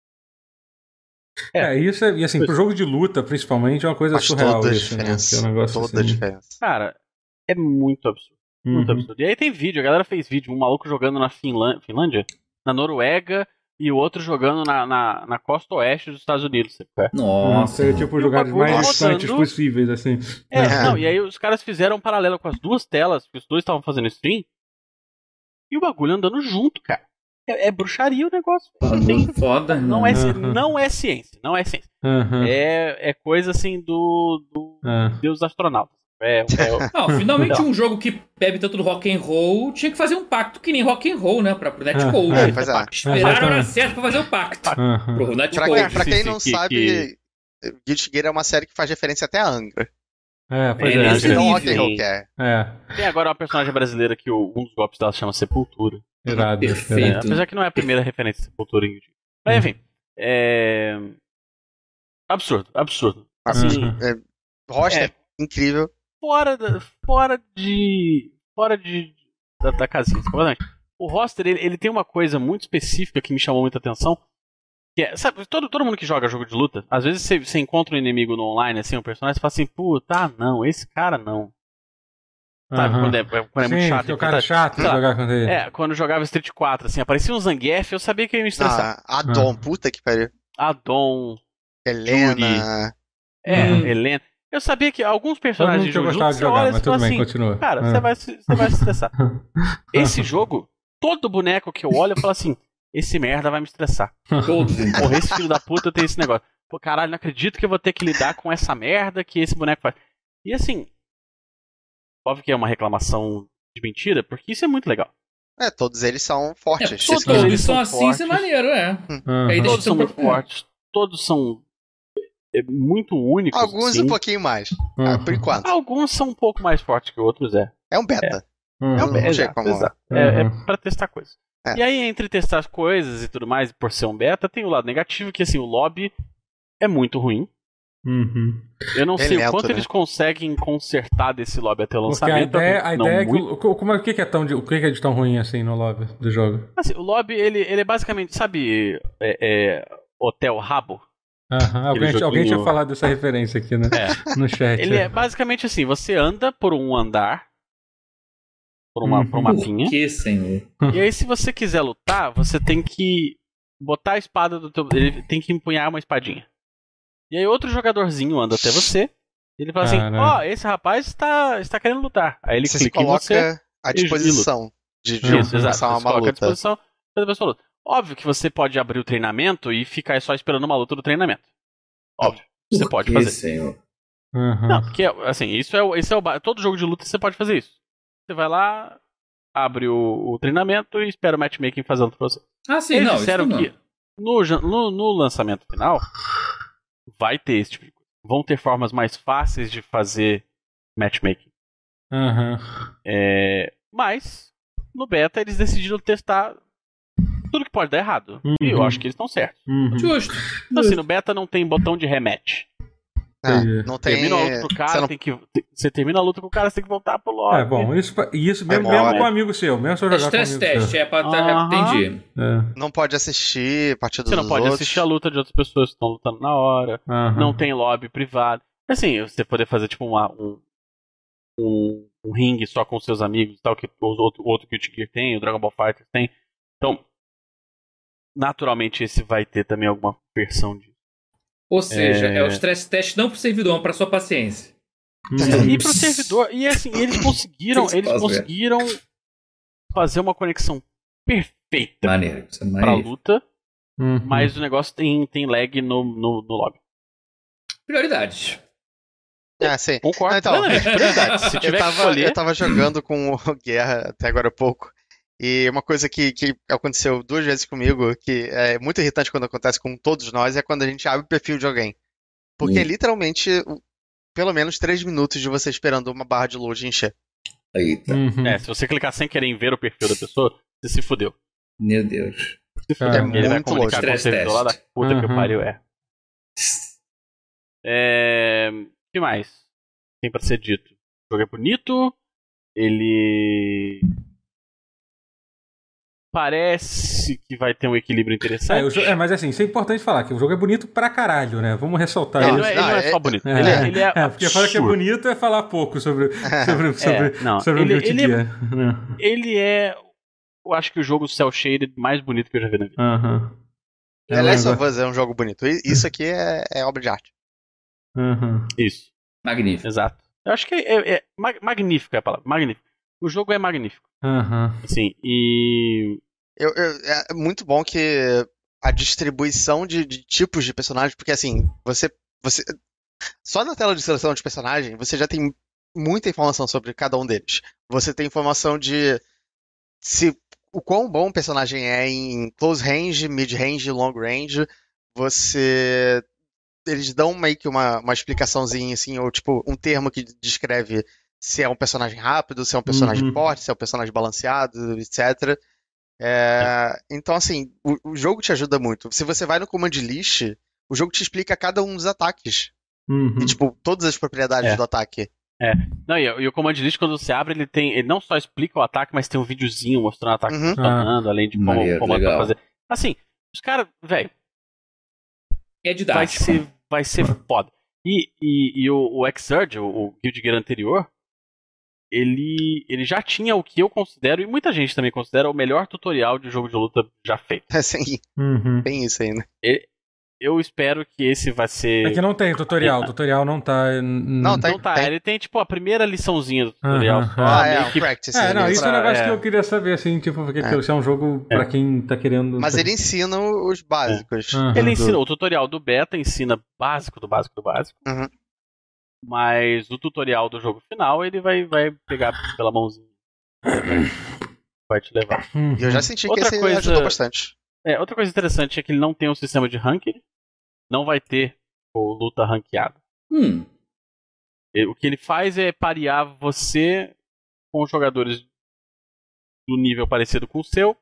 Isso e assim, pro jogo de luta, principalmente, é uma coisa surreal isso, né? É um negócio toda a diferença. Cara, é muito absurdo. Muito absurdo. E aí tem vídeo, a galera fez vídeo, um maluco jogando na Finlândia, na Noruega, e o outro jogando na costa oeste dos Estados Unidos. Nossa, é tipo os lugares mais distantes possíveis, assim. Não, e aí os caras fizeram um paralelo com as duas telas, que os dois estavam fazendo stream, e o bagulho andando junto, cara. É bruxaria o negócio. Foda. Não é ciência. É coisa assim do Deus astronauta. Não, finalmente um jogo que bebe tanto do rock and roll tinha que fazer um pacto que nem rock and roll, né? Pro netcode. Esperaram a hora certa pra fazer o pacto. Pro netcode. Pra quem não sabe, Guilty Gear é uma série que faz referência até a Angra. Pois é. Não rock and roll que é. Tem agora uma personagem brasileira que um dos golpes dela chama Sepultura. Irado. Perfeito. Apesar que não é a primeira referência de Sepultura em Guilty Gear. Mas enfim, absurdo. Assim, roster incrível. Fora da casinha. O roster, ele tem uma coisa muito específica que me chamou muita atenção. Que é, sabe, todo mundo que joga jogo de luta, às vezes você encontra um inimigo no online, assim, um personagem, você fala assim, puta, não, esse cara não. Sabe, quando é muito chato. O cara é chato de jogar com ele. Quando eu jogava Street 4, assim, aparecia um Zangief, eu sabia que ia me estressar. Adon, puta que pariu. Adon. Helena. Helena. Eu sabia que alguns personagens de jogo de jogar, mas tudo bem, assim, continua. Cara, você vai se estressar. Esse jogo, todo boneco que eu olho, eu falo assim, esse merda vai me estressar. Porra, esse filho da puta tem esse negócio. Pô, caralho, não acredito que eu vou ter que lidar com essa merda que esse boneco faz. E assim, óbvio que é uma reclamação de mentira, porque isso é muito legal. Todos eles são fortes. Todos eles são assim, isso é maneiro, Todos são muito fortes, todos são muito únicos. Alguns um pouquinho mais, por enquanto. Alguns são um pouco mais fortes que outros, É um beta. Exato. Pra testar coisas. E aí, entre testar as coisas e tudo mais, por ser um beta, tem o lado negativo, que assim, o lobby é muito ruim. Eu não sei o quanto eles conseguem consertar desse lobby até o lançamento. Porque a ideia é que o que é de tão ruim assim no lobby do jogo? Assim, o lobby, ele é basicamente, sabe, Hotel Rabo? Alguém tinha falado dessa referência aqui, né? No chat. Ele é basicamente assim, você anda por um andar, por uma pinha. Por que, senhor? E aí, se você quiser lutar, você tem que botar a espada do teu... Ele tem que empunhar uma espadinha. E aí outro jogadorzinho anda até você, ele fala assim, esse rapaz está querendo lutar. Aí ele clica em você à disposição de começar uma luta. À disposição da pessoa luta. Óbvio que você pode abrir o treinamento e ficar só esperando uma luta do treinamento. Óbvio. Você pode fazer. Senhor? Não, porque assim, todo jogo de luta você pode fazer isso. Você vai lá, abre o treinamento e espera o matchmaking fazendo pra você. Eles disseram que no lançamento final vai ter esse tipo de coisa. Vão ter formas mais fáceis de fazer matchmaking. Mas no beta eles decidiram testar tudo que pode dar errado. E eu acho que eles estão certos. Justo. Então assim, no beta não tem botão de rematch. Não tem. Termina a luta pro cara, você termina a luta com o cara, você tem que voltar pro lobby. Bom, isso mesmo com um amigo seu, mesmo se eu jogar com um amigo teste, entendi. Não pode assistir partida dos outros. Você não pode outros. assistir a luta de outras pessoas que estão lutando na hora. Não tem lobby privado. Assim, você poder fazer tipo um ringue só com seus amigos e tal, que o outro Guilty Gear tem, o Dragon Ball Fighter tem. Então, naturalmente esse vai ter também alguma versão disso. Ou seja, é o stress test não pro servidor, mas pra sua paciência. E pro servidor. E assim, eles conseguiram fazer uma conexão perfeita pra luta, mas o negócio tem lag no lobby. Prioridades. Sim. Concordo. Então, prioridades. Se tiver eu tava jogando com o Guerra até agora há pouco. E uma coisa que aconteceu 2 vezes comigo, que é muito irritante quando acontece com todos nós, é quando a gente abre o perfil de alguém. Porque é literalmente pelo menos 3 minutos de você esperando uma barra de load encher. Eita. Se você clicar sem querer em ver o perfil da pessoa, você se fudeu. Meu Deus. Se fudeu. Ele vai comunicar com o servidor lá da puta que o pariu O que mais tem pra ser dito? O jogo é bonito, ele... Parece que vai ter um equilíbrio interessante. Mas assim, isso é importante falar, que o jogo é bonito pra caralho, né? Vamos ressaltar isso. Ele não é só bonito. Ele é porque falar que é bonito é falar pouco sobre o Guilty Gear. Ele é, eu acho que o jogo cel shaded mais bonito que eu já vi na vida. Last of Us é um jogo bonito. Isso aqui é obra de arte. Isso. Magnífico. Exato. Eu acho que magnífico é a palavra. Magnífico. O jogo é magnífico. Assim, e... é muito bom que a distribuição de tipos de personagens, porque assim, você só na tela de seleção de personagem, você já tem muita informação sobre cada um deles. Você tem informação de o quão bom o personagem é em close range, mid range, long range. Eles dão meio que uma explicaçãozinha, assim, ou tipo, um termo que descreve se é um personagem rápido, se é um personagem forte, se é um personagem balanceado, etc. Então, assim, o jogo te ajuda muito. Se você vai no Command List, o jogo te explica cada um dos ataques. E, tipo, todas as propriedades do ataque. Não, e o Command List, quando você abre, ele não só explica o ataque, mas tem um videozinho mostrando o ataque funcionando, além de como pra fazer. Assim, os caras, velho. É didático. Vai ser foda. E o Xrd, o Guilty Gear anterior, ele já tinha o que eu considero, e muita gente também considera, o melhor tutorial de jogo de luta já feito. Sim. Tem isso aí, né? Eu espero que esse vai ser... É que não tem tutorial, o tutorial não tá... Não tá. Ele tem, tipo, a primeira liçãozinha do tutorial. Practice. Isso é um negócio que eu queria saber, assim, tipo, porque isso é um jogo pra quem tá querendo... Mas ele ensina os básicos. Ele ensina, o tutorial do beta ensina básico do básico do básico. Mas o tutorial do jogo final, ele vai pegar pela mãozinha. Vai te levar. E eu já senti que esse ajudou bastante. Outra coisa interessante é que ele não tem um sistema de ranking. Não vai ter o luta ranqueada. O que ele faz é parear você com jogadores do nível parecido com o seu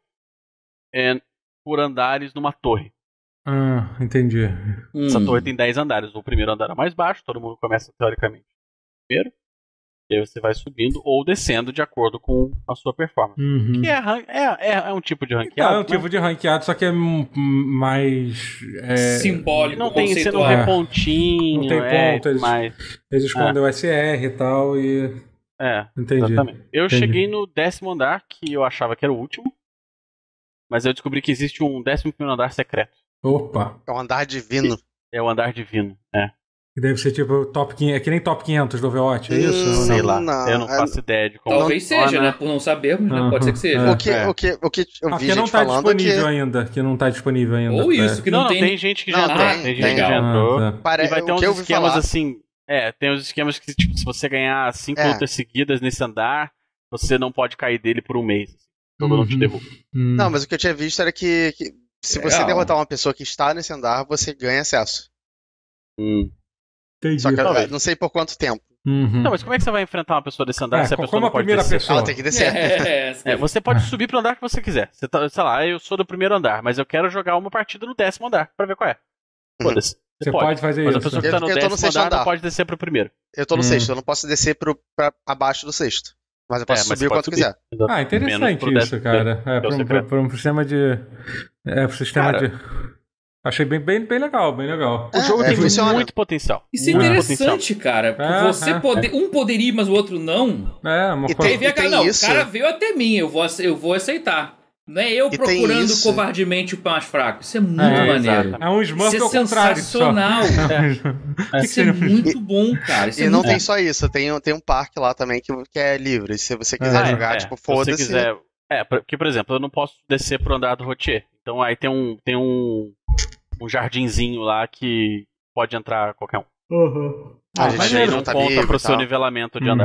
por andares numa torre. Entendi. Essa torre tem 10 andares. O primeiro andar é mais baixo, todo mundo começa teoricamente primeiro. E aí você vai subindo ou descendo de acordo com a sua performance. Que é um tipo de ranqueado. É um tipo de ranqueado, só que é mais... simbólico, não tem, você não vê pontinho. Não tem ponto, eles escondem o SR e tal e... Entendi. Exatamente. Eu cheguei no 10º andar, que eu achava que era o último, mas eu descobri que existe um 11º andar secreto. Opa! É um andar divino. É o andar divino, Deve ser tipo top 500, é que nem top 500 do Overwatch, é isso? Sei lá, eu não faço ideia de como... Talvez seja, né? Por não sabermos, né? Pode ser que seja. O que eu vi gente não tá disponível ainda, que não tá disponível ainda. Ou isso, que não tem... tem gente que já entrou. Tem gente que já entrou. E vai ter uns esquemas assim... tem uns esquemas que, tipo, se você ganhar 5 lutas seguidas nesse andar, você não pode cair dele por um mês. Todo mundo te derruba. Não, mas o que eu tinha visto era que se você derrotar uma pessoa que está nesse andar, você ganha acesso. Entendi. Só que eu não sei por quanto tempo. Não, mas como é que você vai enfrentar uma pessoa desse andar se a pessoa não pode descer? Ela tem que descer. Você pode subir pro andar que você quiser. Você tá, sei lá, eu sou do primeiro andar, mas eu quero jogar uma partida no 10º andar pra ver qual é. Foda-se. Você pode fazer mas isso. Mas a pessoa que tá no 10º andar não pode descer pro primeiro. Eu tô no 6º, eu não posso descer pra abaixo do 6º. Mas eu posso subir o quanto quiser. Interessante isso, cara. Pra um sistema de... pro sistema de... Achei bem legal, bem legal. O jogo tem muito potencial. Isso é interessante, cara. Você um poderia, mas o outro não. Uma coisa. Não, o cara veio até mim, eu vou aceitar. Não é eu procurando covardemente o mais fraco. Isso é muito maneiro. É um Smurf ao contrário. Sensacional. Isso é muito bom, cara. E não tem só isso, tem um parque lá também que é livre. Se você quiser jogar, tipo, foda-se. Se você quiser... porque, por exemplo, eu não posso descer pro andar do rotier. Então aí tem um jardinzinho lá que pode entrar qualquer um. Mas aí não conta pro seu nivelamento de andar.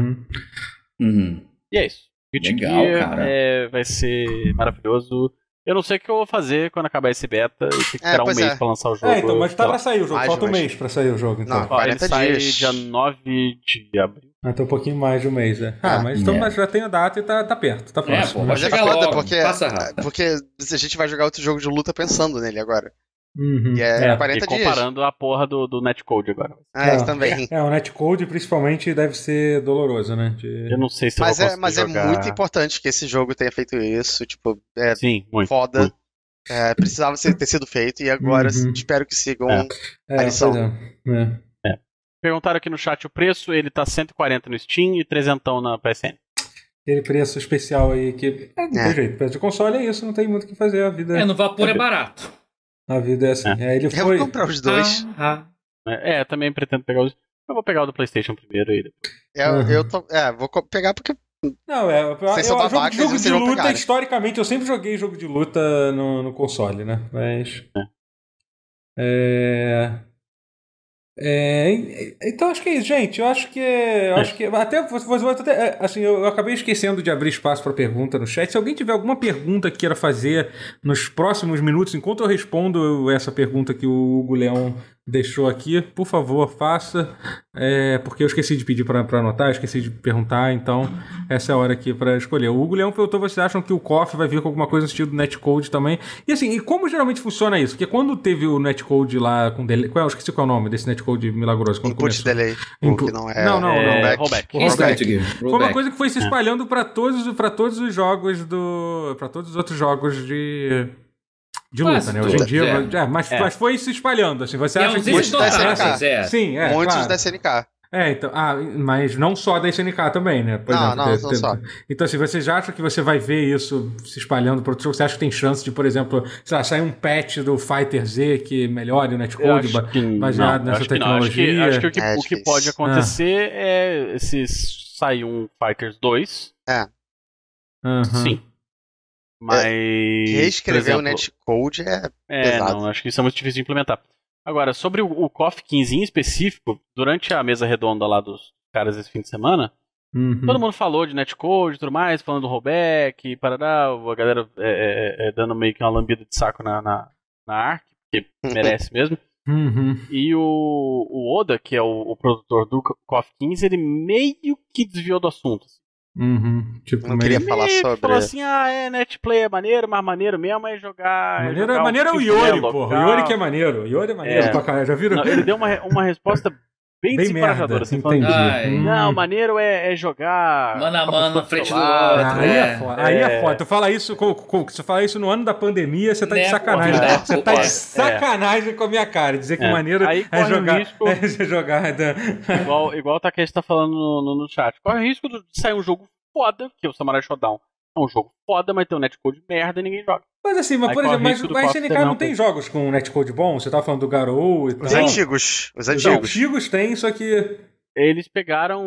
E é isso. Legal, cara. Vai ser maravilhoso. Eu não sei o que eu vou fazer quando acabar esse beta e ter que esperar um mês pra lançar o jogo. Então, mas tá pra sair o jogo. Falta um mês pra sair o jogo. Então. Não, 40 ele sai dias. dia 9 de abril. Tem um pouquinho mais de um mês, mas já tem a data e tá perto, tá próximo. Vai chegar logo, passa rápido. Porque a gente vai jogar outro jogo de luta pensando nele agora. E 40 dias. Comparando a porra do netcode agora. Também. O netcode principalmente deve ser doloroso, né? Eu não sei se eu vou conseguir Mas jogar. É muito importante que esse jogo tenha feito isso. Tipo, Sim, muito, foda. Muito. Precisava ter sido feito e agora espero que sigam a lição. Perguntaram aqui no chat o preço, ele tá 140 no Steam e 300 na PSN. Aquele preço especial aí que não tem jeito. Preço de console é isso, não tem muito o que fazer. A vida no vapor é barato. A vida é assim. Ele foi... Eu vou comprar os dois. Também pretendo pegar os... Eu vou pegar o do PlayStation primeiro aí depois. Eu vou pegar porque... Não, jogo de luta, historicamente, eu sempre joguei jogo de luta no console, né? Mas... Então acho que é isso, gente. Eu acho que até assim, eu acabei esquecendo de abrir espaço para pergunta no chat. Se alguém tiver alguma pergunta que queira fazer nos próximos minutos, enquanto eu respondo essa pergunta que o Hugo Leão deixou aqui, por favor, faça. Porque eu esqueci de pedir para anotar, esqueci de perguntar, então essa é a hora aqui para escolher. O Hugo Leão perguntou: vocês acham que o KOF vai vir com alguma coisa no estilo do netcode também? E assim, e como geralmente funciona isso? Porque quando teve o netcode lá com delay, eu esqueci qual é o nome desse netcode milagroso. Input delay. Input. Não é. Não. Rollback. Foi uma coisa que foi se espalhando para todos os jogos para todos os outros jogos de luta, né? Hoje em dia, mas foi se espalhando, assim. Você acha que muitos da SNK? Sim, muitos claro. da SNK. Então, mas não só da SNK também, né? Por exemplo, não só. Então, assim, você já acha que você vai ver isso se espalhando para outros jogos? Você acha que tem chance de, por exemplo, sei lá, sair um patch do Fighter Z que melhore o netcode baseado nessa tecnologia? Acho que o que pode acontecer é se sair um Fighters 2. Sim. Mas reescrever o netcode é pesado. Não, acho que isso é muito difícil de implementar. Agora, sobre o KOF 15 em específico, durante a mesa redonda lá dos caras esse fim de semana, todo mundo falou de netcode e tudo mais, falando do rollback, parará, a galera dando meio que uma lambida de saco na Ark, que merece mesmo. E o Oda, que é o produtor do KOF 15, ele meio que desviou do assunto. Tipo, não queria falar sobre. Falou assim: netplay é maneiro, mas maneiro mesmo é jogar. Maneiro é o Yori, porra. O Yori que é maneiro. O Yori é maneiro pra caralho. Já viram? Não, ele deu uma resposta bem desencorajadora. Assim, não, maneiro é jogar. Mano a mano na frente do outro. Aí é foda. Tu fala isso, você fala isso no ano da pandemia, você tá de sacanagem. Você tá de sacanagem com a minha cara. Dizer que maneiro é jogar. Igual o Takeshi tá falando no chat. Corre o risco de sair um jogo foda, que é o Samurai Shodown. É um jogo foda, mas tem um netcode merda e ninguém joga. Mas assim, por exemplo, a SNK não tem jogos com netcode bom? Você tava falando do Garou e tal. Os antigos. Os antigos tem, só que... Eles pegaram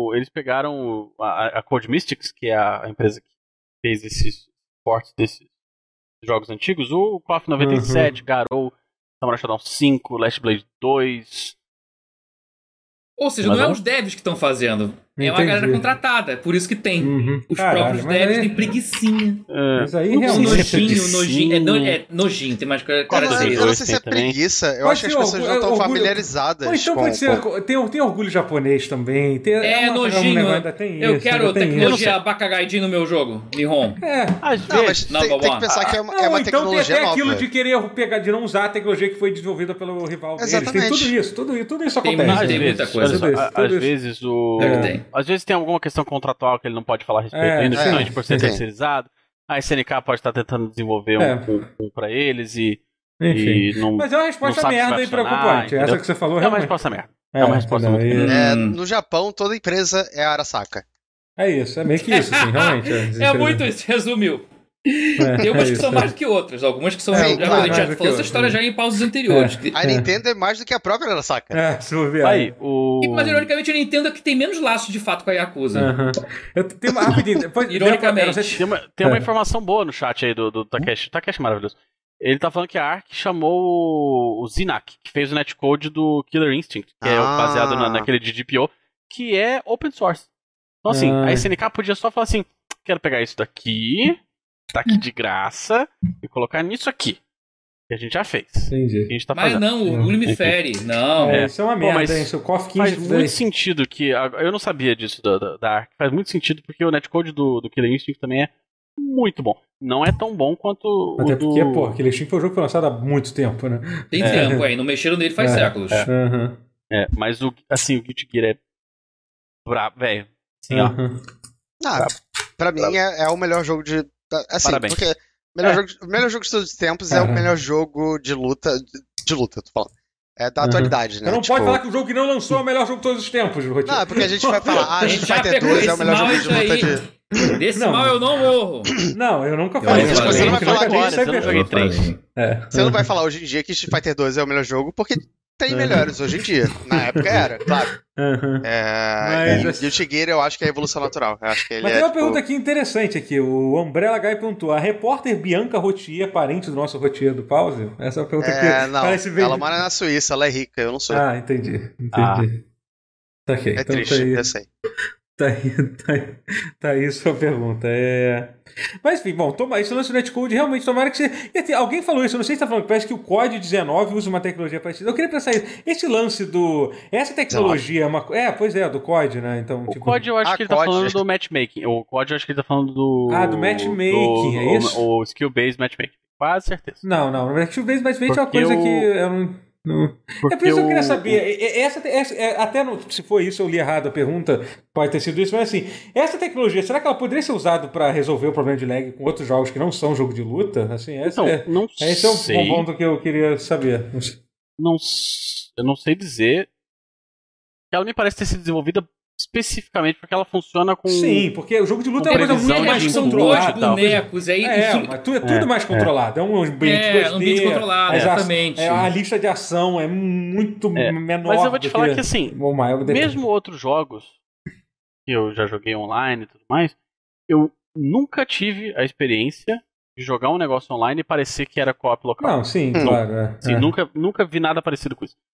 a Code Mystics, que é a empresa que fez esses ports desses jogos antigos. O KOF 97, Garou, Samurai Shodown 5, Last Blade 2... Ou seja, não é os devs que estão fazendo. É uma galera contratada. É por isso que tem. Os próprios devs têm preguicinha. Mas aí realmente nojinho. É nojinho. Tem mais cara de eu não sei se é preguiça. Eu acho que as pessoas já estão familiarizadas. Então pode ser. Tem orgulho japonês também. Nojinho. Eu quero tecnologia Bakagaidin no meu jogo. Nihon. Às vezes. Tem que pensar que é uma tecnologia nova. Então tem até aquilo de querer pegar, de não usar a tecnologia que foi desenvolvida pelo rival deles. Tem tudo isso acontece. Tem muita coisa. Às vezes tem alguma questão contratual que ele não pode falar a respeito ainda, principalmente por ser terceirizado. A SNK pode estar tentando desenvolver um pra eles e não. Mas é uma resposta merda e preocupante. Entendeu? Essa que você falou é uma resposta merda. É uma resposta muito merda. No Japão, toda empresa é a Arasaka. É isso, é meio que isso, assim, realmente. É muito isso, resumiu. Tem umas que são mais do que outras. Algumas que são. A gente já falou essa história já em pauses anteriores. A Nintendo é mais do que a própria Arasaka. Mas ironicamente a Nintendo é que tem menos laço de fato com a Yakuza. Ironicamente. Tem uma informação boa no chat aí do Takeshi. Takeshi é maravilhoso. Ele tá falando que a Ark chamou o Zinak, que fez o netcode do Killer Instinct, que é baseado naquele de GPO, que é open source. Então assim, a SNK podia só falar assim: quero pegar isso daqui. Tá aqui de graça e colocar nisso aqui. Que a gente já fez. Entendi. A gente tá mas não, o orgulho me fere. Não. Isso é uma merda, hein? Isso, o KOF 15 faz muito sentido que... Eu não sabia disso da Ark. Faz muito sentido porque o netcode do Killer Instinct também é muito bom. Não é tão bom quanto até porque, Killer Instinct foi um jogo que foi lançado há muito tempo, né? Tem tempo, não mexeram nele faz séculos. Mas o Guilty Gear é brabo, velho. Assim, pra mim é o melhor jogo de... Assim, parabéns. Porque o melhor jogo de todos os tempos é o melhor jogo de luta. De luta, tô falando. É da atualidade, né? Você não pode falar que o jogo que não lançou é o melhor jogo de todos os tempos, Rotinho. Não, é porque a gente vai falar, Street Fighter 2 é o melhor jogo de luta de... Desse mal eu não morro. Não, eu nunca falei. Você não vai falar agora, você não joguei 3. Você não vai falar hoje em dia que Street Fighter 2 é o melhor jogo, porque tem melhores hoje em dia. Na época era, claro. Mas, e o Shigeru eu acho que é evolução natural. Eu acho que ele mas tem uma pergunta aqui interessante aqui. O Umbrella Guy perguntou: a repórter Bianca Rotier, parente do nosso Rotier do Pause? Essa é uma pergunta que não, parece bem... Ela mora na Suíça, ela é rica, eu não sou. Ah, entendi. Tá ok. É então triste, eu sei. Tá aí sua pergunta. Mas enfim, bom, esse lance do netcode realmente tomara que você. Alguém falou isso, eu não sei se tá falando, que parece que o COD 19 usa uma tecnologia parecida. Eu queria pensar isso. Esse lance do. Essa tecnologia é uma. Pois é, do COD, né? Então, o COD eu acho que ele tá falando do matchmaking. O COD eu acho que ele tá falando do. Do matchmaking, é isso? O skill-based matchmaking. Quase certeza. Não, o skill-based matchmaking é uma coisa que eu não. É por isso que eu queria saber. Até se for isso, eu li errado a pergunta, pode ter sido isso, mas assim, essa tecnologia, será que ela poderia ser usada para resolver o problema de lag com outros jogos que não são jogo de luta? Assim, esse é um ponto que eu queria saber. Eu não sei dizer. Ela me parece ter sido desenvolvida especificamente porque ela funciona com... Sim, porque o jogo de luta é uma coisa muito mais controlada. São bonecos, mas tudo mais controlado. É um ambiente 2D. Ambiente controlado, exatamente. A lista de ação é muito menor. Mas eu vou te falar que assim, mesmo outros jogos que eu já joguei online e tudo mais, eu nunca tive a experiência de jogar um negócio online e parecer que era co-op local. Não, sim, claro. Assim, nunca vi nada parecido com isso.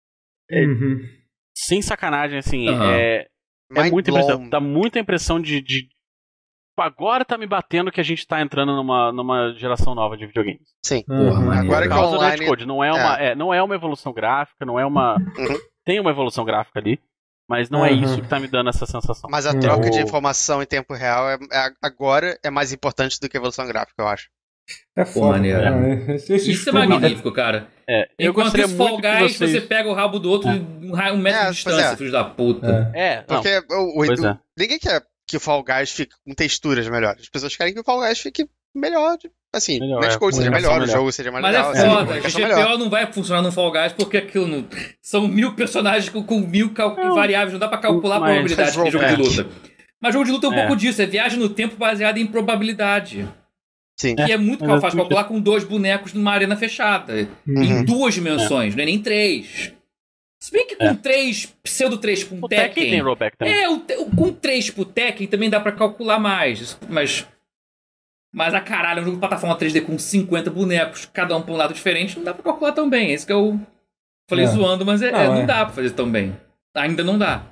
Sem sacanagem, assim, é muita impressão. Dá muita impressão de agora tá me batendo que a gente tá entrando numa geração nova de videogames. Sim. Agora que o netcode não é uma evolução gráfica, não é uma... Tem uma evolução gráfica ali, mas não é isso que tá me dando essa sensação. Mas a troca de informação em tempo real agora é mais importante do que a evolução gráfica, eu acho. É foda. Isso é magnífico, cara. Enquanto isso, Fall Guys, você pega o rabo do outro um metro de distância, filho da puta. Porque ninguém quer que o Fall Guys fique com texturas melhores. As pessoas querem que o Fall Guys fique melhor. Assim, netcode seja melhor, o jogo seja mais legal. Mas é foda, o GPO não vai funcionar no Fall Guys porque aquilo são 1000 personagens com 1000 variáveis, não dá pra calcular a probabilidade de jogo de luta. Mas jogo de luta é um pouco disso, é viagem no tempo baseada em probabilidade. Sim. Que é muito fácil calcular com 2 bonecos numa arena fechada. Em 2 dimensões, não é nem 3. Se bem que com 3, pseudo 3 com Tekken... tem rollback também. Com 3 pro Tekken também dá pra calcular mais. Mas a caralho, é um jogo de plataforma 3D com 50 bonecos, cada um pra um lado diferente, não dá pra calcular tão bem. Esse que eu falei zoando, mas não dá pra fazer tão bem. Ainda não dá.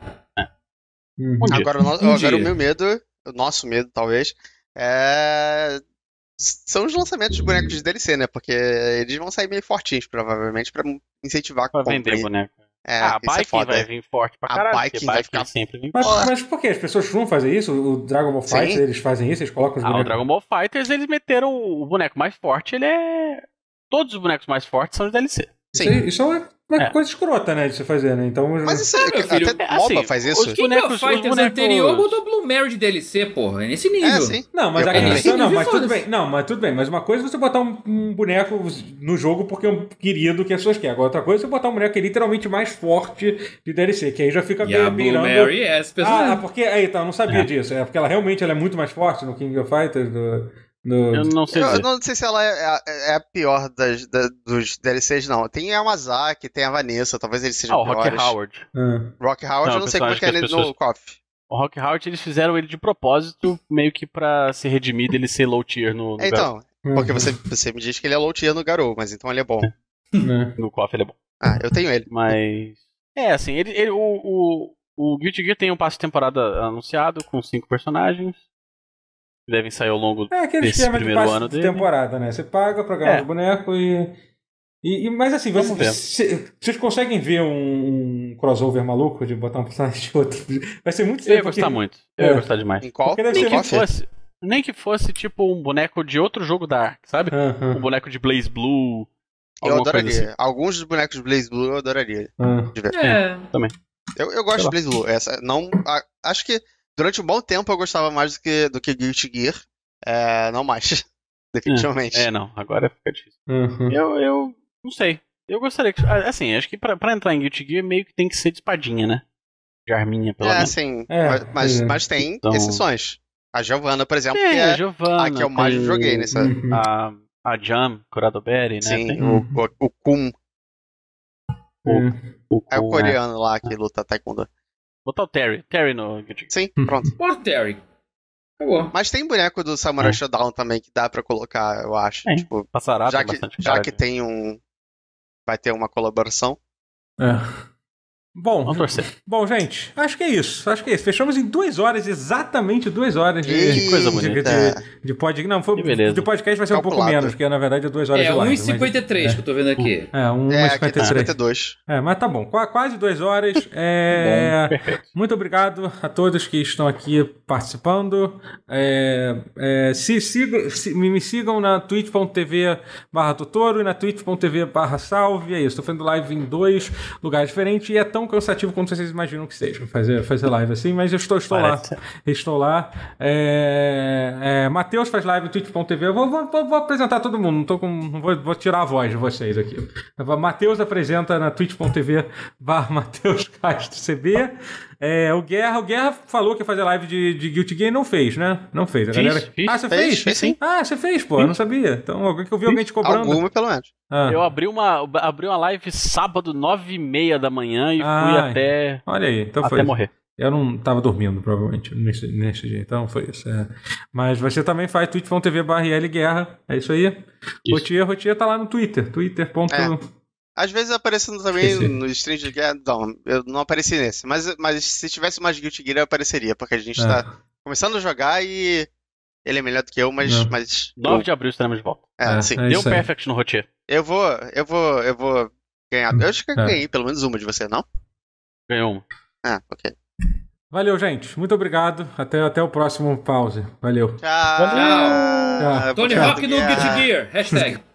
Agora o meu medo, o nosso medo talvez, são os lançamentos de bonecos de DLC, né? Porque eles vão sair meio fortinhos, provavelmente, pra incentivar a compra. Pra vender boneco. A bike vai vir forte pra caralho. A bike vai ficar sempre vir mas por quê? As pessoas costumam fazer isso? O Dragon Ball Fighters, eles fazem isso? Eles colocam os bonecos... O Dragon Ball Fighters, eles meteram o boneco mais forte, todos os bonecos mais fortes são de DLC. Sim. Isso é uma coisa escrota, né, de você fazer, né? Então, mas isso até MOBA faz isso. Os bonecos anterior botou Blue Mary de DLC, porra. É nesse nível. Sim. Não, mas mas tudo bem. Não, mas tudo bem. Mas uma coisa é você botar um boneco no jogo porque é um querido que as pessoas querem. Agora, outra coisa é você botar um boneco que é literalmente mais forte de DLC, que aí já fica beirando... Blue Mary as pessoas... porque... eu não sabia disso. É porque ela realmente é muito mais forte no King of Fighters Eu não sei eu não sei se ela é a pior dos DLCs, não. Tem a Yamazaki, tem a Vanessa, talvez eles sejam piores. O Rock Howard. Rock Howard, eu não sei como é que é no KOF. O Rock Howard, eles fizeram ele de propósito, meio que pra se redimir dele ser low tier no então, porque você me diz que ele é low tier no Garou, mas então ele é bom. No KOF ele é bom. Eu tenho ele. Mas... assim, o Guilty Gear tem um passe de temporada anunciado com 5 personagens. Devem sair ao longo desse primeiro ano dele. Temporada, né? Você paga pra ganhar os bonecos mas assim, vocês conseguem ver um crossover maluco de botar um personagem de outro? Vai ser muito Eu ia gostar muito. Eu ia gostar demais. Em qual? Nem que fosse tipo um boneco de outro jogo da Ark, sabe? Um boneco de Blaze Blue. Eu adoraria. Assim. Alguns dos bonecos de Blaze Blue eu adoraria. Também. Eu gosto de Blaze Blue. Acho que durante um bom tempo eu gostava mais do que Guilty Gear. Não mais. Definitivamente. Não. Agora fica difícil. Eu não sei. Eu gostaria que... Assim, acho que pra entrar em Guilty Gear meio que tem que ser de espadinha, né? De arminha, pelo menos. Sim. Mas tem exceções. A Giovanna, por exemplo, que a Giovanna, a que eu mais joguei nessa... A Jam, Kuradoberi, né? Sim, o Kun. É o coreano lá que luta taekwondo. Botar o Terry no Guilty Gear. Sim, pronto. Bora, Terry. Acabou. Mas tem boneco do Samurai Shodown também que dá pra colocar, eu acho. Tipo, Passará, já que tem vai ter uma colaboração. Bom, bom, gente, acho que é isso. Fechamos em 2 horas, exatamente 2 horas de coisa bonita. De podcast. Não, de podcast vai ser um pouco menos, porque na verdade é 2 horas de live. 1h53 que eu tô vendo aqui. 1h53. Mas tá bom, quase 2 horas. Perfeito. Muito obrigado a todos que estão aqui participando. Me sigam na twitch.tv/Totoro e na twitch.tv/Salve. É isso, tô fazendo live em 2 lugares diferentes e é tão cansativo quanto vocês imaginam que seja fazer live assim, mas eu estou lá. Estou lá. Matheus faz live no twitch.tv. Eu vou apresentar todo mundo. Não vou tirar a voz de vocês aqui. Matheus apresenta na twitch.tv/MatheusCastroCB. O Guerra falou que ia fazer live de Guilty Gear e não fez, né? Não fez. A galera... Fiz. Você fez? Sim. Você fez, pô. Eu não sabia. Então, alguém que eu vi alguém te cobrando. Alguma, pelo menos. Eu abri uma live sábado, 9h30 da manhã e fui até... Olha aí, então até morrer. Eu não tava dormindo, provavelmente, nesse dia. Então foi isso. Mas você também faz twitch.tv/LGuerra. É isso aí. Rotier tá lá no Twitter. Às vezes aparecendo também no stream de guerra. Não, eu não apareci nesse. Mas se tivesse mais Guilty Gear, eu apareceria. Porque a gente tá começando a jogar e ele é melhor do que eu, mas 9 de abril estaremos de volta. Sim. Deu perfect no Rotier. Eu vou ganhar. Eu acho que eu ganhei pelo menos uma de você, não? Ganhou uma. Ok. Valeu, gente. Muito obrigado. Até o próximo pause. Valeu. Tchau. Tony Hawk no Guilty Gear. Hashtag.